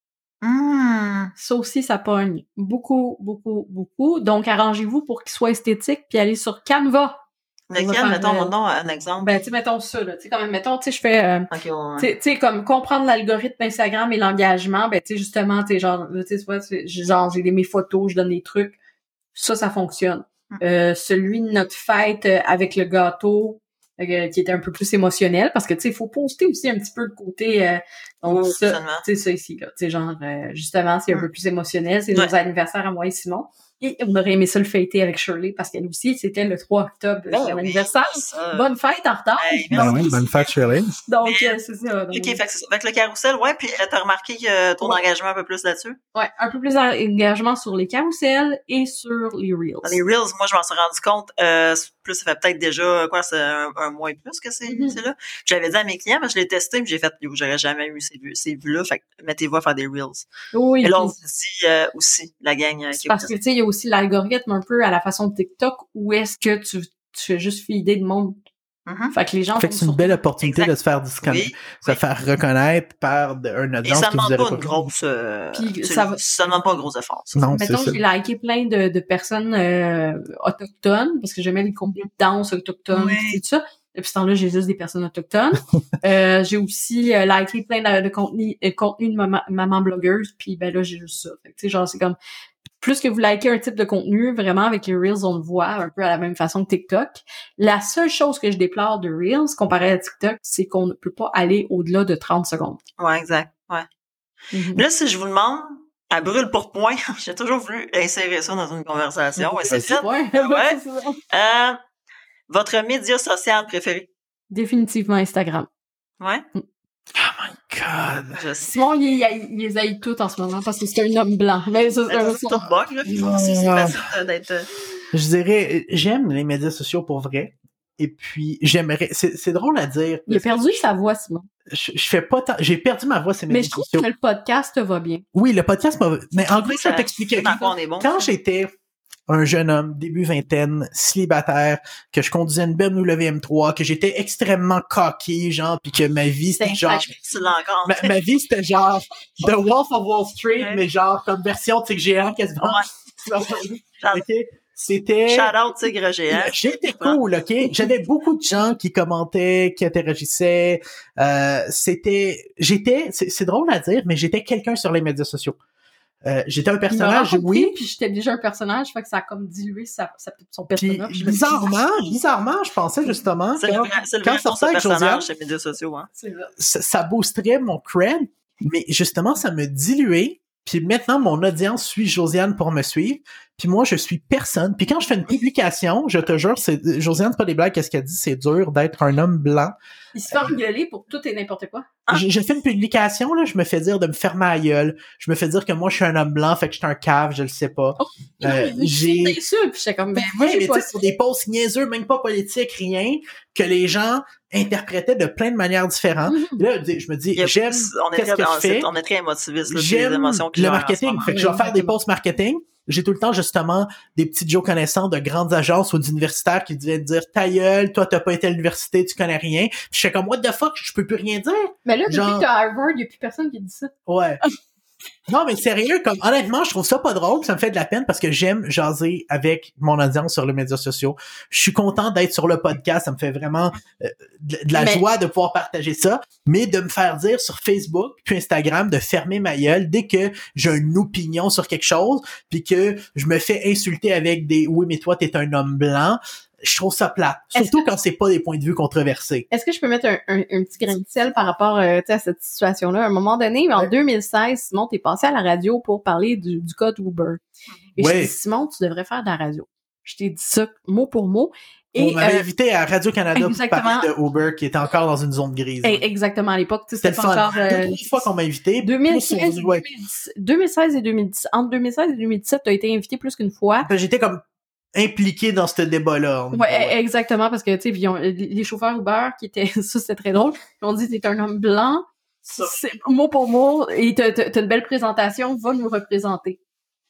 Mmh. Ça aussi, ça pogne beaucoup, beaucoup, beaucoup. Donc, arrangez-vous pour qu'il soit esthétique, puis allez sur Canva. Lequel, mettons, euh, non, un exemple? Ben, tu sais, mettons ça, là. Tu sais, comme, mettons, tu sais, je fais, euh, okay, ouais. tu sais, comme comprendre l'algorithme Instagram et l'engagement, ben, tu sais, justement, tu sais, genre, tu sais, genre, j'ai mes photos, je donne des trucs. Ça, ça fonctionne. Mm. Euh, celui de notre fête euh, avec le gâteau, euh, qui était un peu plus émotionnel, parce que, tu sais, il faut poster aussi un petit peu le côté, euh, donc, oh, ça, tu sais, ça ici, là. Tu sais, genre, euh, justement, c'est un mm. peu plus émotionnel. C'est ouais. nos anniversaires à moi et Simon. Et on aurait aimé ça le fêter avec Shirley parce qu'elle aussi, c'était le trois octobre, ben son oui, anniversaire. Ça. Bonne fête en retard. Hey, ben oui, bonne fête Shirley. Donc, euh, c'est ça. Donc, OK, fait que c'est ça. Avec le carrousel, ouais, puis t'as remarqué que ton ouais. engagement un peu plus là-dessus? Ouais, un peu plus d'engagement sur les carousels et sur les Reels. Dans les Reels, moi, je m'en suis rendu compte, euh, plus ça fait peut-être déjà, quoi, c'est un, un mois et plus que c'est, mm-hmm. c'est là. J'avais dit à mes clients, mais je l'ai testé, puis j'ai fait, j'aurais jamais eu ces vues, ces vues-là, fait que mettez-vous à faire des Reels. Oui. Et là, on se dit euh, aussi, la gang. Euh, c'est parce que, tu sais, il y a aussi l'algorithme un peu à la façon de TikTok où est-ce que tu, tu fais juste feeder de monde. Mm-hmm. Fait que les gens fait que c'est une belle opportunité exact. de se faire discon- oui, se oui. faire reconnaître par de, un audience que vous avez pas. Une grosse, euh, Puis ça va. Ça demande pas un gros effort. Ça. Non, mettons, c'est ça. j'ai liké plein de, de personnes euh, autochtones parce que j'aimais les contenus de danse autochtones oui. et tout ça. Depuis ce temps-là, j'ai juste des personnes autochtones. euh, j'ai aussi euh, liké plein de, de contenus de, contenu de maman, maman blogueuse. Puis ben là, j'ai juste ça. Fait que, tu sais, genre, c'est comme plus que vous likez un type de contenu, vraiment, avec les Reels, on le voit un peu à la même façon que TikTok. La seule chose que je déplore de Reels, comparé à TikTok, c'est qu'on ne peut pas aller au-delà de trente secondes. Ouais, exact. Ouais. Mm-hmm. Là, si je vous demande, à brûle pour point, j'ai toujours voulu insérer ça dans une conversation. Ouais, c'est fait. Ouais. ouais. euh, votre média social préféré? Définitivement Instagram. Ouais. Mm. Oh my God! Je Simon, il, il, il les haït toutes en ce moment parce que c'est un homme blanc. Mais c'est un tout bug, là. C'est facile d'être... Je dirais, j'aime les médias sociaux pour vrai. Et puis, j'aimerais... C'est, c'est drôle à dire. Il a perdu je, sa voix, Simon. Je, je fais pas tant... J'ai perdu ma voix, ces médias sociaux. Mais je trouve que le podcast va bien. Oui, le podcast va... Mais en gros, ça, je vais t'expliquer. Dans quoi on est bon, Quand ça. j'étais un jeune homme, début vingtaine, célibataire, que je conduisais une B M W M trois, que j'étais extrêmement cocky, genre, puis que ma vie, c'était genre... encore. Ma, ma vie, c'était genre The Wolf of Wall Street, ouais. mais genre comme version Tigre géant quasiment. Ouais. OK? C'était... Shout out Tigre géant. J'étais cool, OK? J'avais beaucoup de gens qui commentaient, qui interagissaient. Euh, c'était... J'étais... C'est, c'est drôle à dire, mais j'étais quelqu'un sur les médias sociaux. Euh, j'étais un personnage, oui. Puis j'étais déjà un personnage, fait que ça a comme dilué sa, sa, son personnage. Puis, bizarrement, bizarrement, je pensais justement c'est que le vrai, c'est le quand vrai je sortais avec Josiane, sur les médias sociaux, hein. ça, ça boosterait mon cred, mais justement, ça me diluait. Puis maintenant, mon audience suit Josiane pour me suivre. Puis moi, je suis personne. Puis quand je fais une publication, je te jure, c'est Josiane, c'est pas des blagues, qu'est-ce qu'elle dit? C'est dur d'être un homme blanc. Il se fait engueuler pour tout et n'importe quoi. Ah. Je, je fais une publication, là, je me fais dire de me fermer la gueule. Je me fais dire que moi, je suis un homme blanc, fait que je suis un cave, je le sais pas. Oh, euh, j'ai... C'est sûr, puis j'étais comme, ben, oui, mais tu sais, sur des posts niaiseux, même pas politiques, rien, que les gens interprétaient de plein de manières différentes. Mm-hmm. Là, je me dis, j'aime on est qu'est-ce très, que je fais. On est très émotiviste, là, j'aime les émotions le marketing. Fait que je vais faire des posts marketing. J'ai tout le temps, justement, des petits Joe connaissants de grandes agences ou d'universitaires qui devaient dire, ta gueule, toi, t'as pas été à l'université, tu connais rien. Puis je fais comme, what the fuck, je peux plus rien dire. Mais là, depuis Genre... que t'as Harvard, il y a plus personne qui dit ça. Ouais. Non, mais sérieux, comme, honnêtement, je trouve ça pas drôle, ça me fait de la peine parce que j'aime jaser avec mon audience sur les médias sociaux. Je suis content d'être sur le podcast, ça me fait vraiment euh, de, de la mais... joie de pouvoir partager ça, mais de me faire dire sur Facebook puis Instagram de fermer ma gueule dès que j'ai une opinion sur quelque chose puis que je me fais insulter avec des « oui, mais toi, t'es un homme blanc », je trouve ça plate. Surtout que... quand c'est pas des points de vue controversés. Est-ce que je peux mettre un, un, un petit grain de sel par rapport euh, à cette situation-là? À un moment donné, en ouais. deux mille seize, Simon, t'es passé à la radio pour parler du, du code Uber. Et ouais. je t'ai dit, Simon, tu devrais faire de la radio. Je t'ai dit ça mot pour mot. Et, on m'avait euh, invité à Radio-Canada pour parler de Uber qui était encore dans une zone grise. Et, exactement, à l'époque. C'était, c'était pas encore... Euh, deux fois qu'on m'a invité. deux mille seize, ouais. deux mille seize et deux mille dix. Entre deux mille seize et deux mille dix-sept, t'as été invité plus qu'une fois. J'étais comme impliqué dans ce débat-là. Ouais, ouais, exactement, parce que, tu sais, les chauffeurs Uber qui étaient, ça, c'était très drôle, ils ont dit, t'es un homme blanc, c'est, mot pour mot, et t'as, t'as une belle présentation, va nous représenter.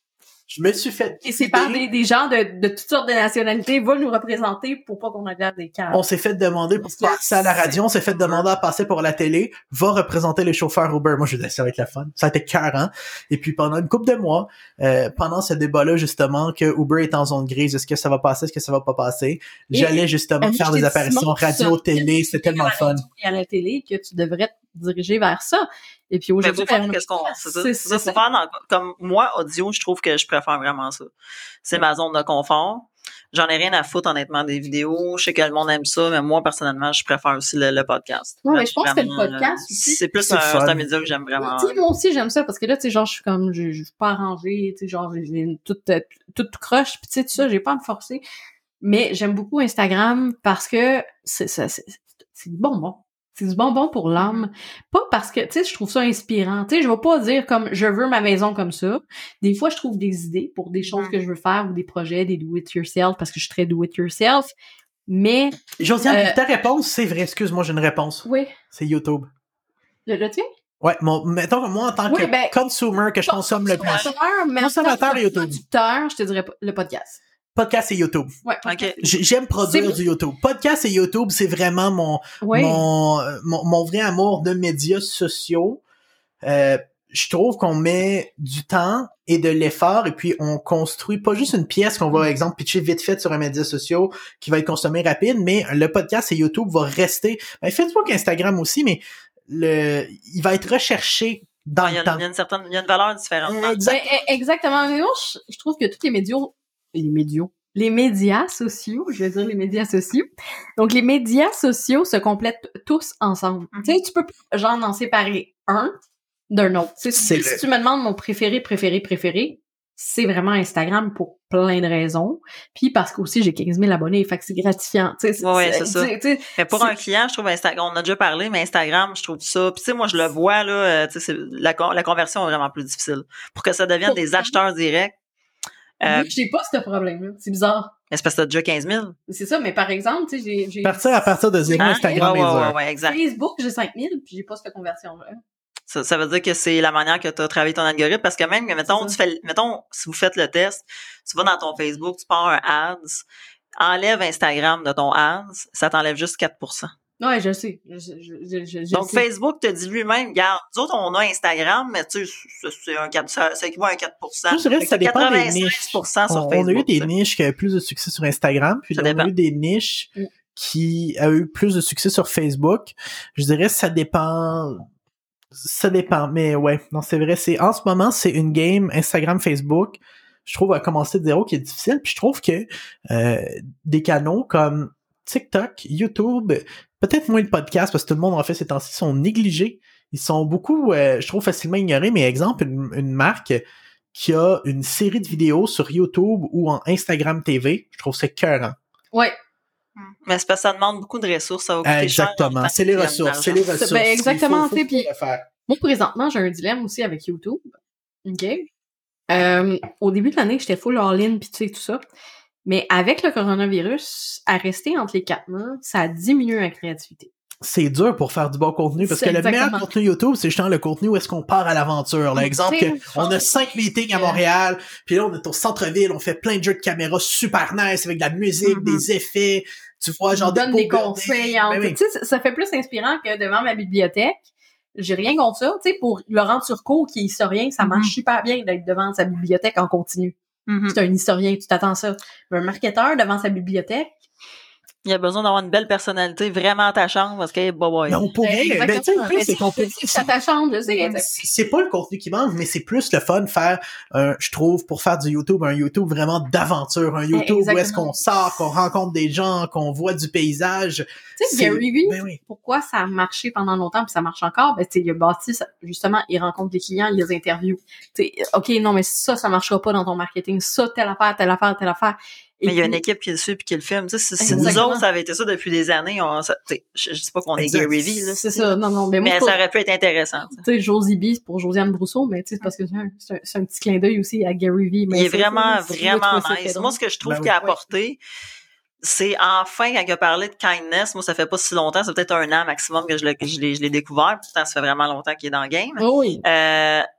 Je me suis fait... Et c'est par des, des gens de, de toutes sortes de nationalités vont nous représenter pour pas qu'on regarde des cadres. On s'est fait demander pour passer à la radio, on s'est fait demander à passer pour la télé, va représenter les chauffeurs Uber. Moi, je disais, ça va être la fun. Ça a été cœurant. Et puis, pendant une couple de mois, euh, pendant ce débat-là, justement, que Uber est en zone grise, est-ce que ça va passer, est-ce que ça va pas passer? J'allais justement Et, faire des apparitions radio, télé, c'était tellement fun. Et à la télé, que tu devrais te diriger vers ça. Et puis aujourd'hui, ben, qu'est-ce qu'on, c'est ça, c'est ça, c'est faire dans, comme moi, audio, je trouve que je préfère vraiment ça. C'est ma zone de confort. J'en ai rien à foutre, honnêtement, des vidéos. Je sais que le monde aime ça, mais moi, personnellement, je préfère aussi le, le podcast. Oui, mais je pense vraiment, que le podcast aussi. C'est plus c'est un, c'est un média que j'aime vraiment. Tu sais, moi aussi, j'aime ça, parce que là, tu sais, genre, je suis comme, je, je suis pas arrangée, tu sais, genre, j'ai toute, toute, toute croche, pis tu sais, tout ça, j'ai pas à me forcer. Mais j'aime beaucoup Instagram parce que c'est, c'est, c'est, c'est du bonbon. C'est du bonbon pour l'âme. Pas parce que, tu sais, je trouve ça inspirant. Tu sais, je vais pas dire comme, je veux ma maison comme ça. Des fois, je trouve des idées pour des choses que je veux faire ou des projets, des do-it-yourself, parce que je suis très do-it-yourself. Mais... Josiane, euh, ta réponse, c'est vrai. Excuse-moi, j'ai une réponse. Oui. C'est YouTube. Le, le tien? Ouais, mon, mettons que moi, en tant oui, que ben, consumer, que je consomme le plus. Consommateur, Consommateur et YouTube. Producteur, je te dirais le podcast. Podcast et YouTube. Ouais. Okay. J'aime produire c'est... du YouTube. Podcast et YouTube, c'est vraiment mon, oui. mon, mon, mon vrai amour de médias sociaux. Euh, je trouve qu'on met du temps et de l'effort et puis on construit pas juste une pièce qu'on va, par exemple, pitcher vite fait sur un média social qui va être consommé rapide, mais le podcast et YouTube va rester, ben, Facebook, Instagram aussi, mais le, il va être recherché dans il y a, le temps. Il y a une certaine, il y a une valeur différente. Exact. Exactement. Mais moi, je, je trouve que tous les médias les médias. Les médias sociaux, je vais dire les médias sociaux. Donc, les médias sociaux se complètent tous ensemble. Mm-hmm. Tu sais, tu peux genre en séparer un d'un autre. Tu sais, si, si tu me demandes mon préféré, préféré, préféré, c'est vraiment Instagram pour plein de raisons. Puis parce qu'aussi, j'ai quinze mille abonnés, fait que c'est gratifiant. Tu sais, ouais, c'est, c'est ça. T'sais, mais pour un client, je trouve Instagram, on a déjà parlé, mais Instagram, je trouve ça. Puis tu sais, moi, je le vois, là, tu sais, la, la conversion est vraiment plus difficile. Pour que ça devienne pour des acheteurs directs. Euh, j'ai pas ce problème-là. C'est bizarre. Mais c'est parce que t'as déjà quinze mille. C'est ça, mais par exemple, tu sais, j'ai, j'ai... Partir à partir de zéro, hein? Instagram ouais, et ouais, ouais, ouais, ouais, exact. Facebook, j'ai cinq mille, puis j'ai pas cette conversion-là. Ça, ça veut dire que c'est la manière que tu as travaillé ton algorithme, parce que même, mettons, tu fais, mettons, si vous faites le test, tu vas dans ton Facebook, tu pars un ads, enlève Instagram de ton ads, ça t'enlève juste quatre pour cent. Ouais, je sais. Je, je, je, je Donc, sais. Facebook te dit lui-même, regarde, nous autres, on a Instagram, mais tu sais, c'est un quatre, ça, ça équivaut à un quatre pour cent. Je dirais que ça dépend des niches. Sur Facebook, on a eu des niches qui avaient plus de succès sur Instagram, puis on a eu des niches mm. qui ont eu plus de succès sur Facebook. Je dirais que ça dépend... Ça dépend, mais ouais, non, c'est vrai, c'est, en ce moment, c'est une game Instagram, Facebook, je trouve, à commencer de zéro qui est difficile, puis je trouve que, euh, des canaux comme TikTok, YouTube, peut-être moins de podcasts, parce que tout le monde, en fait, ces temps-ci, sont négligés. Ils sont beaucoup, euh, je trouve, facilement ignorés, mais exemple, une, une marque qui a une série de vidéos sur YouTube ou en Instagram T V, je trouve c'est écœurant. Ouais. Mais c'est parce que ça demande beaucoup de ressources, ça va coûter exactement. cher. C'est les ressources, c'est les ressources. Ben, exactement, tu sais, puis faire. Moi, présentement, j'ai un dilemme aussi avec YouTube. OK? Euh, au début de l'année, j'étais full all-in pis tu sais, tout ça. Mais avec le coronavirus, à rester entre les quatre murs, ça a diminué ma créativité. C'est dur pour faire du bon contenu, parce c'est que exactement. Le meilleur contenu YouTube, c'est justement le contenu où est-ce qu'on part à l'aventure. L'exemple que on a cinq meetings à Montréal, puis là, on est au centre-ville, on fait plein de jeux de caméra super nice, avec de la musique, mm-hmm. des effets, tu vois, genre... donne des, des conseils. En... Ben oui. Tu sais, ça fait plus inspirant que devant ma bibliothèque. J'ai rien contre ça. Tu sais, pour Laurent Turcot, qui est historien, ça marche mm-hmm. super bien d'être devant sa bibliothèque en continu. Mm-hmm. C'est un historien, tu t'attends ça. Mais un marketeur devant sa bibliothèque, il y a besoin d'avoir une belle personnalité vraiment attachante parce que bah ouais. Mais on pourrait, ben, ben, tu sais, c'est qu'on peut attachante, je sais. C'est pas le contenu qui manque, mais c'est plus le fun de faire euh, je trouve pour faire du YouTube, un YouTube vraiment d'aventure, un YouTube exactement. Où est-ce qu'on sort, qu'on rencontre des gens, qu'on voit du paysage. Tu sais, Gary Vee, ben oui. Pourquoi ça a marché pendant longtemps puis ça marche encore? Ben tu sais, il a bâti ça, justement, il rencontre des clients, il les interview. Tu sais, OK, non mais ça ça marchera pas dans ton marketing, ça telle affaire, telle affaire, telle affaire. Mais il y a une équipe qui le suit puis qui le filme. Tu sais, si, si nous autres, ça avait été ça depuis des années, on, ça, je, je dis pas qu'on exact. Est Gary Vee, là. C'est ça, non, non. Mais, moi, mais pour, ça aurait pu être intéressant. Tu sais, Josie B, c'est pour Josiane Brousseau, mais tu sais, c'est parce que c'est un, c'est un, c'est un petit clin d'œil aussi à Gary Vee. Mais il est vraiment, vraiment nice. Moi, ce que je trouve ben qu'il a oui. apporté, c'est enfin, quand il a parlé de kindness, moi, ça fait pas si longtemps, c'est peut-être un an maximum que je l'ai, que je l'ai, je l'ai découvert. Pourtant, ça fait vraiment longtemps qu'il est dans le game. Oh oui. Euh,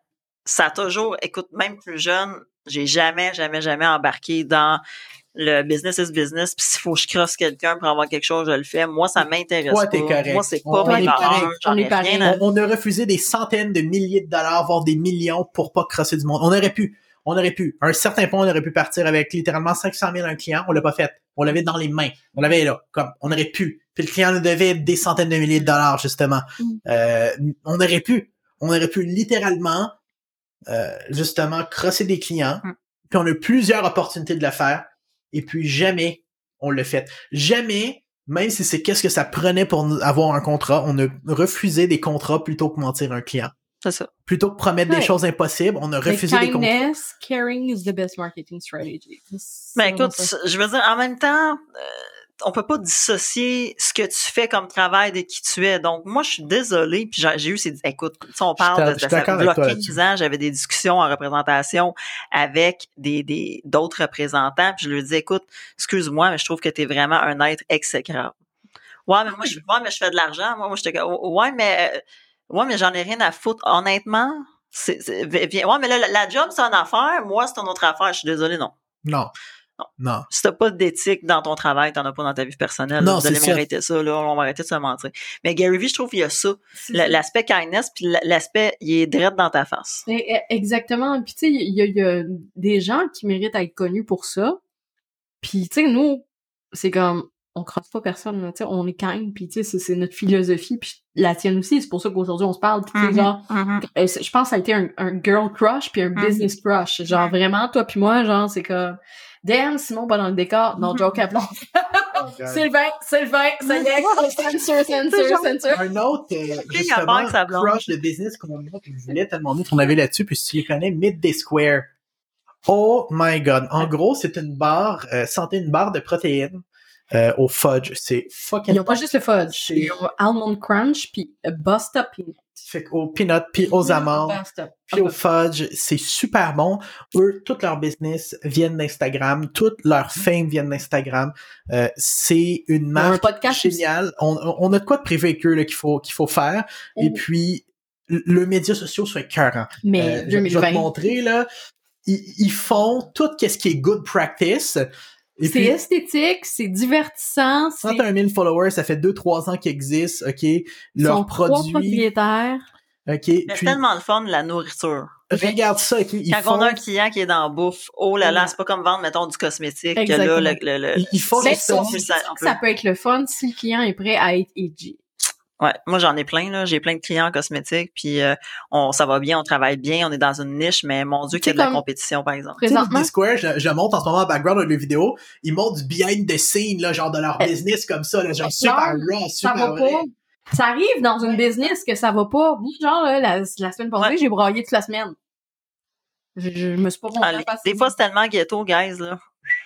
ça a toujours, écoute, même plus jeune, j'ai jamais, jamais, jamais embarqué dans le business is business, puis s'il faut que je crosse quelqu'un pour avoir quelque chose, je le fais. Moi, ça m'intéresse Toi, pas. t'es correct. Moi, c'est On pas est mes valeurs. correct. J'en On ai est pareil. rien à... On, on a refusé des centaines de milliers de dollars, voire des millions pour pas crosser du monde. On aurait pu. On aurait pu. À un certain point, on aurait pu partir avec littéralement cinq cent mille un client. On l'a pas fait. On l'avait dans les mains. On l'avait là. Comme, on aurait pu. Puis le client nous devait des centaines de milliers de dollars, justement. Mm. Euh, on aurait pu. On aurait pu littéralement, euh, justement, crosser des clients. Mm. Puis on a eu plusieurs opportunités de le faire. Et puis jamais on l'a fait. Jamais, même si c'est qu'est-ce que ça prenait pour nous avoir un contrat, on a refusé des contrats plutôt que mentir un client. C'est ça. Plutôt que promettre Ouais. des choses impossibles, on a The refusé des contrats. kindness, caring is the best marketing strategy. Mais écoute, je veux dire, en même temps, euh, on peut pas dissocier ce que tu fais comme travail de qui tu es. Donc, moi, je suis désolée, puis j'ai, j'ai eu ces... Écoute, si on parle de, de ça, il y a quinze ans, j'avais des discussions en représentation avec des, des d'autres représentants, puis je leur dis, écoute, excuse-moi, mais je trouve que tu es vraiment un être exécrable. Ouais, mais moi, je, ouais, mais je fais de l'argent. Moi, moi, j'étais comme, ouais, mais, ouais, mais j'en ai rien à foutre. Honnêtement, c'est, c'est, viens, ouais, mais là, la, la job, c'est une affaire. Moi, c'est une autre affaire. Je suis désolée, non. Non. Non. Non. Si t'as pas d'éthique dans ton travail, t'en as pas dans ta vie personnelle. Non, vous allez c'est m'arrêter ça, là. On va arrêter de se mentir. Mais Gary Vee, je trouve qu'il y a ça. C'est L'aspect kindness, puis l'aspect, il est direct dans ta face. Et- et- Exactement. Puis tu sais, il y, a- il y a des gens qui méritent à être connus pour ça. Puis tu sais, nous, c'est comme, on crosse pas personne, là, tu sais, on est kind, puis tu sais, c'est- c'est notre philosophie, puis la tienne aussi. C'est pour ça qu'aujourd'hui on se parle. Puis tu sais, genre, euh, c'est- je pense que ça a été un, un girl crush puis un Mhm. business crush. Genre vraiment, toi puis moi, genre c'est comme, damn, Simon pas dans le décor. Non, Mhm. joke à blanc. Sylvain, Sylvain, ça y est, censure, censure, censure. Un autre, euh, il a justement, peur que ça blonde. crush de business qu'on a, que je voulais te demander ton avis là-dessus, puis si tu les connais, Midday Square. Oh my god. En gros, c'est une barre, euh, santé, une barre de protéines, euh, au fudge. C'est fucking Ils ont pas juste le fudge. C'est- Ils ont Almond Crunch puis euh, Bust Up Peanut. fait qu'au peanut, puis aux amandes, Bust Up. puis au fudge, c'est super bon. Eux, tout leur business viennent d'Instagram, toute leur fame viennent d'Instagram. Euh, c'est une ont un marque podcast géniale. On, on a de quoi de privé avec eux là, qu'il faut qu'il faut faire. Et Oh. puis, le le médias sociaux sont écœurants. Mais Euh, je, je vais deux mille vingt. te montrer, là. Ils, ils font tout ce qui est good practice. Et C'est puis, esthétique, c'est divertissant, c'est trente et un mille followers, ça fait deux trois ans qu'ils existent, OK? ils Leurs sont trois produits, propriétaires. OK? C'est Puis, tellement le fun, la nourriture. regarde ça, OK? Ils Quand font, on a un client qui est dans la bouffe, oh là là, Ouais. c'est pas comme vendre, mettons, du cosmétique, que Exactement. là, le, le, le- ils, ils font C'est justement- ça, plus ça- on que ça peut être le fun si le client est prêt à être edgy. Ouais, moi j'en ai plein là, j'ai plein de clients en cosmétique, puis euh, on ça va bien, on travaille bien, on est dans une niche, mais mon Dieu qu'il y a de la comme- compétition par exemple. Tu sais, Présentement, Midday Square, je, je monte en ce moment en background de leurs vidéos, ils montrent du behind the scene, là, genre de leur Euh, business comme ça, là, genre non, super raw, ça super va vrai. pas. Ça arrive dans une business que ça va pas. Moi, genre, là, la, la semaine passée, Ouais. j'ai broyé toute la semaine. Je, je me suis pas Ah, montrée les- des fois c'est tellement ghetto, guys là.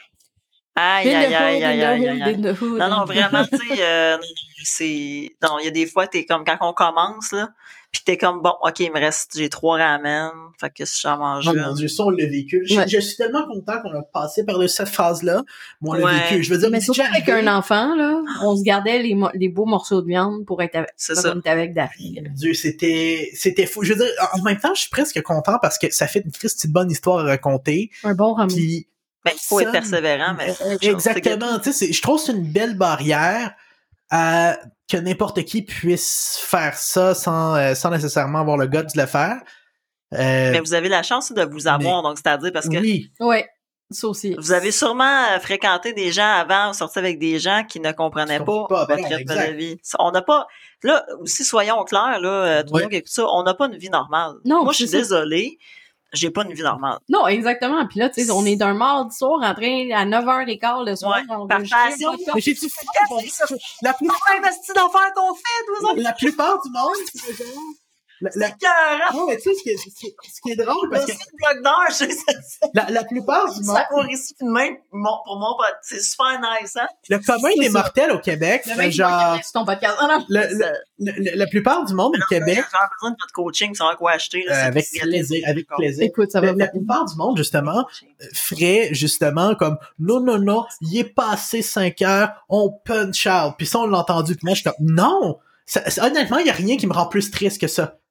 Aïe In the aïe hood, aïe in aïe the aïe hood, aïe. aïe. in the hood, Non, in non, the- vraiment, tu sais, euh, non, c'est... Non, il y a des fois, t'es comme, quand on commence, là, pis t'es comme, bon, OK, il me reste, j'ai trois ramen, fait que si j'en mange Oh une... mon Dieu, ça, on l'a vécu. Je, Ouais. je suis tellement content qu'on a passé par de cette phase-là, mais on l'a Ouais. vécu. Je veux dire, Mais c'est surtout déjà avec arrivé. un enfant, là, on se gardait les, mo- les beaux morceaux de viande pour être avec, C'est comme ça. on était avec Daphne. Mon Dieu, c'était, c'était fou. Je veux dire, en même temps, je suis presque content parce que ça fait une triste bonne histoire à raconter. Un bon roman. Puis, Ben, il faut être ça- persévérant, mais... c'est autre chose, exactement. Tu sais, c'est- je trouve que c'est une belle barrière à que n'importe qui puisse faire ça sans, euh, sans nécessairement avoir le guts de le faire. Euh, Mais vous avez la chance de vous avoir, donc c'est-à-dire parce que oui. Ouais, ça aussi. vous avez sûrement euh, fréquenté des gens avant ou sorti avec des gens qui ne comprenaient Qui pas, comprennent pas, ben votre non, rythme exact. de vie. On n'a pas... Là, aussi, soyons clairs, là, euh, tout le Ouais. monde qui écoute ça, on n'a pas une vie normale. Non, Moi, je suis c'est ça. désolée, j'ai pas une vie normale. Non, exactement. Puis là, tu sais, on est d'un mardi soir en train, à neuf heures quinze le soir. Ouais, on par enregistre le passion. podcast. Mais j'ai-tu fait la, plus- Pas investi d'affaires qu'on fait, nous autres! la plupart du monde, c'est genre- la, la, Écœurant! non, mais tu sais, ce qui est, ce qui est- ce qui est drôle, parce que Merci, le blog d'heure, je sais ça. la, la plupart du monde, Ça court ici, puis de même, mon- pour mon pote, c'est super nice, hein? le commun C'est des ça. mortels au Québec, Le fait mec qui genre, va sur ton podcast. Ah non. le, le, le- le- la plupart du monde au Québec, J'ai besoin de votre coaching, savoir quoi acheter. Là, euh, c'est avec pour plaisir, avec plaisir. Écoute, ça va La, la pas. plupart du monde, justement, ferait justement comme non non non, il est passé cinq heures, on punch out. Puis ça on l'a entendu, puis moi je suis comme non, ça, ça- honnêtement il y a rien qui me rend plus triste que ça.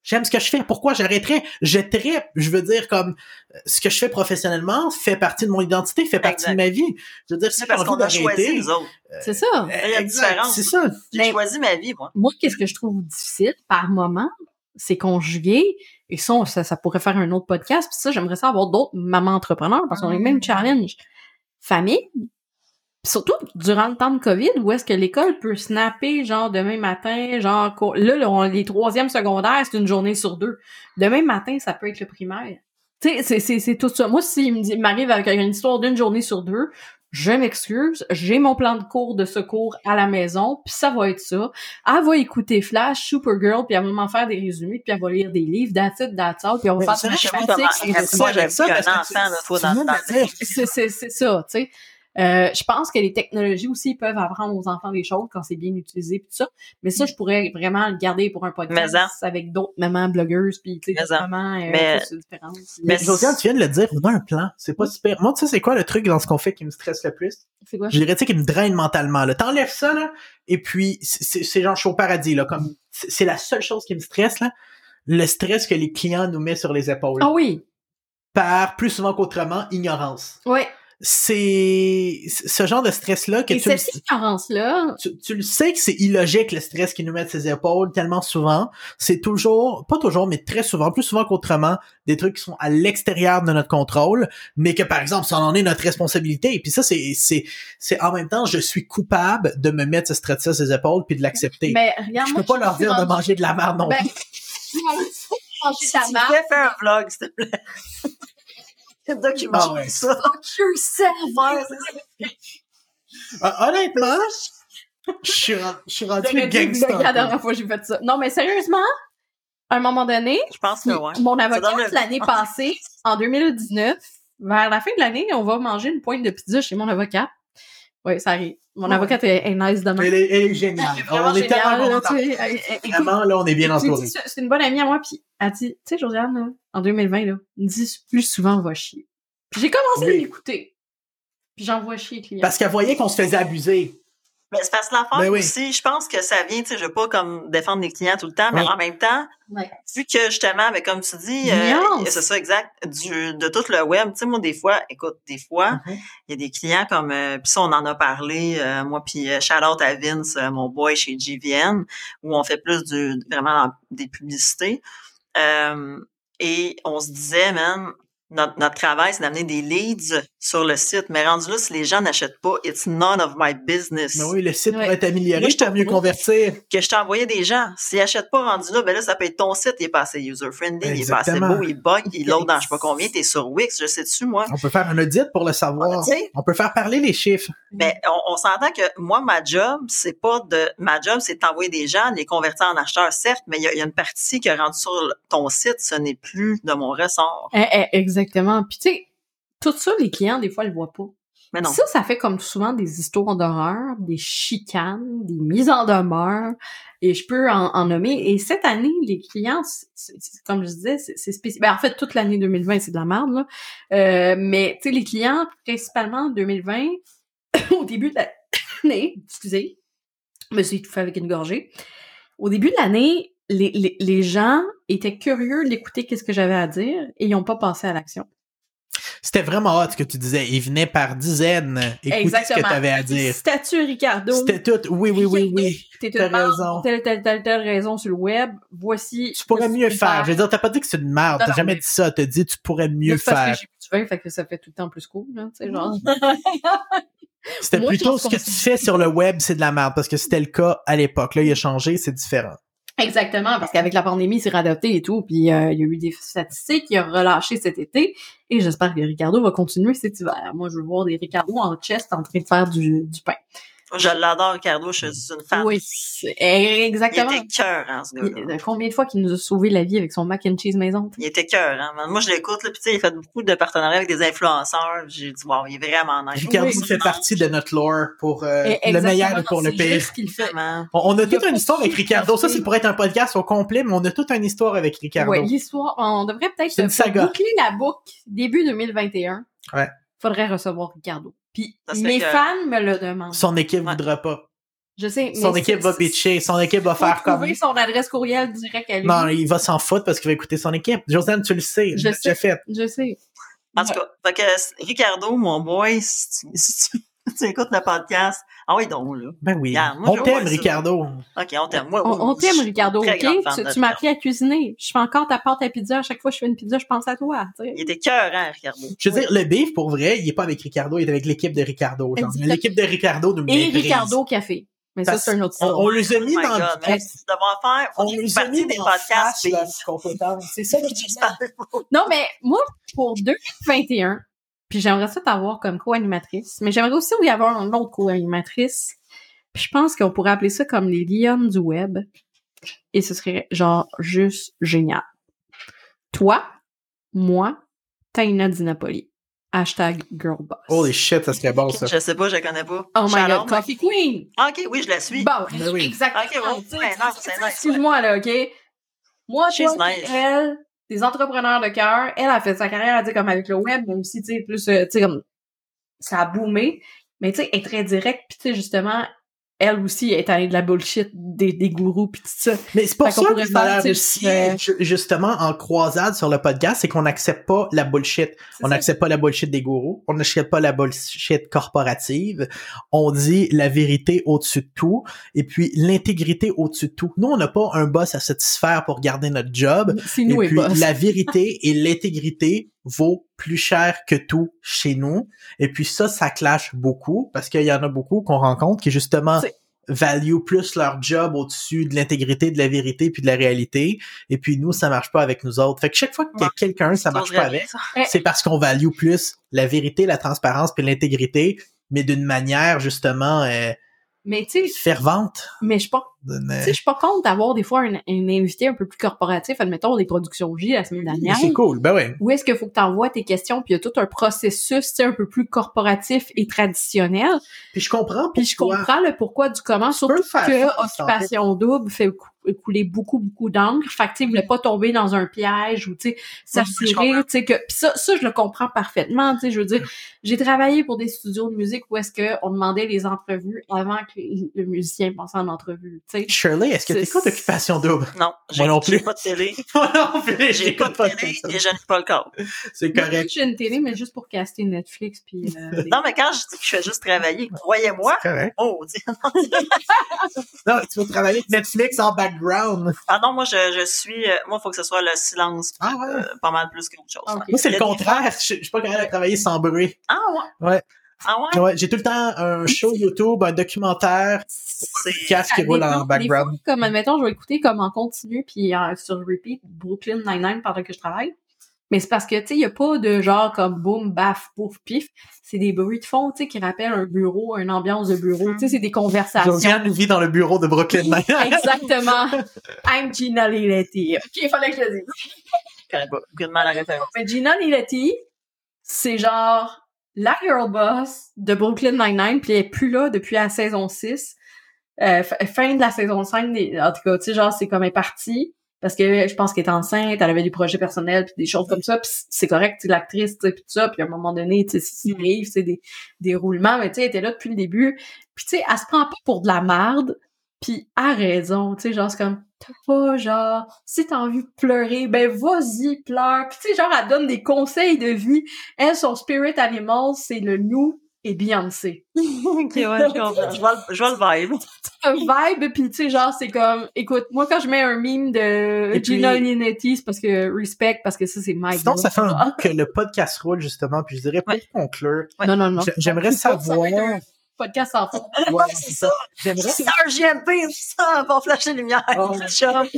J'aime ce que je fais. Pourquoi j'arrêterais? Je trippe. Je veux dire, comme, ce que je fais professionnellement fait partie de mon identité, fait partie exact. de ma vie. Je veux dire, si C'est j'ai parce envie qu'on a d'arrêter... choisi, nous autres. euh, C'est ça. Il y a une exact, différence. c'est ça. J'ai Mais- choisi ma vie, moi. Moi, qu'est-ce que je trouve difficile par moment, c'est conjuguer, et ça, on- ça, ça pourrait faire un autre podcast, puis ça, j'aimerais ça avoir d'autres mamans entrepreneurs, parce qu'on a le même challenge. Famille, puis surtout durant le temps de COVID, où est-ce que l'école peut snapper, genre, demain matin, genre, co- là, là, on- les troisièmes secondaires, c'est une journée sur deux. Demain matin, ça peut être le primaire. Tu sais, c'est, c'est, c'est tout ça. Moi, s'il me dit- il m'arrive avec une histoire d'une journée sur deux, je m'excuse, j'ai mon plan de cours de secours à la maison, puis ça va être ça. Elle va écouter Flash, Supergirl, puis elle va m'en faire des résumés, puis elle va lire des livres, that's it, that's all, puis on va Mais faire c'est des vrai, je Moi, mathématiques. comment- c'est moi, ça, j'aime ça, qu'un parce que enfant, tu- là, soit tu dans viens dans de le dire. C'est, c'est, c'est ça, tu sais. Euh, je pense que les technologies aussi peuvent apprendre aux enfants des choses quand c'est bien utilisé pis tout ça. Mais ça, je pourrais vraiment le garder pour un podcast Mais en. avec d'autres mamans blogueuses puis tu sais, Mais d'autres en. mamans euh, Mais- plus différentes. Mais Mais Josiane, tu viens de le dire, on a un plan. C'est pas super. Moi, tu sais, c'est quoi le truc dans ce qu'on fait qui me stresse le plus? C'est quoi? Je dirais, tu sais, qui me draine mentalement, là. T'enlèves ça, là, et puis, c'est, c'est, c'est genre, je suis au paradis, là. Comme, c'est, c'est la seule chose qui me stresse, là. Le stress que les clients nous mettent sur les épaules. Ah oui. Par, plus souvent qu'autrement, ignorance. Ouais. C'est ce genre de stress-là que Et tu, le- cette ignorance-là, tu, tu le sais que c'est illogique, le stress qui nous met sur ses épaules, tellement souvent. C'est toujours, pas toujours, mais très souvent, plus souvent qu'autrement, des trucs qui sont à l'extérieur de notre contrôle, mais que, par exemple, ça en est notre responsabilité. Et puis ça, c'est, c'est, c'est en même temps, je suis coupable de me mettre ce stress-là sur ses épaules puis de l'accepter. mais regarde, Je moi, peux pas leur suis dire de rendue- manger de la merde non Ben, plus. manger Si ta tu marde. fais faire un vlog, s'il te plaît. Documente Ah ouais. ça. Fuck yourself! Ah, honnêtement, je suis, ren- je suis rendu J'aurais dû gangster. vlogger la dernière fois que j'ai fait ça. Non, mais sérieusement, à un moment donné, Je pense que ouais. mon Ça avocate, donne le- l'année passée, en deux mille dix-neuf, vers la fin de l'année, on va manger une pointe de pizza chez mon avocate. Oui, ça arrive. Mon Ouais. avocate est, est nice demain. Elle est, elle est géniale. Vraiment On est géniale, tellement là, contents. tu sais. Elle- elle- écoute, Vraiment, là, on est bien c'est- entourés. c'est c'est une bonne amie à moi, puis elle dit, tu sais, Josiane, là, en deux mille vingt, là, elle me dit plus souvent va chier. Puis j'ai commencé à Oui. l'écouter. Puis j'envoie chier les clients. Parce qu'elle voyait qu'on se faisait abuser. Mais c'est parce que l'affaire Ben oui. aussi, je pense que ça vient, tu sais, je veux pas comme défendre les clients tout le temps, mais Oui. en même temps, Ouais. vu que justement, mais comme tu dis, Nuance. euh, c'est ça exact, du, de tout le web, tu sais, moi des fois, écoute, des fois, il Mhm. y a des clients comme, euh, puis ça on en a parlé, euh, moi puis euh, shout out à Vince, euh, mon boy chez G V N, où on fait plus du vraiment dans des publicités, euh, et on se disait, man, notre, notre travail, c'est d'amener des leads sur le site. Mais rendu là, si les gens n'achètent pas, it's none of my business. Mais oui, le site Ouais. pourrait être amélioré, Moi, je t'ai mieux moi, convertir. Que je t'ai envoyé des gens. S'ils achètent pas rendu là, ben là, ça peut être ton site, il est pas assez user-friendly, il est pas assez Exactement. beau, il bug, il load dans je sais pas combien, t'es sur Wix, je sais dessus, moi. On peut faire un audit pour le savoir. Tu sais, On peut faire parler les chiffres. mais on, on s'entend que moi, ma job, c'est pas de, ma job, c'est de t'envoyer des gens, de les convertir en acheteurs, certes, mais il y a, il y a une partie qui est rendue sur le- ton site, ce n'est plus de mon ressort. Eh, eh, exactement. Puis tu sais, tout ça, les clients, des fois, ils le voient pas. Mais non. Ça, ça fait comme souvent des histoires d'horreur, des chicanes, des mises en demeure, et je peux en, en nommer. Et cette année, les clients, c'est- c'est- c'est- comme je disais, c'est c'est spécifique. Ben, en fait, toute l'année deux mille vingt, c'est de la merde, là. Euh, mais, tu sais, les clients, principalement deux mille vingt, au début de l'année, excusez, je me suis étouffée avec une gorgée. Au début de l'année, les, les, les gens étaient curieux d'écouter qu'est-ce que j'avais à dire, et ils n'ont pas passé à l'action. C'était vraiment hot ce que tu disais. Ils venaient par dizaines écouter ce que tu avais à dire. Statut Ricardo. C'était tout. Oui, oui, oui, oui. T'es T'as une merde, raison. Telle, telle, telle, telle raison sur le web. Voici. Tu pourrais ce que mieux tu peux faire. Je veux dire, t'as pas dit que c'est une merde. Non, T'as non, jamais mais- dit ça. T'as dit tu pourrais mieux Là, c'est parce faire. que j'ai plus de vin, fait que ça fait tout le temps plus cool, là, tu sais, genre. C'était Moi, plutôt je ce que pense tu que- fais sur le web, c'est de la merde. Parce que c'était le cas à l'époque. Là, il a changé, c'est différent. Exactement, parce qu'avec la pandémie, c'est réadapté et tout, puis euh, il y a eu des statistiques, il a relâché cet été, et j'espère que Ricardo va continuer cet hiver. Moi, je veux voir des Ricardo en chest en train de faire du, du pain. Je l'adore, Ricardo, je suis une fan. Oui, c'est- Il exactement. était cœur, hein, ce gars-là. Il- Combien de fois qu'il nous a sauvé la vie avec son mac and cheese maison? Il était cœur, hein. Moi, je l'écoute, là, pis tu sais, il fait beaucoup de partenariats avec des influenceurs. J'ai dit, wow, il est vraiment nice. Ricardo Oui. fait partie de notre lore pour euh, Et- le exactement, meilleur et pour le c'est pire. juste ce qu'il fait. Vraiment. On, on a Il a toute une histoire avec construit- Ricardo. Ça, c'est pour être un podcast au complet, mais on a toute une histoire avec Ricardo. Ouais, l'histoire, on devrait peut-être C'est une pour saga. boucler la boucle début deux mille vingt et un. Ouais. Faudrait recevoir Ricardo. Puis Ça serait mes que- fans me le demandent. Son équipe Ouais. voudra pas. Je sais, Son mais équipe c'est- va bitcher, son équipe va faut faire comme... trouver son adresse courriel direct à lui. Non, il va s'en foutre parce qu'il va écouter son équipe. Josiane, tu le sais. Je l'as sais. déjà fait. Je sais. En tout cas, fait que Ricardo, mon boy, si tu, si tu, tu écoutes le podcast, ah oui, donc, là. Ben oui. Regarde, moi, On je t'aime, vois ça. Ricardo. OK, on t'aime. Moi, On, oui, on oui, t'aime, je suis Ricardo, très OK? grande fan Tu, de tu m'as toi. appris à cuisiner. Je fais encore ta pâte à pizza. À chaque fois que je fais une pizza, je pense à toi. Tu sais. Il était cœurant, Ricardo. Je veux dire, le beef, pour vrai, il est pas avec Ricardo, il est avec l'équipe de Ricardo. Genre. Exactement. L'équipe de Ricardo nous Et méprise. Ricardo Café. Mais ça, Parce c'est un autre on, story. on les a mis Oh my dans God, le... mais tu devrais faire, On faut les faire a mis partie des dans podcasts, face, leurs beef. compétences. C'est ça que je Non, mais moi, pour deux mille vingt et un, puis j'aimerais ça t'avoir comme co-animatrice, mais j'aimerais aussi y avoir une autre co-animatrice. Puis je pense qu'on pourrait appeler ça comme les lionnes du web. Et ce serait genre juste génial. Toi, moi, Taina Di Napoli. Hashtag girlboss. Holy shit, ça serait bon, ça. Je sais pas, je connais pas. Oh my Shalom. god, Coffee Queen! Ah, OK, oui, je la suis. Bon, Ben oui. exactement. Ok, ouais, tu sais, ouais, tu non, sais, c'est tu sais, nice, excuse-moi, là, OK? Moi, She's toi, nice. elle, des entrepreneurs de cœur, elle a fait sa carrière, tu sais, comme avec le web, mais aussi, tu sais, plus, euh, tu sais, comme, ça a boomé. Mais, tu sais, elle est très directe, pis tu sais, justement, elle aussi est allée de la bullshit des, des gourous pis tout ça. Mais c'est pour Fait qu'on ça pourrait qu'on a faire, l'air tu aussi, sais, ju- justement, en croisade sur le podcast, c'est qu'on n'accepte pas la bullshit. On ça. n'accepte pas la bullshit des gourous. On n'accepte pas la bullshit corporative. On dit la vérité au-dessus de tout. Et puis, l'intégrité au-dessus de tout. Nous, on n'a pas un boss à satisfaire pour garder notre job. C'est nous, et et puis, boss. la vérité et l'intégrité vaut plus cher que tout chez nous. Et puis ça, ça clash beaucoup parce qu'il y en a beaucoup qu'on rencontre qui, justement, C'est- value plus leur job au-dessus de l'intégrité, de la vérité puis de la réalité. Et puis nous, ça marche pas avec nous autres. Fait que chaque fois que Ouais. quelqu'un, ça marche pas avec, c'est parce qu'on value plus la vérité, la transparence puis l'intégrité, mais d'une manière, justement, euh, Mais, tu sais, fervente. mais je suis pas, D'une, tu euh, sais, je suis pas contre d'avoir des fois un, un invité un peu plus corporatif, admettons, des productions J la semaine dernière. c'est cool, ben ouais. Où est-ce qu'il faut que tu envoies tes questions, puis il y a tout un processus, tu sais, un peu plus corporatif et traditionnel. Puis je comprends Puis je pourquoi. comprends le pourquoi du comment, peux surtout le faire que ça, Occupation Double fait cou- couler beaucoup, beaucoup d'encre. Fait que, tu sais, il voulait pas tomber dans un piège ou, tu sais, je s'assurer, comprends. tu sais, que... Puis ça, ça, je le comprends parfaitement, tu sais, je veux dire, j'ai travaillé pour des studios de musique où est-ce que on demandait les entrevues avant que le musicien passe en entrevue, tu sais. Shirley, est-ce que C'est- t'écoutes Occupation Double? Non, j'ai Moi non j'ai plus. pas de télé. Moi non plus, J'ai pas de télé et je n'ai pas le câble. C'est Moi, correct. j'ai une télé, mais juste pour caster Netflix, puis... euh, des- Non, mais quand je dis que je fais juste travailler, croyez-moi, C'est correct. oh, dis- Non, tu vas travailler avec Netflix en background. ah non, moi, je, je suis, euh, moi, il faut que ce soit le silence, Ah ouais. euh, pas mal plus qu'autre chose. Ok. Moi, c'est Il y le a des- contraire. Je je suis pas capable de travailler sans bruit. Ah ouais? Ouais. Ah ouais? Ouais, j'ai tout le temps un show YouTube, un documentaire, C'est... casque qui Ah, roule des en fois- des background. fois, comme, admettons, je vais écouter comme en continu, puis euh, sur repeat, Brooklyn Nine-Nine pendant que je travaille. Mais c'est parce que, tu sais, il y a pas de genre comme boum, baf, pouf, pif. C'est des bruits de fond, tu sais, qui rappellent un bureau, une ambiance de bureau. Tu sais, c'est des conversations. Josiane vit dans le bureau de Brooklyn Nine-Nine. Exactement. I'm Gina Liletti. OK, il fallait que je le dise. Je connais pas. Aucunement la référence. Mais Gina Liletti, c'est genre la girl boss de Brooklyn Nine-Nine, puis elle est plus là depuis la saison six. Euh, f- fin de la saison cinq, des- en tout cas, tu sais, genre, c'est comme elle est partie, parce que je pense qu'elle est enceinte, elle avait des projets personnels, puis des choses comme ça, puis c'est correct, tu sais, l'actrice, tu sais, puis tout ça, puis à un moment donné, tu sais, c'est arrive, c'est des, des roulements, mais tu sais, elle était là depuis le début, puis tu sais, elle se prend pas pour de la marde, puis à raison, tu sais, genre, c'est comme, t'as pas, genre, si t'as envie de pleurer, ben vas-y, pleure, puis tu sais, genre, elle donne des conseils de vie, elle, son spirit animal, c'est le nous et Beyoncé. Ok, ouais, je comprends. Je vois le, je vois le vibe. Un vibe, pis tu sais, genre, c'est comme, écoute, moi, quand je mets un meme de Et Gina puis- Linetti, c'est parce que, respect, parce que ça, c'est my Sinon, girl. ça fait un bout que le podcast roule, justement, puis je dirais, pour Ouais. conclure, Ouais. Non, non, non. j'ai- j'aimerais savoir... Podcast sans fond. Ouais, c'est ça. J'aimerais C'est un G M P, c'est ça, pour flasher les lumières. Oh. Chum.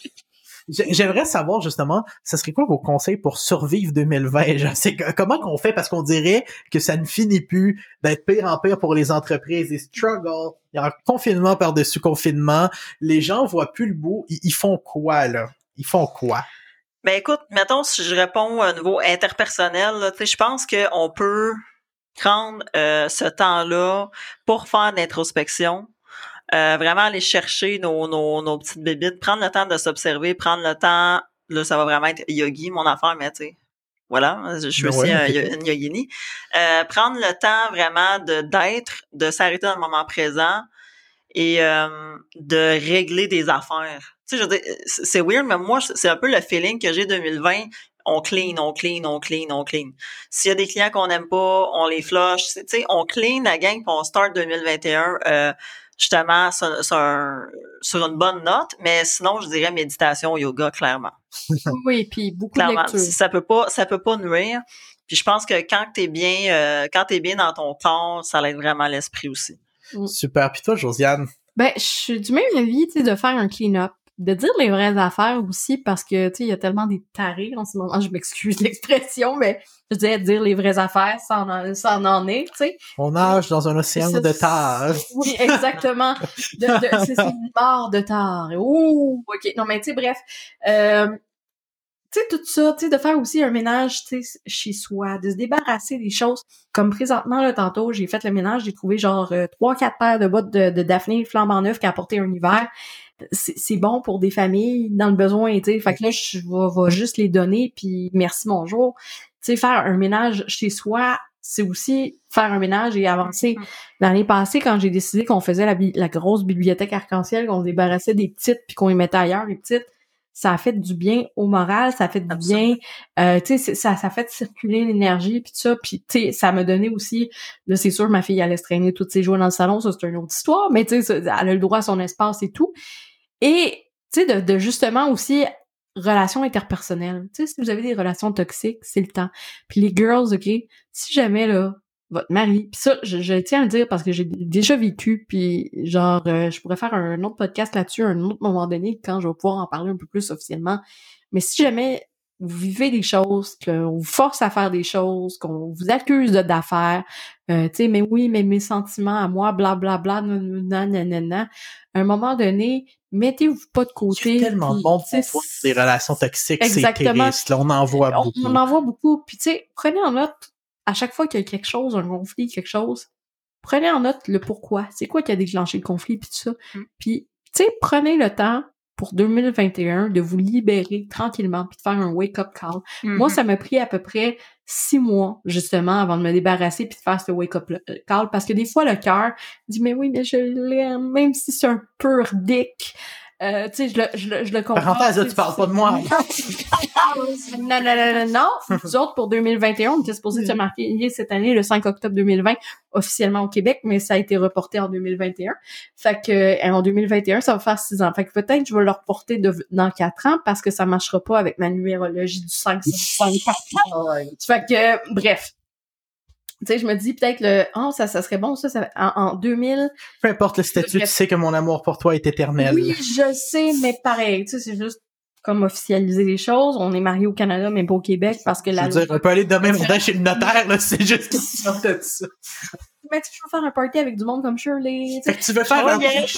J'ai- J'aimerais savoir justement, ce serait quoi vos conseils pour survivre deux mille vingt? Genre, c'est que- comment qu'on fait? Parce qu'on dirait que ça ne finit plus d'être pire en pire pour les entreprises. Ils struggle. Il y a un confinement par-dessus confinement. Les gens voient plus le bout. Ils, ils font quoi, là? Ils font quoi? Ben écoute, mettons, si je réponds au niveau interpersonnel, là, tu sais, je pense qu'on peut prendre euh, ce temps-là pour faire de l'introspection. Euh, vraiment aller chercher nos, nos, nos petites bébites, prendre le temps de s'observer, prendre le temps, là, ça va vraiment être yogi, mon affaire, mais tu sais, voilà, je suis Ouais, aussi ok. euh, yo- une yogini. Euh, prendre le temps vraiment de d'être, de s'arrêter dans le moment présent et euh, de régler des affaires. Tu sais, je veux dire, c'est weird, mais moi, c'est un peu le feeling que j'ai deux mille vingt. On clean, on clean, on clean, on clean. S'il y a des clients qu'on n'aime pas, on les flush. Tu sais, on clean la gang, puis on start deux mille vingt et un euh, justement sur, sur, un, sur une bonne note. Mais sinon, je dirais méditation, yoga, clairement. Oui, puis beaucoup clairement, de lecture. Ça peut pas, ça peut pas nuire. Puis je pense que quand t'es bien, euh, quand t'es bien dans ton corps, ça aide vraiment l'esprit aussi. Mm. Super. Puis toi, Josiane? Ben, je suis du même avis, tu sais, de faire un clean-up. De dire les vraies affaires aussi, parce que, tu sais, il y a tellement des tarés en ce moment, je m'excuse l'expression, mais je disais dire les vraies affaires, ça en, en, ça en, en est, tu sais. On nage dans un océan de tard. Oui, exactement. De, de, c'est une mort de tard. Ouh, ok. Non, mais tu sais, bref. Euh, tu sais, tout ça, tu sais, de faire aussi un ménage, tu sais, chez soi, de se débarrasser des choses. Comme présentement, là, tantôt, j'ai fait le ménage, j'ai trouvé genre euh, trois, quatre paires de bottes de, de Daphné flambant neuf qu'à porter un hiver. C'est, c'est bon pour des familles dans le besoin, tu sais. Fait que là, je vais, vais juste les donner, puis merci, bonjour. Tu sais, faire un ménage chez soi, c'est aussi faire un ménage et avancer. Mm-hmm. L'année passée, quand j'ai décidé qu'on faisait la, la grosse bibliothèque arc-en-ciel, qu'on se débarrassait des petites puis qu'on les mettait ailleurs, les petites, ça a fait du bien au moral, ça a fait du Absolument. bien, euh, tu sais, ça, ça a fait circuler l'énergie puis tout ça, puis tu sais, ça m'a donné aussi, là c'est sûr, ma fille allait se traîner toutes ses jouets dans le salon, ça c'est une autre histoire, mais tu sais, elle a le droit à son espace et tout, et tu sais, de, de justement aussi relations interpersonnelles, tu sais, si vous avez des relations toxiques, c'est le temps, puis les girls, ok, si jamais là, votre mari, puis ça, je, je tiens à le dire parce que j'ai déjà vécu, puis genre, euh, je pourrais faire un autre podcast là-dessus à un autre moment donné quand je vais pouvoir en parler un peu plus officiellement. Mais si jamais vous vivez des choses, qu'on vous force à faire des choses, qu'on vous accuse de d'affaires, euh, tu sais, mais oui, mais mes sentiments à moi, blablabla, nanana, à un moment donné, mettez-vous pas de côté. C'est tellement pis, bon pour des relations toxiques, c'est terrible. Là, on en voit on, beaucoup. On en voit beaucoup. Puis tu sais, prenez en note à chaque fois qu'il y a quelque chose, un conflit, quelque chose, prenez en note le pourquoi. C'est quoi qui a déclenché le conflit, puis tout ça. Mm. Puis, tu sais, prenez le temps pour deux mille vingt et un de vous libérer tranquillement, puis de faire un wake-up call. Mm-hmm. Moi, ça m'a pris à peu près six mois, justement, avant de me débarrasser puis de faire ce wake-up call, parce que des fois, le cœur dit « Mais oui, mais je l'aime, même si c'est un pur dick. » Euh, tu sais, je le, je le, je le comprends. Parenthèse, là, tu parles pas de moi. non, non, non, non, non. Nous autres, pour deux mille vingt et un, on était supposé se marquer cette année, le cinq octobre deux mille vingt, officiellement au Québec, mais ça a été reporté en deux mille vingt et un. Fait que, en deux mille vingt et un, ça va faire six ans. Fait que peut-être que je vais le reporter de, dans quatre ans parce que ça marchera pas avec ma numérologie du cinq, cinq, cinq. Fait que, bref. Tu sais, je me dis peut-être le oh ça ça serait bon ça, ça en, en deux mille. Peu importe le statut, tu sais que mon amour pour toi est éternel. Oui, je sais, mais pareil, tu sais, c'est juste comme officialiser les choses. On est mariés au Canada, mais pas au Québec parce que la. Je veux dire, on peut aller demain matin chez le notaire là, c'est juste que tu sortes de ça. Mais tu veux faire un party avec du monde comme Shirley. Fait que tu veux faire un quelque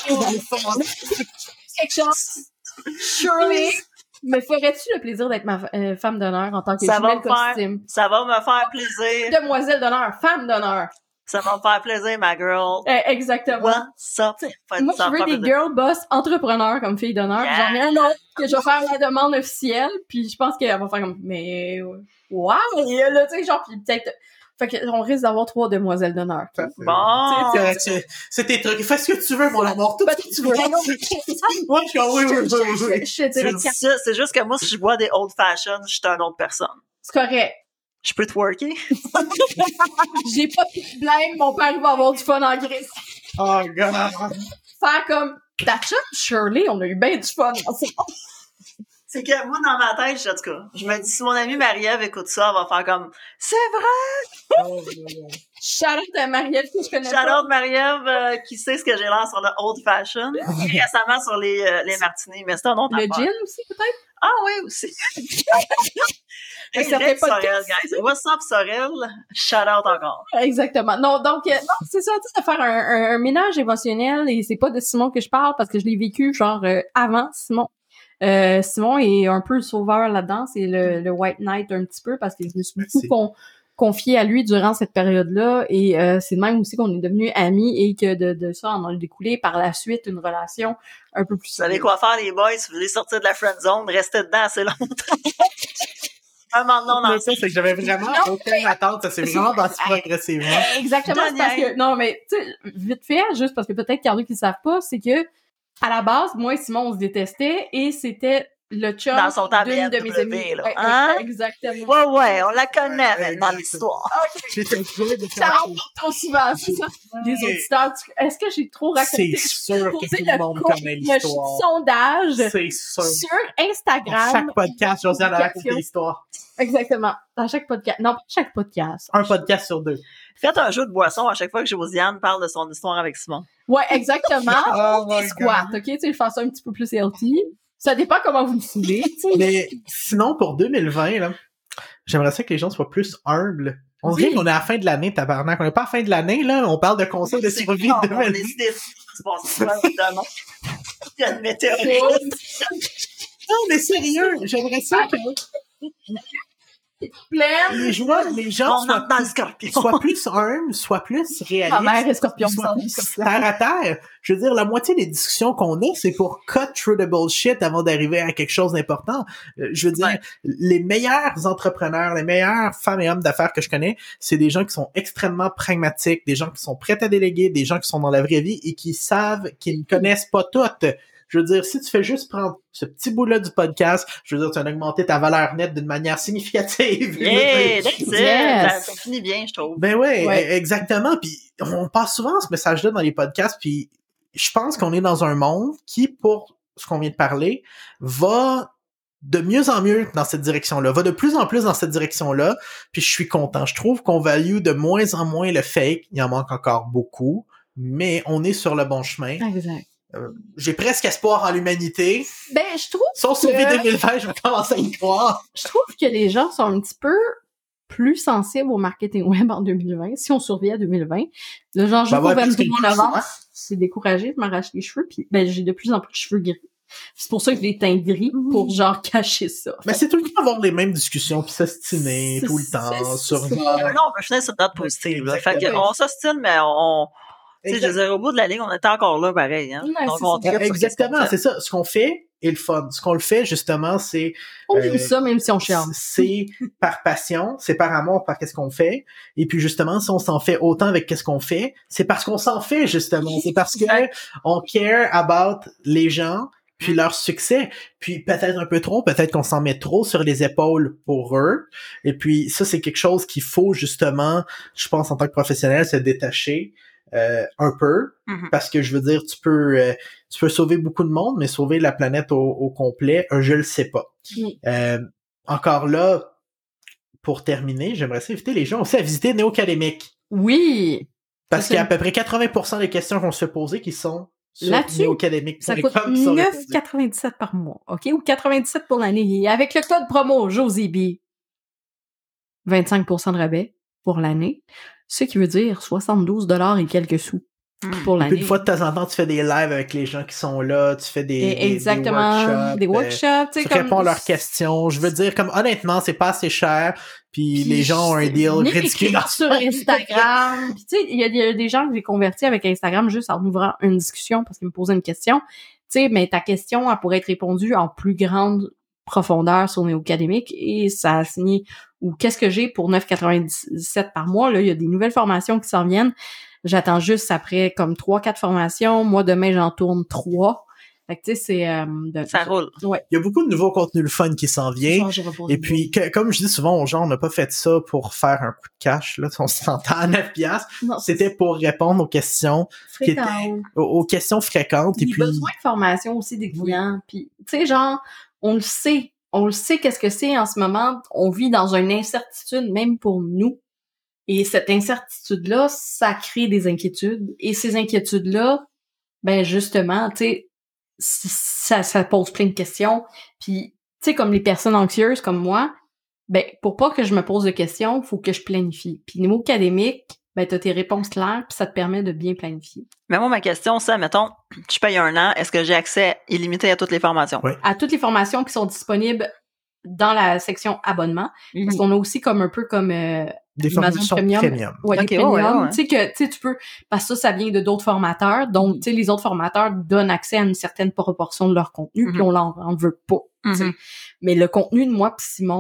chose. Shirley. Me ferais-tu le plaisir d'être ma euh, femme d'honneur en tant que ça va me costume? Faire, ça va me faire plaisir. Demoiselle d'honneur, femme d'honneur. Ça va me faire plaisir, ma girl. Eh, exactement. What's up? Moi, je veux des girl boss entrepreneurs comme fille d'honneur. Yeah. J'en ai un autre que je vais faire la demande officielle, puis je pense qu'elle va faire comme, mais, wow! Et là, tu sais, genre, puis peut-être... Fait qu'on risque d'avoir trois demoiselles d'honneur. Bon! C'est, c'est tes trucs. Fais ce que tu veux, mon amour. Tout ce que tu veux. Moi, je suis oui, oui, oui. C'est juste que moi, si je bois des old fashion, je suis une autre personne. C'est correct. Je peux twerker? J'ai pas de problème. Mon père va avoir du fun en Grèce. Oh, God. Faire comme, Thatcha, Shirley, on a eu bien du fun. C'est que moi, dans ma tête, en tout cas, je me dis, si mon amie Marie-Ève écoute ça, elle va faire comme, c'est vrai! Oh, shout-out à Marie-Ève, que je connais pas. Shout-out Marie-Ève, euh, qui sait ce que j'ai l'air sur le old fashion. Et récemment sur les, euh, les martinis, mais c'est un autre Le affaire. gin aussi, peut-être? Ah oui, aussi. Hey, ça fait pas Sorel, guys. What's up, Sorel? Shout-out encore. Exactement. Non, donc, euh, non, c'est ça, tu sais, de faire un, un, un ménage émotionnel, et c'est pas de Simon que je parle, parce que je l'ai vécu, genre, euh, avant Simon. Euh, Simon est un peu le sauveur là-dedans, c'est le, le White Knight un petit peu, parce que je me suis beaucoup con, confiée à lui durant cette période-là, et euh, c'est de même aussi qu'on est devenus amis, et que de, de ça, on a découlé par la suite une relation un peu plus... Vous savez quoi faire, les boys? Si vous voulez sortir de la friend zone, restez dedans assez longtemps. Un moment non, non. Ça, c'est que j'avais vraiment Non, aucune attente. Ça s'est vraiment bâti progressivement. Exactement, c'est parce que, non, mais, tu sais, vite fait, juste parce que peut-être qu'il y en a qui ne savent pas, c'est que, à la base, moi et Simon, on se détestait, et c'était le chum Dans son temps d'une de mes B M W, amies. là. Ouais, Hein? Exactement. Ouais, ouais, on la connaît Ouais, maintenant, ouais, l'histoire. J'étais joué de Ça faire rentre trop souvent, c'est ça. Les auditeurs, tu- est-ce que j'ai trop raconté? C'est sûr que Posez tout le le monde con- connaît le l'histoire. sondage C'est sûr. sur À Instagram. chaque podcast, Josiane a raconté Question. l'histoire. Exactement. Dans chaque podcast. Non, pas chaque podcast. Un podcast sur deux. Faites un jeu de boisson à chaque fois que Josiane parle de son histoire avec Simon. Ouais, exactement. Oh Des my squats, ok? Tu sais, je fais ça un petit peu plus healthy. Ça dépend comment vous le suivez, tu sais. Mais sinon, pour deux mille vingt, là, j'aimerais ça que les gens soient plus humbles. On Oui. dirait qu'on est à la fin de l'année, tabarnak. On n'est pas à la fin de l'année, là. On parle de conseils de C'est survie con, de on deux a mille vingt. décidé de se passer ça, évidemment. Il y a une météorite. Non, mais sérieux, j'aimerais ça que Pleine. les gens, les gens On soient entre dans le scorpion. soient plus humbles, soient plus réalistes. Ma mère est scorpion. soient plus terre à terre. Je veux dire, la moitié des discussions qu'on a, c'est pour cut through the bullshit avant d'arriver à quelque chose d'important. Euh, Je veux dire, Ouais. les meilleurs entrepreneurs, les meilleures femmes et hommes d'affaires que je connais, c'est des gens qui sont extrêmement pragmatiques, des gens qui sont prêts à déléguer, des gens qui sont dans la vraie vie et qui savent qu'ils ne connaissent pas toutes. Je veux dire, si tu fais juste prendre ce petit bout-là du podcast, je veux dire, tu as augmenté ta valeur nette d'une manière significative. Yeah, that's it. Yes. Ça, ça finit bien, je trouve. Ben ouais, Ouais. e- exactement. Puis on passe souvent ce message-là dans les podcasts. Puis je pense qu'on est dans un monde qui, pour ce qu'on vient de parler, va de mieux en mieux dans cette direction-là, va de plus en plus dans cette direction-là. Puis je suis content. Je trouve qu'on value de moins en moins le fake. Il en manque encore beaucoup, mais on est sur le bon chemin. Exact. Euh, j'ai presque espoir en l'humanité. Ben, je trouve Sans sauver que- deux mille vingt, je vais commencer à y croire. je trouve que les gens sont un petit peu plus sensibles au marketing web en deux mille vingt, si on survit à deux mille vingt. Le genre, Ben jusqu'au ouais, parce vingt-trois que- novembre, c'est découragé, je m'arrache les cheveux, puis ben, j'ai de plus en plus de cheveux gris. C'est pour ça que je les teins gris, pour genre cacher ça. Mais c'est tout le temps avoir les mêmes discussions puis s'ostiner C'est- tout le temps c'est- sur c'est- genre, Là, on peut finir sur une note positive. là. Fait que Exactement. on s'ostine, mais on... Tu sais, je Exact- veux dire, au bout de la ligne, on était encore là, pareil. Hein? Ouais, Donc, c'est on ça. tripe sur Exactement, qu'est-ce qu'on c'est fait. ça. Ce qu'on fait est le fun. Ce qu'on le fait, justement, c'est On Euh, vit ça, même si on charme. c'est par passion, c'est par amour, par qu'est-ce qu'on fait. Et puis, justement, si on s'en fait autant avec qu'est-ce qu'on fait, c'est parce qu'on s'en fait, justement. C'est parce que on care about les gens puis leur succès. Puis peut-être un peu trop, peut-être qu'on s'en met trop sur les épaules pour eux. Et puis, ça, c'est quelque chose qu'il faut, justement, je pense, en tant que professionnel, se détacher euh, un peu. Mhm. Parce que je veux dire, tu peux euh, tu peux sauver beaucoup de monde, mais sauver la planète au, au complet, euh, je le sais pas. Oui. Euh, encore là, pour terminer, j'aimerais ça inviter les gens aussi à visiter Néo-Académique. Oui! Parce Ça, qu'il y a à c'est- peu près quatre-vingts pour cent des questions qu'on se fait poser qui sont sur Là-dessus, néo-académique. Ça coûte neuf quatre-vingt-dix-sept par mois, OK? Ou quatre-vingt-dix-sept pour l'année. Et avec le code promo Josébi, vingt-cinq pour cent de rabais pour l'année. Ce qui veut dire soixante-douze dollars et quelques sous Mm. pour Puis l'année. une fois de temps en temps, tu fais des lives avec les gens qui sont là, tu fais des, Et des- exactement. des Des workshops, workshops, tu euh, sais, tu comme... réponds à leurs questions. Je veux dire, comme honnêtement, c'est pas assez cher, puis les gens ont un deal Venez ridicule. m'écrire sur Instagram. Puis tu sais, il y, a- il y a des gens que j'ai convertis avec Instagram juste en ouvrant une discussion parce qu'ils me posaient une question. Tu sais, mais ta question, elle pourrait être répondue en plus grande profondeur sur Néo-Académique et ça a signé. Ou qu'est-ce que j'ai pour neuf quatre-vingt-dix-sept par mois? Là, il y a des nouvelles formations qui s'en viennent. J'attends juste après comme trois, quatre formations. Moi, demain, j'en tourne trois. Fait que tu sais, c'est... Euh, de- Ça roule. Ouais. Il y a beaucoup de nouveaux contenus le fun qui s'en vient. Genre, j'irai pas Et au puis, que- comme je dis souvent aux gens, on n'a pas fait ça pour faire un coup de cash, là, on s'entend à neuf piastres. Non, C'était pour répondre aux questions, qui étaient- fréquent. aux, aux questions fréquentes. Et Il y puis, a besoin de formation aussi des clients. Puis, tu sais, genre, on le sait. On le sait qu'est-ce que c'est en ce moment. On vit dans une incertitude, même pour nous. Et cette incertitude-là, ça crée des inquiétudes. Et ces inquiétudes-là, ben justement, tu sais, ça, ça pose plein de questions. Puis, tu sais, comme les personnes anxieuses comme moi, ben pour pas que je me pose de questions, faut que je planifie. Puis, niveau académique, ben t'as tes réponses claires, puis ça te permet de bien planifier. Mais moi, ma question, c'est, mettons, je paye un an, est-ce que j'ai accès illimité à toutes les formations? Oui. À toutes les formations qui sont disponibles dans la section abonnement. Mhm. Parce qu'on a aussi comme un peu comme euh, des Amazon formations Premium. premium. ouais, Ok, des ouais, premium. ouais, ouais. Tu sais que tu sais tu peux parce que ça ça vient de d'autres formateurs. Donc tu sais les autres formateurs donnent accès à une certaine proportion de leur contenu Mhm. puis on l'en on veut pas. tu sais. Mhm. Mais le contenu de moi pis Simon,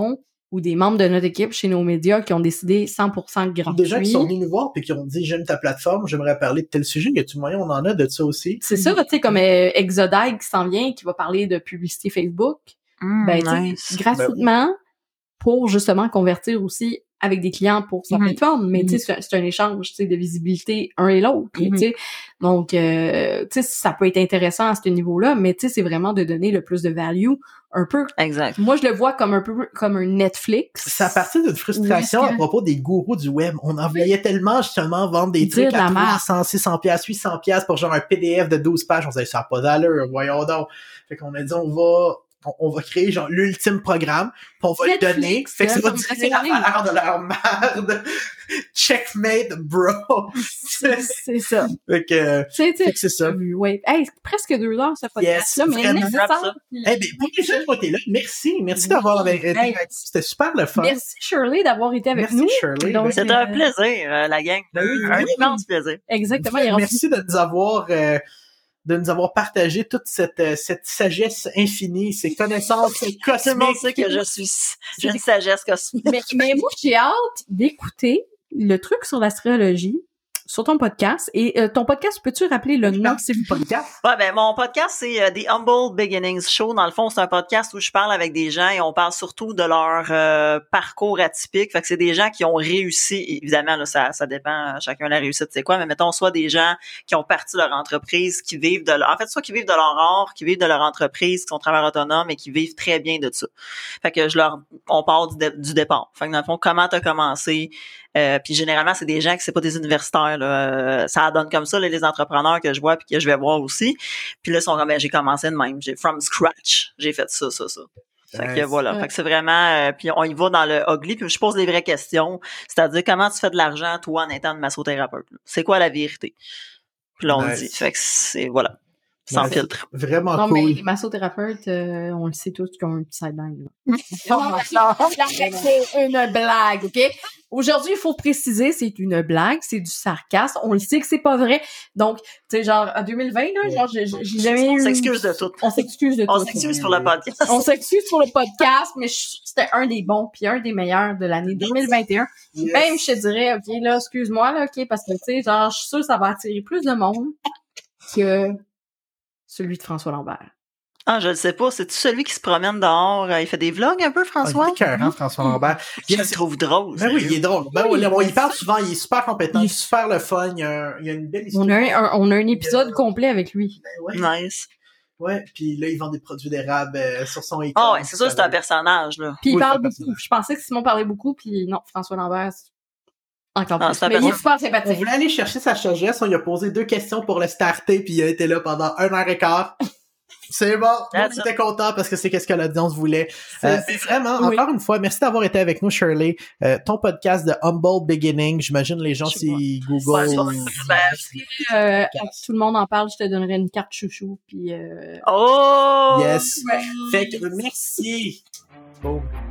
ou des membres de notre équipe chez nos médias qui ont décidé cent pour cent gratuit. Des gens qui sont venus nous voir puis qui ont dit j'aime ta plateforme, j'aimerais parler de tel sujet. Y a-tu moyen, on en a de ça aussi? C'est ça, tu sais, comme euh, Exodide qui s'en vient, qui va parler de publicité Facebook. Mm, ben, tu nice. sais, gratuitement, ben, pour justement convertir aussi avec des clients pour sa mm-hmm. plateforme. Mais mm-hmm. tu sais, c'est, c'est un échange, tu sais, de visibilité un et l'autre. Mm-hmm. Tu sais, donc, euh, tu sais, ça peut être intéressant à ce niveau-là, mais tu sais, c'est vraiment de donner le plus de value. Un peu. Exact. Moi, je le vois comme un peu comme un Netflix. C'est à partir d'une frustration à propos des gourous du web. On en voyait tellement, justement, vendre des trucs à trois cents, six cents piastres, huit cents piastres pour genre un P D F de douze pages. On se disait, ça n'a pas d'allure, voyons donc. Fait qu'on a dit, on va, on, on va créer genre l'ultime programme, puis on va Netflix, le donner. Fait que ça va donner la valeur de leur merde. Checkmate, bro. c'est, c'est ça. Fait que, c'est, fait que c'est ça. Ouais. Hey, c'est presque deux heures, ce podcast-là, yes, mais nécessaire. Eh ben, pour les gens qui ont été là, merci. Merci oui. d'avoir été hey. C'était super le fun. Merci Shirley d'avoir été avec merci, nous. Shirley. Donc, c'était euh... un plaisir, euh, la gang. Oui, un oui. immense plaisir. Exactement. Merci de nous avoir, euh, de nous avoir partagé toute cette, euh, cette sagesse infinie, ces connaissances cosmiques. Tout le monde sait que je suis, j'ai une sagesse cosmique. Mais, mais moi, j'ai hâte d'écouter le truc sur l'astrologie sur ton podcast. Et euh, ton podcast, peux-tu rappeler le nom? C'est le podcast? Ouais, ben mon podcast, c'est euh, The Humble Beginnings Show. Dans le fond, c'est un podcast où je parle avec des gens et on parle surtout de leur euh, parcours atypique. Fait que c'est des gens qui ont réussi. Évidemment, là, ça, ça dépend, chacun la réussite, c'est quoi, mais mettons, soit des gens qui ont parti de leur entreprise, qui vivent de leur... En fait, soit qui vivent de leur art, qui vivent de leur entreprise, qui sont travailleurs autonomes et qui vivent très bien de ça. Fait que je leur... On part du, dé... du départ. Fait que dans le fond, comment t'as commencé? Euh, puis généralement, c'est des gens qui c'est pas des universitaires. Là. Euh, ça donne comme ça là, les entrepreneurs que je vois puis que je vais voir aussi. Puis là, ils sont comme ben, j'ai commencé de même, j'ai from scratch, j'ai fait ça, ça, ça. Fait ouais, que voilà. Ouais. Fait que c'est vraiment. Euh, puis on y va dans le ugly. Puis je pose des vraies questions. C'est-à-dire comment tu fais de l'argent toi en étant de massothérapeute. Là? C'est quoi la vérité? Puis là on nice. dit. Fait que c'est voilà. Sans ouais, filtre. Vraiment non, cool. Non, mais les massothérapeutes, euh, on le sait tous qu'ils ont un petit sideline. C'est une blague, OK? Aujourd'hui, il faut préciser, c'est une blague, c'est du sarcasme. On le sait que c'est pas vrai. Donc, tu sais, genre, en deux mille vingt, là, genre, j'ai, j'ai jamais eu... On s'excuse de tout. On s'excuse de tout. On s'excuse pour le podcast. On s'excuse pour le podcast, mais je, c'était un des bons puis un des meilleurs de l'année deux mille vingt et un. Yes. Même, je te dirais, OK, là, excuse-moi, là, OK, parce que, tu sais, genre, je suis sûre que ça va attirer plus de monde que celui de François Lambert. Ah, je le sais pas. C'est-tu celui qui se promène dehors? Il fait des vlogs un peu, François? Ah, il est écœurant, François Lambert. Je le trouve drôle. Ben oui, il est drôle. Ben oui, bon, il parle souvent, il est super compétent, il est super le fun, il y a, il y a une belle histoire. On a un, un, on a un épisode complet avec lui. Ben ouais. Nice. Ouais, puis là, il vend des produits d'érable euh, sur son écran. Ah ouais, c'est ça, c'est un personnage, là. Puis il oui, parle beaucoup. Je pensais que Simon parlait beaucoup, puis non, François Lambert, encore ah, plus. Mais il est super sympathique. On voulait aller chercher sa sagesse, on lui a posé deux questions pour le starter, puis il a été là pendant une heure et quart. C'est bon, on était content parce que c'est qu'est-ce que l'audience voulait. Euh, vraiment, oui. Encore une fois, merci d'avoir été avec nous, Shirley. Euh, ton podcast de Humble Beginning, j'imagine les gens si Google... Euh, tout le monde en parle, je te donnerai une carte chouchou, puis... Euh... Oh! Yes! Ouais. Fait que merci! Boom.